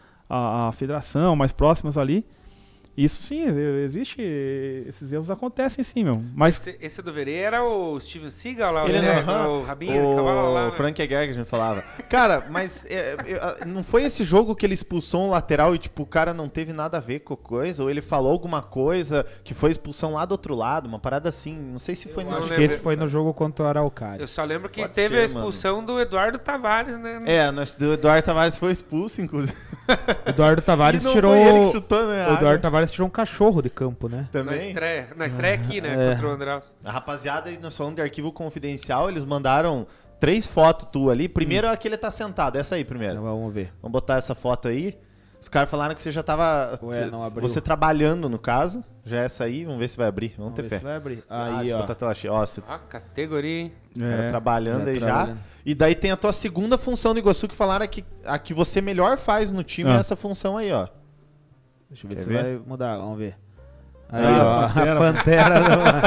Speaker 4: a federação, mais próximas ali. Isso sim, existe, esses erros acontecem sim, meu. Mas
Speaker 3: Esse do Verê era o Steven Seagal lá,
Speaker 2: Ele
Speaker 3: né?
Speaker 2: não,
Speaker 3: O Rabinho, o cavalo lá.
Speaker 2: O Frank Aguirre que a gente falava. Cara, mas não foi esse jogo que ele expulsou um lateral e tipo, o cara não teve nada a ver com a coisa? Ou ele falou alguma coisa que foi expulsão lá do outro lado, uma parada assim. Não sei se foi
Speaker 3: não
Speaker 2: nesse
Speaker 5: Acho
Speaker 3: lembro.
Speaker 5: que esse foi no jogo contra o Araucária.
Speaker 3: Eu só lembro que
Speaker 2: Pode
Speaker 3: teve
Speaker 2: ser,
Speaker 3: a expulsão do Eduardo Tavares, né?
Speaker 2: O Eduardo Tavares foi expulso, inclusive.
Speaker 5: O Eduardo Tavares
Speaker 2: E não
Speaker 5: tirou.
Speaker 2: foi ele que chutou, né?
Speaker 5: O Eduardo Tavares tirou um cachorro de campo, né?
Speaker 3: Na
Speaker 2: Também.
Speaker 3: estreia aqui, né? Contra o Andraus.
Speaker 2: A rapaziada, nós falando de arquivo confidencial, eles mandaram 3 fotos tu ali. Primeiro é que ele tá sentado, essa aí primeiro.
Speaker 5: Então, vamos ver.
Speaker 2: Vamos botar essa foto aí. Os caras falaram que você já tava.
Speaker 5: Ué, não abriu.
Speaker 2: Você trabalhando, no caso. Já é essa aí, vamos ver se vai abrir. Vamos ter
Speaker 5: ver
Speaker 2: fé.
Speaker 5: se vai abrir.
Speaker 2: Aí,
Speaker 5: Aí,
Speaker 2: ó.
Speaker 5: ó.
Speaker 2: Botar a tela cheia. Ó, você
Speaker 3: Categoria, hein?
Speaker 2: tá trabalhando
Speaker 5: já
Speaker 2: aí
Speaker 5: trabalhando.
Speaker 2: já. E daí tem a tua segunda função do Iguaçu que falaram que a que você melhor faz no time é essa função aí, ó.
Speaker 5: Deixa eu ver
Speaker 2: Quer
Speaker 5: se
Speaker 2: ver?
Speaker 5: vai mudar, vamos ver. Aí,
Speaker 4: Ah,
Speaker 5: ó, a Pantera.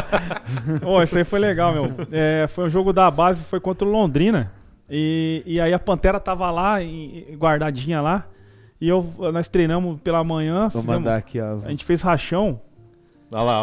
Speaker 4: Ô, isso aí foi legal, meu. Foi um jogo da base, foi contra o Londrina. E aí a Pantera tava lá, guardadinha lá. E nós treinamos pela manhã.
Speaker 5: Vou mandar aqui, ó.
Speaker 4: A gente fez rachão.
Speaker 2: Olha lá, ó.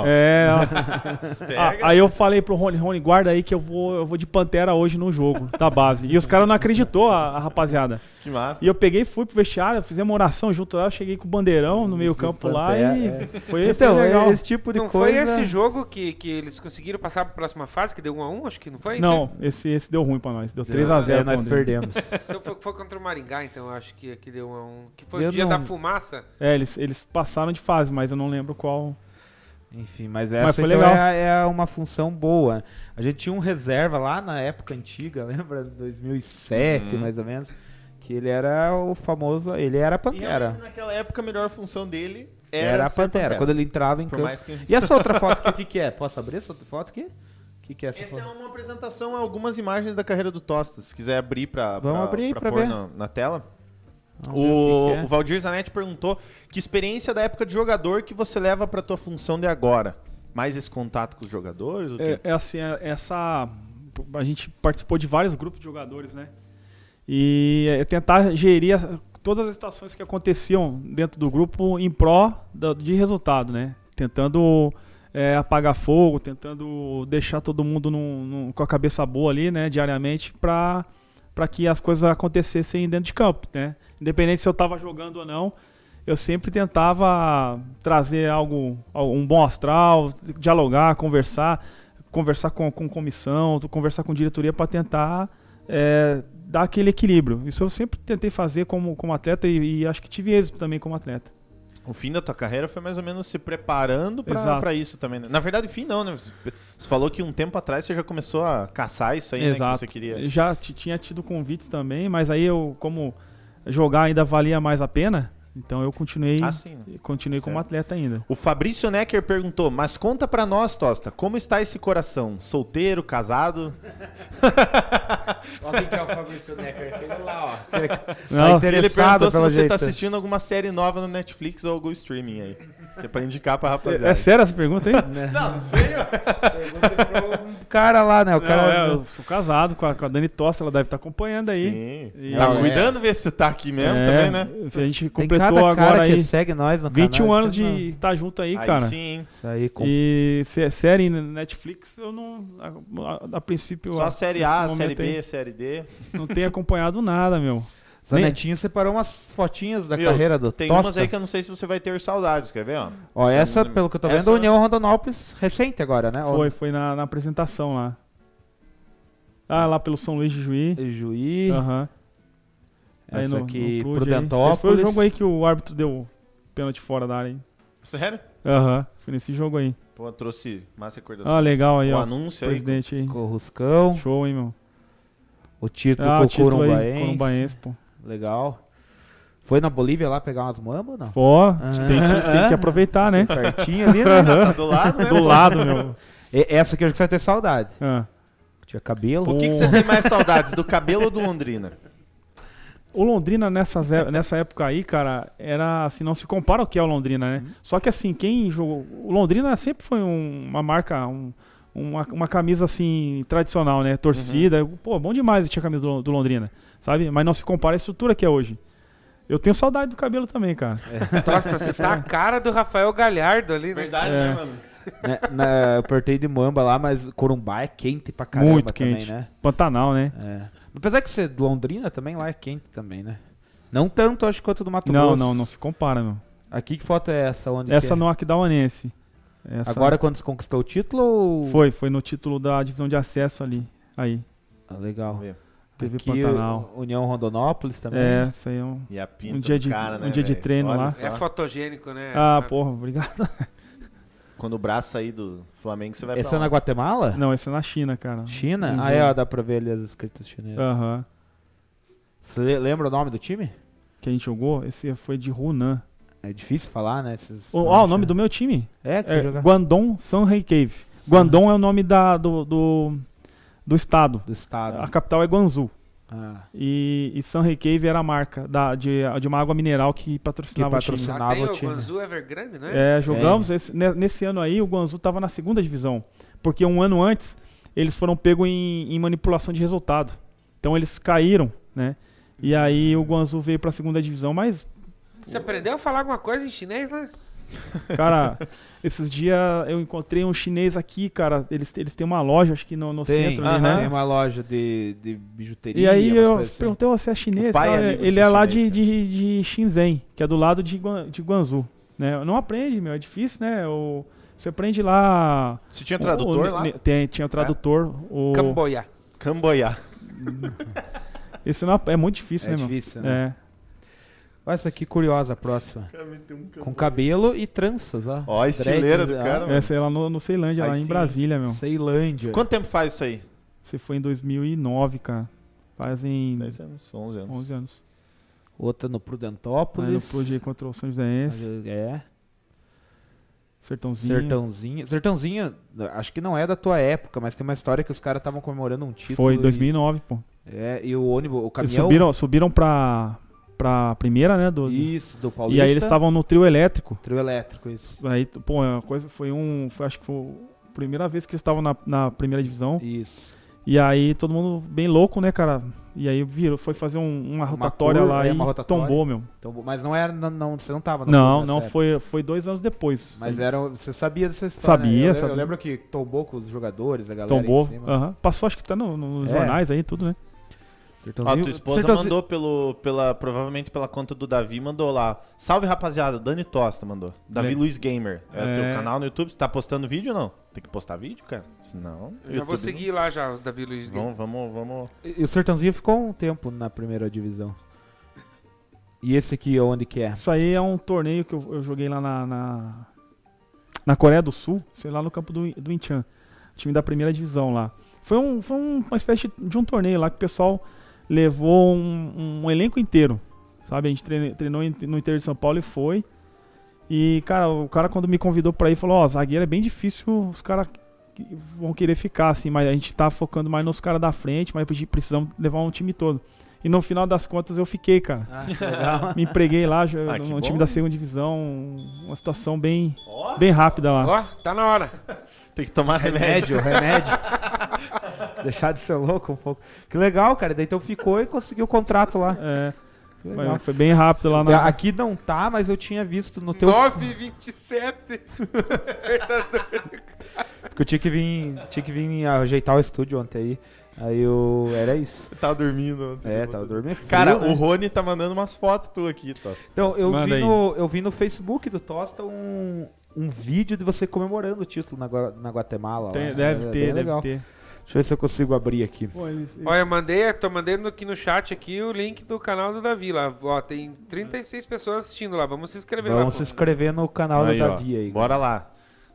Speaker 4: Aí eu falei pro Rony, guarda aí que eu vou de Pantera hoje no jogo da base. E os caras não acreditou, a rapaziada.
Speaker 2: Que massa.
Speaker 4: E eu peguei, fui pro vestiário, fizemos uma oração junto lá, eu cheguei com o bandeirão no meio campo lá e foi legal.
Speaker 5: Esse tipo de
Speaker 3: Não
Speaker 5: coisa.
Speaker 3: foi esse jogo que eles conseguiram passar pra próxima fase, que deu 1-1? Acho que não foi?
Speaker 4: Não, esse deu ruim pra nós. Deu 3-0.
Speaker 5: Nós perdemos.
Speaker 3: Então foi contra o Maringá, então eu acho que deu 1-1. Que foi
Speaker 5: Eu
Speaker 3: o dia
Speaker 5: não-
Speaker 3: da fumaça.
Speaker 4: Eles passaram de fase, mas eu não lembro qual.
Speaker 5: Enfim, mas essa
Speaker 4: foi
Speaker 5: então
Speaker 4: legal.
Speaker 5: é uma função boa. A gente tinha um reserva lá na época antiga, lembra? 2007, mais ou menos. Que ele era o famoso. Ele era a
Speaker 2: E
Speaker 5: Pantera.
Speaker 2: realmente, naquela época, a melhor função dele
Speaker 5: Era a
Speaker 2: ser
Speaker 5: Pantera. Quando ele entrava em
Speaker 2: Por
Speaker 5: campo.
Speaker 2: mais que-
Speaker 5: E essa outra foto aqui, o que é? Posso abrir essa outra foto aqui? O que é essa
Speaker 2: Essa é
Speaker 5: foto?
Speaker 2: uma apresentação, algumas imagens da carreira do Tosta. Se quiser abrir
Speaker 5: Vamos abrir pra
Speaker 2: pôr
Speaker 5: ver.
Speaker 2: na tela.
Speaker 5: Vamos ver o que é.
Speaker 2: O Valdir Zanetti perguntou que experiência da época de jogador que você leva pra tua função de agora? Mais esse contato com os jogadores? O quê?
Speaker 4: A gente participou de vários grupos de jogadores, né? E tentar gerir todas as situações que aconteciam dentro do grupo em pró de resultado, né? Tentando apagar fogo, tentando deixar todo mundo com a cabeça boa ali, né? Diariamente, para que as coisas acontecessem dentro de campo, né? Independente se eu estava jogando ou não, eu sempre tentava trazer um bom astral, dialogar, conversar com comissão, conversar com diretoria para tentar dar aquele equilíbrio. Isso eu sempre tentei fazer como atleta e acho que tive êxito também como atleta.
Speaker 2: O fim da tua carreira foi mais ou menos se preparando
Speaker 4: Exato.
Speaker 2: pra isso também, né? Na verdade, fim não, né? Você falou que um tempo atrás você já começou a caçar isso aí, né? Que você queria.
Speaker 4: Já tinha tido convites também, mas aí como jogar ainda valia mais a pena, então eu continuei como atleta ainda.
Speaker 2: O Fabrício Necker perguntou, mas conta pra nós, Tosta, como está esse coração? Solteiro, casado?
Speaker 5: Olha quem que é o Fabrício Necker, aquele lá, ó.
Speaker 4: Não,
Speaker 2: Ele perguntou se você tá assistindo alguma série nova no Netflix ou algum streaming aí. Que é pra indicar pra rapaziada.
Speaker 4: É sério essa pergunta aí?
Speaker 2: Não sei.
Speaker 5: Um cara lá, né? O cara...
Speaker 4: eu sou casado com a Dani Tosta, ela deve estar acompanhando aí.
Speaker 2: Sim.
Speaker 4: E-
Speaker 2: Tá
Speaker 5: Não,
Speaker 2: cuidando, ver se você tá aqui mesmo também, né?
Speaker 4: A gente
Speaker 5: Tem
Speaker 4: completou
Speaker 5: cada cara
Speaker 4: agora
Speaker 5: que
Speaker 4: aí
Speaker 5: segue nós no
Speaker 4: 21
Speaker 5: canal,
Speaker 4: anos
Speaker 5: que não-
Speaker 4: de estar junto aí,
Speaker 2: Aí
Speaker 4: cara.
Speaker 2: sim, hein?
Speaker 5: Isso aí,
Speaker 4: E série na Netflix, eu não. A princípio.
Speaker 2: Só a série A,
Speaker 4: nesse
Speaker 2: série
Speaker 4: momento aí,
Speaker 2: B, série D.
Speaker 4: Não tenho acompanhado nada, meu.
Speaker 5: Zanetinho separou umas fotinhas da
Speaker 2: Meu,
Speaker 5: carreira do
Speaker 2: Tem
Speaker 5: Tosta.
Speaker 2: umas aí que eu não sei se você vai ter saudades, quer ver, ó?
Speaker 5: Ó, essa, pelo que eu tô vendo,
Speaker 2: Essa-
Speaker 5: a União Rondonópolis recente agora, né?
Speaker 4: Foi na apresentação lá. Lá pelo São Luís de Juí.
Speaker 5: Juí.
Speaker 4: Aham. Aí
Speaker 5: Essa
Speaker 4: no
Speaker 5: aqui,
Speaker 4: Clube aí.
Speaker 5: Prudentópolis.
Speaker 4: Esse foi o jogo aí que o árbitro deu pênalti fora da área, hein?
Speaker 2: Sério?
Speaker 4: Aham. Foi nesse jogo aí.
Speaker 2: Pô, trouxe massa recordação.
Speaker 4: Legal aí,
Speaker 2: O
Speaker 4: ó.
Speaker 2: anúncio aí.
Speaker 4: Presidente aí.
Speaker 5: Com o Ruscão.
Speaker 4: Show, hein, meu.
Speaker 5: O título
Speaker 4: O
Speaker 5: com o
Speaker 4: título aí,
Speaker 5: Corumbaense.
Speaker 4: Corumbaense, pô.
Speaker 5: Legal. Foi na Bolívia lá pegar umas mambas ou não?
Speaker 4: Pô, tem que aproveitar, né?
Speaker 5: Pertinho ali, né?
Speaker 2: Tá do lado, né?
Speaker 4: Do lado, meu.
Speaker 5: Essa aqui eu acho que você vai ter saudade.
Speaker 4: Ah.
Speaker 5: Tinha cabelo.
Speaker 2: O que você tem mais saudades, do cabelo ou do Londrina?
Speaker 4: O Londrina nessa época aí, cara, era assim, não se compara ao que é o Londrina, né? Só que assim, quem jogou... O Londrina sempre foi uma marca, uma camisa assim, tradicional, né? Torcida. Pô, bom demais tinha a camisa do Londrina, sabe? Mas não se compara à estrutura que é hoje. Eu tenho saudade do cabelo também, cara.
Speaker 3: Tosta, você tá a cara do Rafael Galhardo ali, né?
Speaker 2: Verdade,
Speaker 4: É.
Speaker 2: né, mano?
Speaker 5: Eu apertei de mamba lá, mas Corumbá é quente pra caramba
Speaker 4: Muito
Speaker 5: também,
Speaker 4: quente.
Speaker 5: né?
Speaker 4: Pantanal, né?
Speaker 5: É. Apesar que ser de Londrina também lá é quente também, né? Não tanto, acho, quanto do Mato
Speaker 4: Não,
Speaker 5: Grosso.
Speaker 4: não se compara, meu.
Speaker 5: Aqui que foto é essa? Onde
Speaker 4: Essa
Speaker 5: que é?
Speaker 4: no Aquidauanense. Essa
Speaker 5: Agora quando você conquistou o título ou...
Speaker 4: foi no título da divisão de acesso ali. Aí.
Speaker 5: Ah, legal.
Speaker 2: Vamos ver.
Speaker 4: Teve
Speaker 5: Aqui,
Speaker 4: Pantanal.
Speaker 5: União Rondonópolis também.
Speaker 4: Essa aí é um...
Speaker 2: E a pinta
Speaker 4: dia
Speaker 2: do
Speaker 4: de-
Speaker 2: cara, né,
Speaker 4: um dia de
Speaker 2: velho?
Speaker 4: treino
Speaker 2: Olha
Speaker 4: lá.
Speaker 2: só.
Speaker 3: É fotogênico, né?
Speaker 4: Porra, obrigado.
Speaker 2: Quando o braço sair do Flamengo, você vai
Speaker 5: Essa
Speaker 2: pra
Speaker 5: é
Speaker 2: lá.
Speaker 5: na Guatemala?
Speaker 4: Não, esse é na China, cara.
Speaker 5: China?
Speaker 4: Um
Speaker 5: Ah,
Speaker 4: jogo.
Speaker 5: dá pra ver ali as escritas chinesas.
Speaker 4: Aham.
Speaker 5: Você lembra o nome do time?
Speaker 4: Que a gente jogou, esse foi de Hunan.
Speaker 5: É difícil falar, né? Esses
Speaker 4: O nome do meu time
Speaker 5: É, que
Speaker 4: é
Speaker 5: joga
Speaker 4: Guangdong Sunhei Cave. Guangdong é o nome do estado.
Speaker 5: do estado.
Speaker 4: A capital é Guangzhou.
Speaker 5: Ah,
Speaker 4: E Sunhei Cave era a marca de uma água mineral que patrocinava
Speaker 5: Que
Speaker 4: o time.
Speaker 5: patrocina-
Speaker 3: Lá tem
Speaker 5: o
Speaker 3: o
Speaker 5: time.
Speaker 3: Guangzhou Evergrande, né?
Speaker 4: Jogamos. Nesse ano aí, o Guangzhou estava na segunda divisão. Porque um ano antes, eles foram pegos em manipulação de resultado. Então eles caíram, né? E aí o Guangzhou veio pra segunda divisão, mas,
Speaker 3: Você aprendeu a falar alguma coisa em chinês, né?
Speaker 4: cara, esses dias eu encontrei um chinês aqui, cara. Eles têm uma loja, acho que no centro ali, né?
Speaker 5: Tem uma loja de bijuteria.
Speaker 4: E aí
Speaker 5: umas
Speaker 4: eu
Speaker 5: coisas assim.
Speaker 4: perguntei, você é chinês?
Speaker 2: O pai
Speaker 4: Tal,
Speaker 2: é amigo
Speaker 4: ele
Speaker 2: desses
Speaker 4: é lá
Speaker 2: chinês,
Speaker 4: de Shenzhen, que é do lado de Guangzhou. Né? Não aprende, meu, é difícil, né? Você aprende lá...
Speaker 2: Você tinha tradutor lá?
Speaker 4: Tinha tradutor.
Speaker 3: Camboya.
Speaker 2: Camboiá.
Speaker 4: Esse não é muito difícil,
Speaker 5: É
Speaker 4: né, meu?
Speaker 5: difícil, né?
Speaker 4: É.
Speaker 5: Olha essa aqui curiosa, a próxima. Com cabelo e tranças, ó.
Speaker 2: Ó, a estileira do
Speaker 5: Dread,
Speaker 2: cara, mano.
Speaker 4: Essa é lá no Ceilândia,
Speaker 2: Aí
Speaker 4: lá em
Speaker 2: sim.
Speaker 4: Brasília, meu.
Speaker 5: Ceilândia.
Speaker 2: Quanto tempo faz isso aí?
Speaker 4: Você foi em 2009, cara. Fazem
Speaker 2: 10 anos, 11 anos.
Speaker 4: 11 anos.
Speaker 5: Outra no
Speaker 4: Aí no
Speaker 5: Prudentópolis.
Speaker 4: Proje contra o São Joséense.
Speaker 5: É.
Speaker 4: Sertãozinho.
Speaker 5: Sertãozinho. Sertãozinho, acho que não é da tua época, mas tem uma história que os caras estavam comemorando um título.
Speaker 4: Foi em 2009, pô.
Speaker 5: E o ônibus, o
Speaker 4: Eles
Speaker 5: caminhão.
Speaker 4: subiram pra primeira, né?
Speaker 5: Isso, do Paulista.
Speaker 4: E aí eles estavam no trio elétrico.
Speaker 5: Trio elétrico, isso.
Speaker 4: Aí, pô, a coisa acho que foi a primeira vez que eles estavam na primeira divisão.
Speaker 5: Isso.
Speaker 4: E aí todo mundo bem louco, né, cara? E aí foi fazer uma rotatória
Speaker 5: curva,
Speaker 4: lá e
Speaker 5: uma rotatória.
Speaker 4: tombou, meu.
Speaker 5: Então, mas não era, não, você não tava na
Speaker 4: Não,
Speaker 5: curva,
Speaker 4: não,
Speaker 5: nessa
Speaker 4: foi 2 anos depois.
Speaker 5: Mas
Speaker 4: Sim.
Speaker 5: você sabia dessa história,
Speaker 4: Sabia,
Speaker 5: né?
Speaker 4: sabia.
Speaker 5: Eu lembro que tombou com os jogadores, a galera
Speaker 4: Tombou.
Speaker 5: em cima.
Speaker 4: Aham. Passou, acho que tá nos
Speaker 5: É.
Speaker 4: jornais aí, tudo, né?
Speaker 2: Ó, tua esposa mandou provavelmente pela conta do Davi, mandou lá. Salve, rapaziada, Dani Tosta mandou. Davi Luiz Gamer. É teu canal no YouTube, você tá postando vídeo ou não? Tem que postar vídeo, cara? Senão...
Speaker 3: Eu já vou seguir lá já, o Davi Luiz.
Speaker 2: Vamos.
Speaker 5: E o Sertãozinho ficou um tempo na primeira divisão. E esse aqui, onde que é?
Speaker 4: Isso aí é um torneio que eu joguei lá na Coreia do Sul, sei lá no campo do Incheon. Time da primeira divisão lá. Foi uma espécie de um torneio lá que o pessoal levou um elenco inteiro, sabe? A gente treinou no interior de São Paulo e foi. E, cara, o cara quando me convidou pra ir, falou, zagueiro é bem difícil, os caras vão querer ficar, assim, mas a gente tá focando mais nos caras da frente, mas precisamos levar um time todo. E no final das contas eu fiquei, cara.
Speaker 5: Legal.
Speaker 4: Me empreguei lá no time da segunda divisão, uma situação bem rápida lá.
Speaker 3: Ó, tá na hora.
Speaker 2: Tem que tomar remédio.
Speaker 5: Deixar de ser louco um pouco. Que legal, cara. Daí então ficou e conseguiu o contrato lá. Que legal.
Speaker 4: Mas foi bem rápido lá na...
Speaker 5: Aqui não tá, mas eu tinha visto no teu...
Speaker 3: 9h27.
Speaker 5: Porque eu tinha que vir ajeitar o estúdio ontem aí. Aí era isso.
Speaker 2: Eu tava dormindo ontem.
Speaker 5: Tava dormindo.
Speaker 2: Cara,
Speaker 5: frio, né?
Speaker 2: o Rony tá mandando umas fotos tu aqui, Tosta.
Speaker 5: Então, eu vi no Facebook do Tosta um vídeo de você comemorando o título na Guatemala.
Speaker 4: Deve ter.
Speaker 5: Deixa eu ver se eu consigo abrir aqui.
Speaker 4: Pô,
Speaker 3: Olha, tô mandando aqui no chat aqui o link do canal do Davi lá. Ó, tem 36 pessoas assistindo lá. Vamos se inscrever lá.
Speaker 5: Vamos se inscrever no canal do Davi aí.
Speaker 2: Bora lá.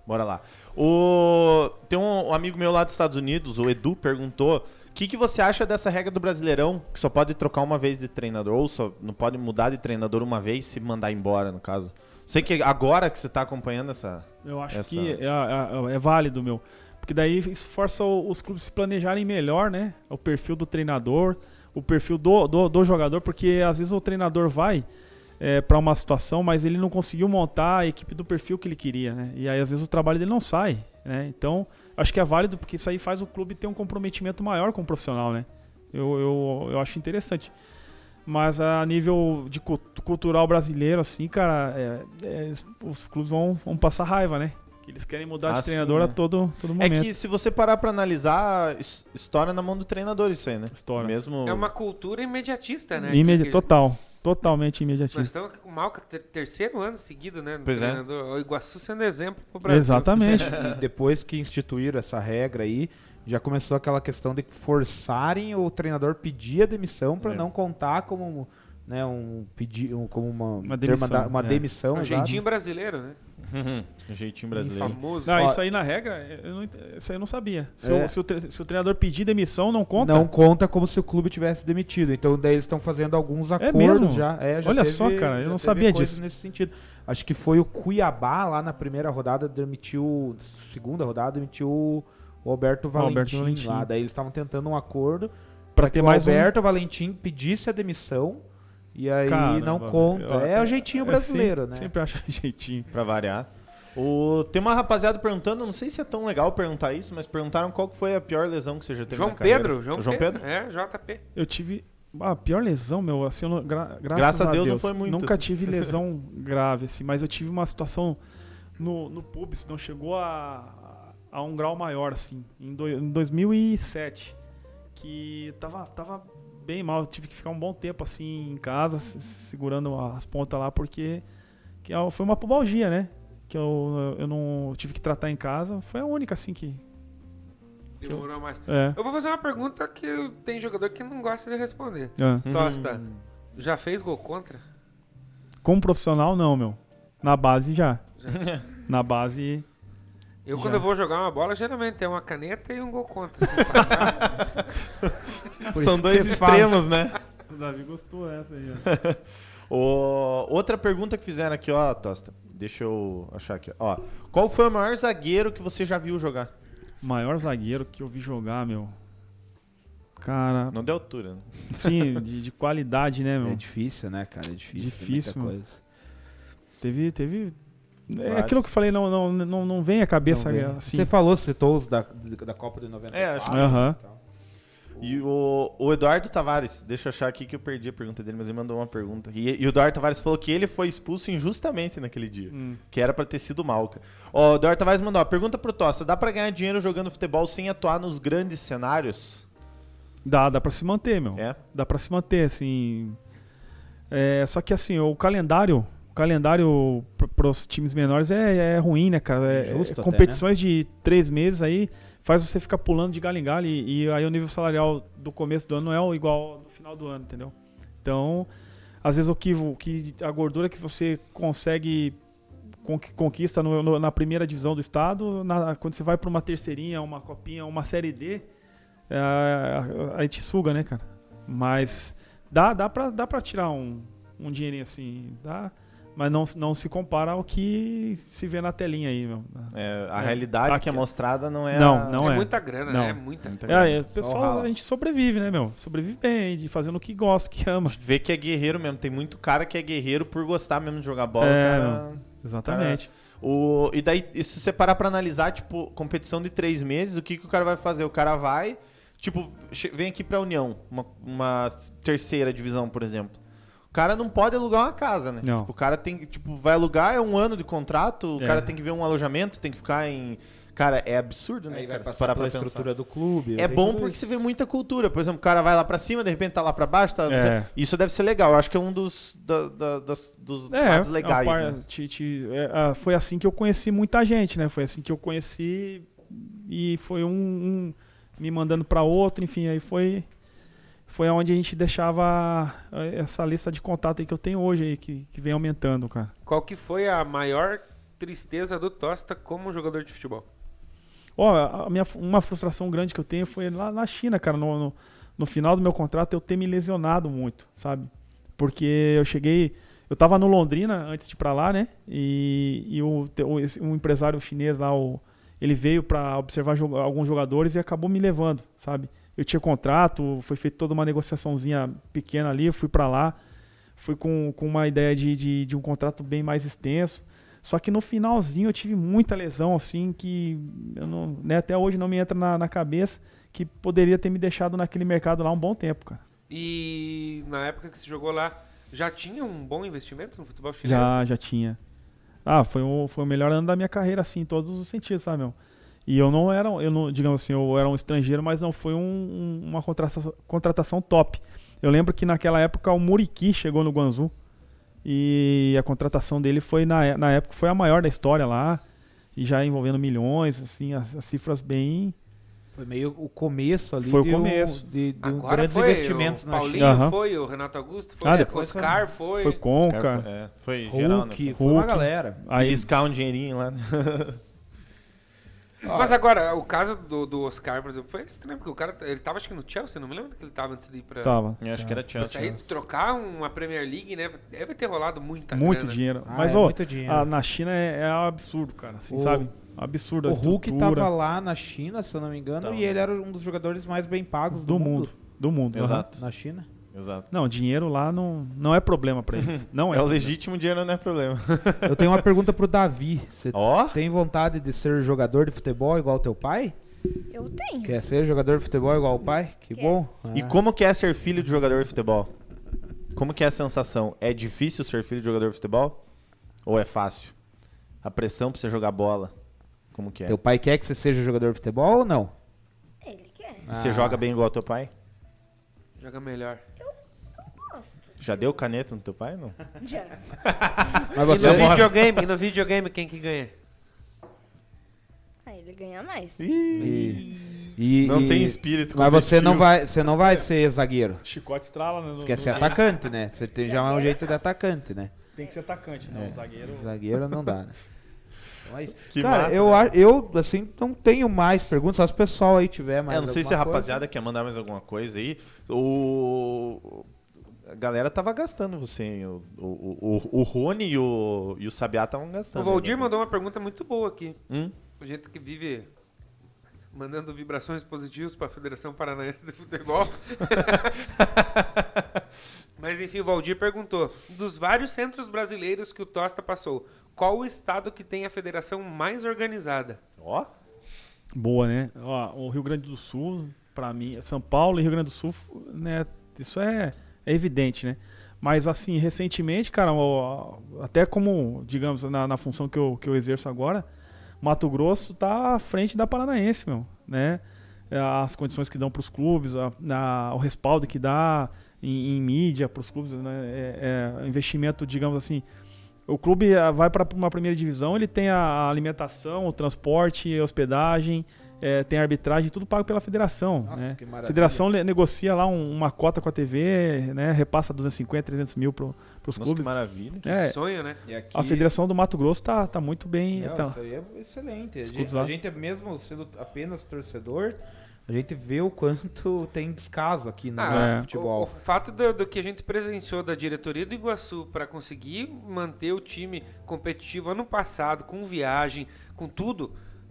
Speaker 2: Tem um amigo meu lá dos Estados Unidos, o Edu, perguntou o que você acha dessa regra do Brasileirão, que só pode trocar uma vez de treinador, ou só não pode mudar de treinador uma vez se mandar embora, no caso. Sei que agora que você tá acompanhando essa...
Speaker 4: Eu acho que é válido, meu. Porque daí isso força os clubes se planejarem melhor, né? O perfil do treinador, o perfil do jogador, porque às vezes o treinador vai para uma situação, mas ele não conseguiu montar a equipe do perfil que ele queria, né? E aí às vezes o trabalho dele não sai, né? Então, acho que é válido porque isso aí faz o clube ter um comprometimento maior com o profissional, né? Eu acho interessante. Mas a nível de cultural brasileiro, assim, cara, os clubes vão passar raiva, né? Que eles querem mudar de treinador a todo momento.
Speaker 2: É que se você parar pra analisar, estoura na mão do treinador isso aí, né?
Speaker 4: Estoura.
Speaker 2: Mesmo...
Speaker 3: É uma cultura imediatista, né?
Speaker 4: Totalmente imediatista.
Speaker 3: Nós estamos com o Malca terceiro ano seguido, né?
Speaker 2: Pois
Speaker 3: treinador. O Iguaçu sendo exemplo pro Brasil.
Speaker 4: Exatamente.
Speaker 5: E depois que instituíram essa regra aí, já começou aquela questão de forçarem o treinador pedir a demissão para não contar como, né, como uma demissão. Uma demissão.
Speaker 3: Um jeitinho brasileiro, né?
Speaker 2: Um jeitinho brasileiro.
Speaker 3: Famoso.
Speaker 4: Não, isso aí na regra, isso aí eu não sabia. Se o treinador pedir demissão, não conta?
Speaker 5: Não conta como se o clube tivesse demitido. Então daí eles estão fazendo alguns acordos
Speaker 4: mesmo?
Speaker 5: já. Já
Speaker 4: Olha
Speaker 5: teve,
Speaker 4: só, cara, eu não
Speaker 5: teve
Speaker 4: sabia
Speaker 5: coisa
Speaker 4: disso.
Speaker 5: Nesse sentido. Acho que foi o Cuiabá lá na primeira rodada segunda rodada demitiu o Alberto Valentim lá. Daí eles estavam tentando um acordo para que o Alberto Valentim pedisse a demissão. E aí não conta. É o jeitinho brasileiro, né?
Speaker 4: Sempre acho jeitinho.
Speaker 2: Pra variar. Tem uma rapaziada perguntando, não sei se é tão legal perguntar isso, mas perguntaram qual que foi a pior lesão que você já teve
Speaker 3: João
Speaker 2: na carreira.
Speaker 3: João Pedro? É, JP.
Speaker 4: Eu tive... A pior lesão, meu, assim,
Speaker 2: graças a Deus não foi muito.
Speaker 4: Nunca tive lesão grave, assim, mas eu tive uma situação no pubis, não chegou a 1 grau maior, assim, em 2007, que tava bem mal, eu tive que ficar um bom tempo, assim, em casa, segurando as pontas lá, porque foi uma pubalgia, né, que eu não tive que tratar em casa, foi a única, assim, que...
Speaker 3: Demorou mais. Eu vou fazer uma pergunta que tem jogador que não gosta de responder. Tosta, já fez gol contra?
Speaker 4: Como profissional, não, meu. Na base, já. Na base...
Speaker 3: Quando eu vou jogar uma bola, geralmente é uma caneta e um gol contra. Assim,
Speaker 2: São dois extremos, né?
Speaker 4: O Davi gostou dessa aí,
Speaker 2: Outra pergunta que fizeram aqui, ó, Tosta. Deixa eu achar aqui, ó. Qual foi o maior zagueiro que você já viu jogar?
Speaker 4: Maior zagueiro que eu vi jogar, meu. Cara...
Speaker 2: Não de altura, né?
Speaker 4: Sim, de qualidade, né, meu?
Speaker 5: É difícil, né, cara? É difícil.
Speaker 4: Difícil,
Speaker 5: coisa.
Speaker 4: Teve... É aquilo que eu falei, não vem à cabeça assim.
Speaker 5: Você citou os da Copa de 94.
Speaker 2: Acho que... E o Eduardo Tavares, deixa eu achar aqui que eu perdi a pergunta dele, mas ele mandou uma pergunta. E o Eduardo Tavares falou que ele foi expulso injustamente naquele dia, que era pra ter sido o Malca. O Eduardo Tavares mandou, pergunta pro Tosta, dá pra ganhar dinheiro jogando futebol sem atuar nos grandes cenários?
Speaker 4: Dá pra se manter, meu.
Speaker 2: É?
Speaker 4: Dá pra se manter, assim. Só que assim, o calendário para os times menores é ruim, né, cara?
Speaker 5: Justo até,
Speaker 4: competições de 3 meses aí faz você ficar pulando de galho em galho e aí o nível salarial do começo do ano não é igual no final do ano, entendeu? Então, às vezes a gordura que você consegue conquista na primeira divisão do estado, quando você vai para uma terceirinha, uma copinha, uma série D, aí te suga, né, cara? Mas dá pra tirar um dinheirinho assim, dá, mas não se compara ao que se vê na telinha aí, meu.
Speaker 2: A realidade que é mostrada não é...
Speaker 4: Não
Speaker 3: é
Speaker 4: é.
Speaker 3: muita grana,
Speaker 4: Não.
Speaker 3: né? É muita
Speaker 2: Muita
Speaker 3: grana.
Speaker 2: grana.
Speaker 4: O pessoal, a gente sobrevive, né, meu? Sobrevive bem, fazendo o que gosta, que ama.
Speaker 2: Vê que é guerreiro mesmo. Tem muito cara que é guerreiro por gostar mesmo de jogar bola.
Speaker 4: Exatamente.
Speaker 2: E daí, se você parar pra analisar, tipo, competição de 3 meses, o que o cara vai fazer? O cara vai, tipo, vem aqui pra União, uma terceira divisão, por exemplo. O cara não pode alugar uma casa, né?
Speaker 4: Não.
Speaker 2: Tipo, o cara tem, tipo, vai alugar, é 1 ano de contrato, o cara tem que ver um alojamento, tem que ficar em... Cara, é absurdo, né?
Speaker 5: Aí vai
Speaker 2: cara, se
Speaker 5: passar
Speaker 2: parar
Speaker 5: pela
Speaker 2: pra pensar.
Speaker 5: estrutura do clube.
Speaker 2: É
Speaker 5: tem
Speaker 2: bom
Speaker 5: tudo
Speaker 2: porque
Speaker 5: isso.
Speaker 2: você vê muita cultura. Por exemplo, o cara vai lá pra cima, de repente tá lá pra baixo. Isso deve ser legal. Eu acho que é um dos lados legais, né?
Speaker 4: Foi assim que eu conheci muita gente, né? Foi assim que eu conheci e foi um me mandando pra outro, enfim, aí foi onde a gente deixava essa lista de contato aí que eu tenho hoje aí, que vem aumentando, cara.
Speaker 3: Qual que foi a maior tristeza do Tosta como jogador de futebol?
Speaker 4: Uma frustração grande que eu tenho foi lá na China, cara, no final do meu contrato eu ter me lesionado muito, sabe? Porque eu tava no Londrina antes de ir pra lá, né? E um empresário chinês lá, ele veio pra observar alguns jogadores e acabou me levando, sabe? Eu tinha contrato, foi feita toda uma negociaçãozinha pequena ali, eu fui pra lá, fui com uma ideia de um contrato bem mais extenso. Só que no finalzinho eu tive muita lesão, assim, que eu não, né, até hoje não me entra na cabeça, que poderia ter me deixado naquele mercado lá um bom tempo, cara.
Speaker 3: E na época que você jogou lá, já tinha um bom investimento no futebol chinês?
Speaker 4: Já tinha. Foi o melhor ano da minha carreira, assim, em todos os sentidos, sabe, meu? E digamos assim, eu era um estrangeiro, mas não foi uma contratação top. Eu lembro que naquela época o Muriqui chegou no Guangzhou. E a contratação dele foi, na época, foi a maior da história lá. E já envolvendo milhões, assim, as cifras bem...
Speaker 5: Foi meio o começo ali.
Speaker 4: Foi o começo.
Speaker 5: De
Speaker 3: Agora
Speaker 5: grandes
Speaker 3: foi
Speaker 5: investimentos
Speaker 3: o
Speaker 5: na
Speaker 3: Paulinho,
Speaker 5: China.
Speaker 3: foi o Renato Augusto, foi
Speaker 5: depois
Speaker 3: o Oscar, foi...
Speaker 4: Foi Conca.
Speaker 2: Foi geral, né?
Speaker 5: Hulk, foi uma galera.
Speaker 2: Aí riscar um dinheirinho lá.
Speaker 3: Mas agora, o caso do Oscar, por exemplo, foi estranho, porque o cara, ele tava acho que no Chelsea, não me lembro que ele tava antes de ir pra...
Speaker 4: Tava.
Speaker 2: Eu acho que era
Speaker 3: Isso
Speaker 2: Chelsea.
Speaker 3: aí, trocar uma Premier League, né, deve ter rolado muita
Speaker 4: Muito
Speaker 3: grana.
Speaker 4: dinheiro.
Speaker 5: Ah,
Speaker 4: Mas,
Speaker 5: é muito dinheiro.
Speaker 4: na China é um absurdo, cara, assim, sabe? Absurdo a
Speaker 5: O Hulk
Speaker 4: estrutura
Speaker 5: tava lá na China, se eu não me engano, e ele era um dos jogadores mais bem pagos
Speaker 4: do mundo. Do mundo.
Speaker 2: Exato.
Speaker 5: Na China.
Speaker 2: Exato.
Speaker 4: Não, dinheiro lá não é problema pra eles. Não é.
Speaker 2: É o
Speaker 4: problema.
Speaker 2: legítimo dinheiro, não é problema.
Speaker 5: Eu tenho uma pergunta pro Davi. Você
Speaker 2: Ó.
Speaker 5: tem vontade de ser jogador de futebol igual teu pai?
Speaker 8: Eu tenho.
Speaker 5: Quer ser jogador de futebol igual o pai? Que
Speaker 8: Quero.
Speaker 5: bom.
Speaker 2: E como que é ser filho de jogador de futebol? Como que é a sensação? É difícil ser filho de jogador de futebol? Ou é fácil? A pressão pra você jogar bola? Como que é?
Speaker 5: Teu pai quer que você seja jogador de futebol ou não?
Speaker 8: Ele quer.
Speaker 2: E você joga bem igual ao teu pai?
Speaker 3: Joga melhor.
Speaker 8: Gosto.
Speaker 2: Já deu caneta no teu pai, não?
Speaker 8: Já.
Speaker 5: Mas
Speaker 3: E no videogame, quem que ganha?
Speaker 8: Aí ele ganha mais.
Speaker 2: Não tem espírito
Speaker 5: Mas você
Speaker 2: competitivo.
Speaker 5: não vai ser zagueiro.
Speaker 4: Chicote estrala, né?
Speaker 5: Você quer ser atacante, né? Você tem já um jeito de atacante, né?
Speaker 4: Tem que ser atacante, não. Zagueiro.
Speaker 5: Zagueiro não dá, né? Então é isso.
Speaker 2: Que
Speaker 5: Cara,
Speaker 2: massa,
Speaker 5: eu, assim, não tenho mais perguntas. Só se o pessoal aí tiver mais
Speaker 2: Eu não sei se a
Speaker 5: alguma
Speaker 2: rapaziada quer mandar mais alguma coisa aí. A galera tava gastando você, hein? O Rony e o Sabiá estavam gastando.
Speaker 3: O Valdir mandou uma pergunta muito boa aqui. A gente que vive mandando vibrações positivas para a Federação Paranaense de Futebol. Mas enfim, o Valdir perguntou: dos vários centros brasileiros que o Tosta passou, qual o estado que tem a federação mais organizada?
Speaker 2: Ó.
Speaker 4: Boa, né? Ó, o Rio Grande do Sul, pra mim, São Paulo e Rio Grande do Sul, né? Isso é evidente, né? Mas assim, recentemente, cara, até como, digamos, na função que eu exerço agora, Mato Grosso tá à frente da Paranaense, meu, né? as condições que dão para os clubes, o respaldo que dá em mídia para os clubes, né? Investimento, digamos assim. O clube vai para uma primeira divisão, ele tem a alimentação, o transporte, a hospedagem, tem a arbitragem, tudo pago pela federação.
Speaker 5: Nossa,
Speaker 4: Né?
Speaker 5: que maravilha.
Speaker 4: A federação negocia lá uma cota com a TV, né? Repassa 250, 300 mil para os
Speaker 2: Nossa, que
Speaker 4: clubes.
Speaker 2: maravilha.
Speaker 3: Sonho, né?
Speaker 5: E aqui...
Speaker 4: A Federação do Mato Grosso tá muito bem.
Speaker 5: Não,
Speaker 4: tá-
Speaker 5: isso aí é excelente. A
Speaker 4: Desculpa,
Speaker 5: gente, a gente é mesmo sendo apenas torcedor, a gente vê o quanto tem descaso aqui no nosso futebol.
Speaker 3: O fato do que a gente presenciou da diretoria do Iguaçu para conseguir manter o time competitivo ano passado, com viagem, com tudo,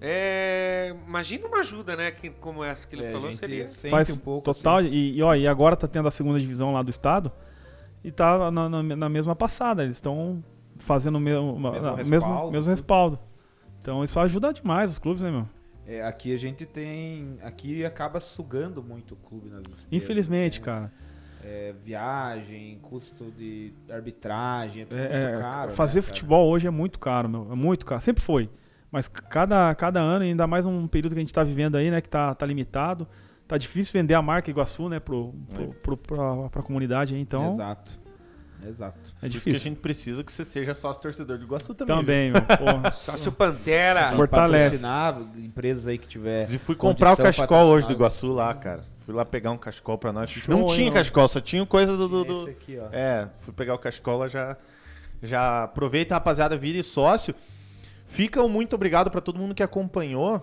Speaker 3: imagina uma ajuda, né? Como essa que ele
Speaker 5: A
Speaker 3: falou,
Speaker 5: gente
Speaker 3: seria...
Speaker 5: sente
Speaker 4: Faz
Speaker 5: um pouco
Speaker 4: total.
Speaker 5: assim.
Speaker 4: E agora tá tendo a segunda divisão lá do estado e tá na mesma passada. Eles estão fazendo mesmo respaldo. Então isso ajuda demais os clubes, né, meu?
Speaker 5: Aqui a gente tem... Aqui acaba sugando muito o clube nas despesas.
Speaker 4: Infelizmente,
Speaker 5: né?
Speaker 4: cara.
Speaker 5: Viagem, custo de arbitragem, é tudo muito caro.
Speaker 4: Fazer
Speaker 5: né, cara?
Speaker 4: futebol hoje é muito caro, meu. É muito caro. Sempre foi. Mas cada ano, ainda mais um período que a gente tá vivendo aí, né? Que tá limitado. Tá difícil vender a marca Iguaçu, né? Pra comunidade aí, então.
Speaker 5: Exato.
Speaker 4: É
Speaker 2: Por isso que a
Speaker 4: difícil.
Speaker 2: gente precisa que você seja sócio torcedor do Iguaçu também.
Speaker 4: Também, meu. Porra.
Speaker 3: Sócio Pantera.
Speaker 4: Fortalece.
Speaker 5: Patrocinar empresas aí que tiver.
Speaker 2: E fui comprar o
Speaker 5: condição
Speaker 2: cachecol hoje do
Speaker 5: patrocinada.
Speaker 2: Iguaçu lá, cara. Fui lá pegar um cachecol pra nós.
Speaker 4: Show,
Speaker 2: Não tinha
Speaker 4: hein,
Speaker 2: cachecol, só tinha coisa do...
Speaker 5: Esse aqui, ó.
Speaker 2: Fui pegar o cachecol lá, já aproveita, rapaziada, vire sócio. Fica um muito obrigado pra todo mundo que acompanhou.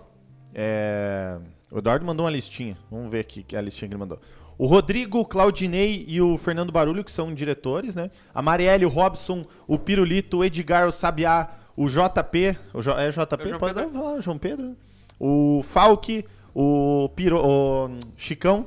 Speaker 2: O Eduardo mandou uma listinha. Vamos ver aqui a listinha que ele mandou. O Rodrigo, o Claudinei e o Fernando Barulho, que são diretores, né? A Marielle, o Robson, o Pirulito, o Edgar, o Sabiá, o JP. JP?
Speaker 3: João
Speaker 2: Pode
Speaker 3: Pedro.
Speaker 2: falar, João Pedro. Né? O Falque, o Chicão,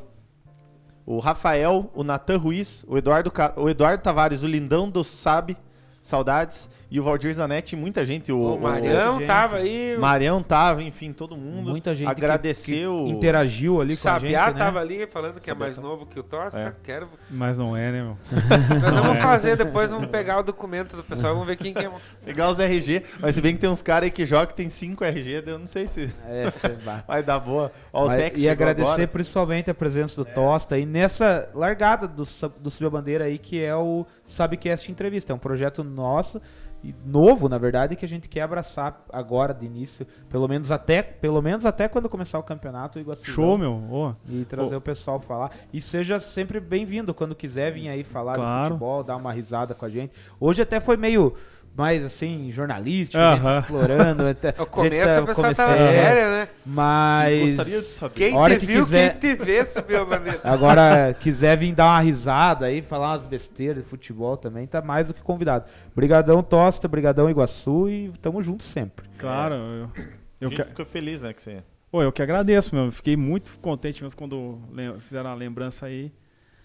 Speaker 2: o Rafael, o Natan Ruiz, o Eduardo Tavares, o Lindão do Sabe, saudades, e o Valdir Zanetti, muita gente.
Speaker 3: O Marião
Speaker 5: gente.
Speaker 3: tava aí.
Speaker 2: Marião tava, enfim, todo mundo.
Speaker 5: Muita gente
Speaker 2: agradeceu.
Speaker 5: que interagiu ali
Speaker 3: O
Speaker 5: com a gente,
Speaker 3: Sabiá
Speaker 5: né?
Speaker 3: tava ali falando que é
Speaker 2: Sabiá
Speaker 3: mais
Speaker 2: tá-
Speaker 3: novo que o Tosta. Quero...
Speaker 4: Mas não é, né, meu?
Speaker 3: Nós vamos fazer depois, vamos pegar o documento do pessoal, vamos ver quem que é.
Speaker 2: Pegar os RG, mas se bem que tem uns caras aí que jogam que tem 5 RG, eu não sei se
Speaker 5: Sei lá.
Speaker 2: vai dar boa. Ó, o Tex
Speaker 5: E
Speaker 2: chegou
Speaker 5: agradecer
Speaker 2: agora.
Speaker 5: principalmente a presença do Tosta aí nessa largada do Subir a Bandeira aí, que é o Sabcast Entrevista. É um projeto nosso, e novo, na verdade, que a gente quer abraçar agora de início, pelo menos até quando começar o campeonato, o Iguaçu.
Speaker 4: Show, meu. Ô.
Speaker 5: E trazer o pessoal falar. E seja sempre bem-vindo quando quiser vir aí falar
Speaker 4: Claro.
Speaker 5: de futebol, dar uma risada com a gente. Hoje até foi meio mais assim, jornalístico,
Speaker 4: Aham.
Speaker 5: gente explorando. Até,
Speaker 3: No começo a pessoa tava
Speaker 5: começando,
Speaker 3: séria, né?
Speaker 5: Mas
Speaker 2: Gostaria de saber.
Speaker 3: Quem
Speaker 5: hora
Speaker 3: te
Speaker 5: que
Speaker 3: viu,
Speaker 5: quiser-
Speaker 3: quem te vê, subiu a bandeira.
Speaker 5: agora quiser vir dar uma risada aí, falar umas besteiras de futebol também, tá mais do que convidado. Brigadão Tosta, brigadão Iguaçu e tamo junto sempre.
Speaker 4: Claro,
Speaker 2: A
Speaker 4: eu
Speaker 2: gente fica feliz, né, que você...
Speaker 4: eu que agradeço, meu. Fiquei muito contente mesmo quando fizeram a lembrança aí.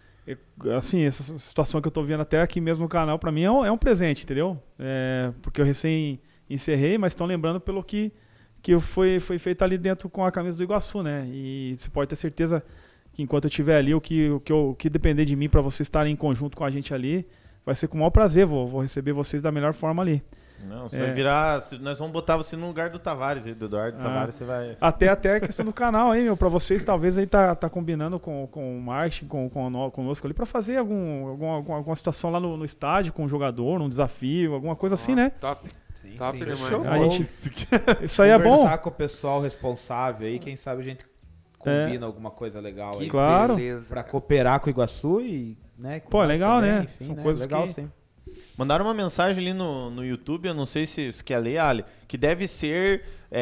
Speaker 4: Assim, essa situação que eu tô vendo até aqui mesmo no canal, pra mim é um presente, entendeu? Porque eu recém encerrei, mas estão lembrando pelo que foi feito ali dentro com a camisa do Iguaçu, né? E você pode ter certeza que enquanto eu estiver ali, o que depender de mim pra vocês estarem em conjunto com a gente ali, vai ser com o maior prazer. Vou receber vocês da melhor forma ali.
Speaker 2: Não, você vai virar... Nós vamos botar você no lugar do Tavares, do Eduardo Tavares, você vai...
Speaker 4: Até a questão do canal aí, meu, pra vocês talvez aí tá combinando com o marketing, conosco ali, pra fazer alguma situação lá no estádio com o jogador, um desafio, alguma coisa assim, né?
Speaker 3: Top. Top demais.
Speaker 2: Fechou.
Speaker 4: A gente- Isso aí é bom.
Speaker 5: Conversar com o pessoal responsável aí, quem sabe a gente combina alguma coisa legal
Speaker 3: Que
Speaker 5: aí.
Speaker 4: Claro.
Speaker 3: beleza.
Speaker 5: Pra cooperar com o Iguaçu e, né, com
Speaker 4: Pô,
Speaker 5: nós
Speaker 4: legal,
Speaker 5: também,
Speaker 4: né?
Speaker 5: Enfim,
Speaker 4: São
Speaker 5: né?
Speaker 4: coisas
Speaker 5: legal,
Speaker 4: que-
Speaker 5: sim.
Speaker 2: Mandaram uma mensagem ali no YouTube, eu não sei se você quer ler, Ali, que deve ser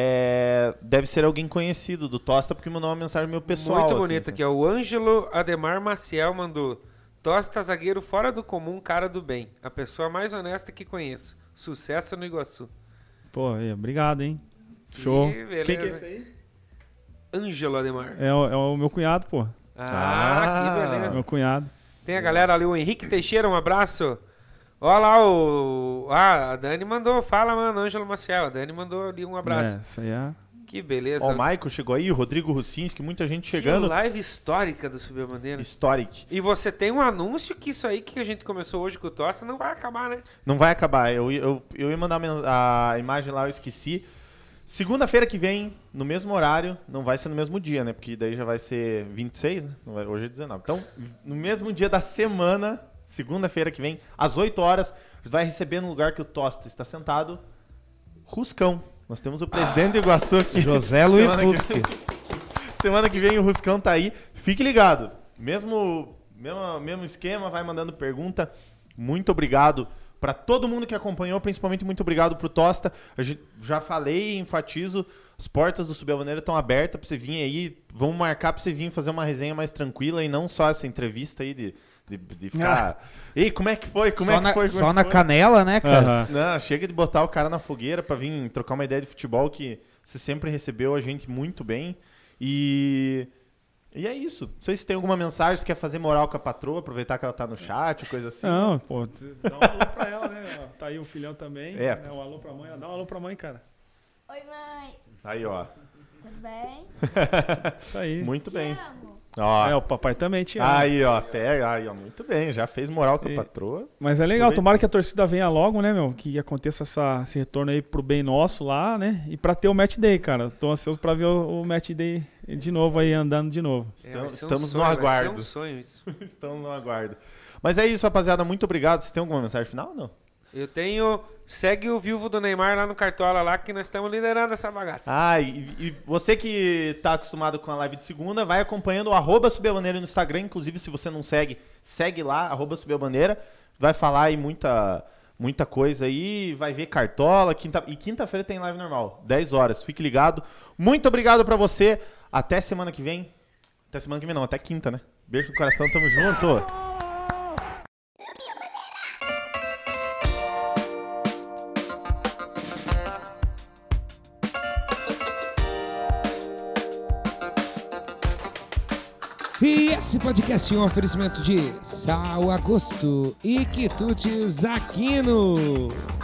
Speaker 2: alguém conhecido do Tosta, porque mandou uma mensagem meio pessoal.
Speaker 3: Muito
Speaker 2: assim,
Speaker 3: bonito
Speaker 2: assim.
Speaker 3: aqui, ó. O Ângelo Ademar Maciel mandou: Tosta, zagueiro fora do comum, cara do bem. A pessoa mais honesta que conheço. Sucesso no Iguaçu.
Speaker 4: Pô, obrigado, hein? Show.
Speaker 3: Que beleza.
Speaker 4: Quem que é esse aí?
Speaker 3: Ângelo Ademar.
Speaker 4: É o meu cunhado, pô.
Speaker 3: Que beleza.
Speaker 4: Meu cunhado.
Speaker 3: Tem a galera ali, o Henrique Teixeira, um abraço. Olha lá, a Dani mandou, fala, mano, Ângelo Maciel. A Dani mandou ali um abraço.
Speaker 4: Isso aí é...
Speaker 3: Que beleza.
Speaker 2: Ó, o Maico chegou aí, o Rodrigo Russinski, muita gente
Speaker 3: Que
Speaker 2: chegando.
Speaker 3: live histórica do Subir a Bandeira.
Speaker 2: Historic.
Speaker 3: E você tem um anúncio que isso aí que a gente começou hoje com o Tosta não vai acabar, né?
Speaker 2: Não vai acabar. Eu ia mandar a imagem lá, eu esqueci. Segunda-feira que vem, no mesmo horário, não vai ser no mesmo dia, né? Porque daí já vai ser 26, né? Hoje é 19. Então, no mesmo dia da semana, segunda-feira que vem, às 8 horas, vai receber no lugar que o Tosta está sentado, Ruscão. Nós temos o presidente do Iguaçu aqui.
Speaker 5: José Luiz Rusque.
Speaker 2: Semana que vem o Ruscão tá aí. Fique ligado. Mesmo esquema, vai mandando pergunta. Muito obrigado para todo mundo que acompanhou, principalmente muito obrigado pro Tosta. Já falei e enfatizo, as portas do Subir a Bandeira estão abertas para você vir aí. Vamos marcar para você vir fazer uma resenha mais tranquila e não só essa entrevista aí de ficar... Ei, como é que foi?
Speaker 5: Só na canela, né, cara?
Speaker 2: Não, chega de botar o cara na fogueira para vir trocar uma ideia de futebol, que você sempre recebeu a gente muito bem. E é isso. Não sei se tem alguma mensagem, se quer fazer moral com a patroa, aproveitar que ela tá no chat, coisa assim.
Speaker 4: Não, pô, dá um alô pra ela, né? Tá aí o filhão também.
Speaker 2: É.
Speaker 4: Né? Um alô pra mãe. Dá um alô pra mãe, cara.
Speaker 8: Oi, mãe.
Speaker 2: Aí, ó.
Speaker 8: Tudo bem?
Speaker 4: Isso aí.
Speaker 2: Muito bem.
Speaker 8: Te amo.
Speaker 2: Ó.
Speaker 4: O papai também te ama.
Speaker 2: Aí, ó. Pega. Aí, ó. Muito bem. Já fez moral com a patroa.
Speaker 4: Mas é legal, tomara que a torcida venha logo, né, meu? Que aconteça esse retorno aí pro bem nosso lá, né? E pra ter o Match Day, cara. Tô ansioso pra ver o Match Day de novo aí, andando de novo.
Speaker 2: Estamos no aguardo.
Speaker 3: Vai ser um sonho isso.
Speaker 2: Estamos no aguardo. Mas é isso, rapaziada. Muito obrigado. Vocês têm alguma mensagem final ou não?
Speaker 3: Eu tenho... Segue o viúvo do Neymar lá no Cartola lá, que nós estamos liderando essa bagaça.
Speaker 2: E você que tá acostumado com a live de segunda, vai acompanhando o @subiabandeira no Instagram. Inclusive, se você não segue, segue lá, @subiabandeira. Vai falar aí muita coisa aí, vai ver Cartola. Quinta-feira tem live normal, 10 horas. Fique ligado. Muito obrigado pra você. Até semana que vem. Até semana que vem não, até quinta, né? Beijo no coração, tamo junto.
Speaker 3: E esse podcast é um oferecimento de Sal Agosto e Quitutes Aquino.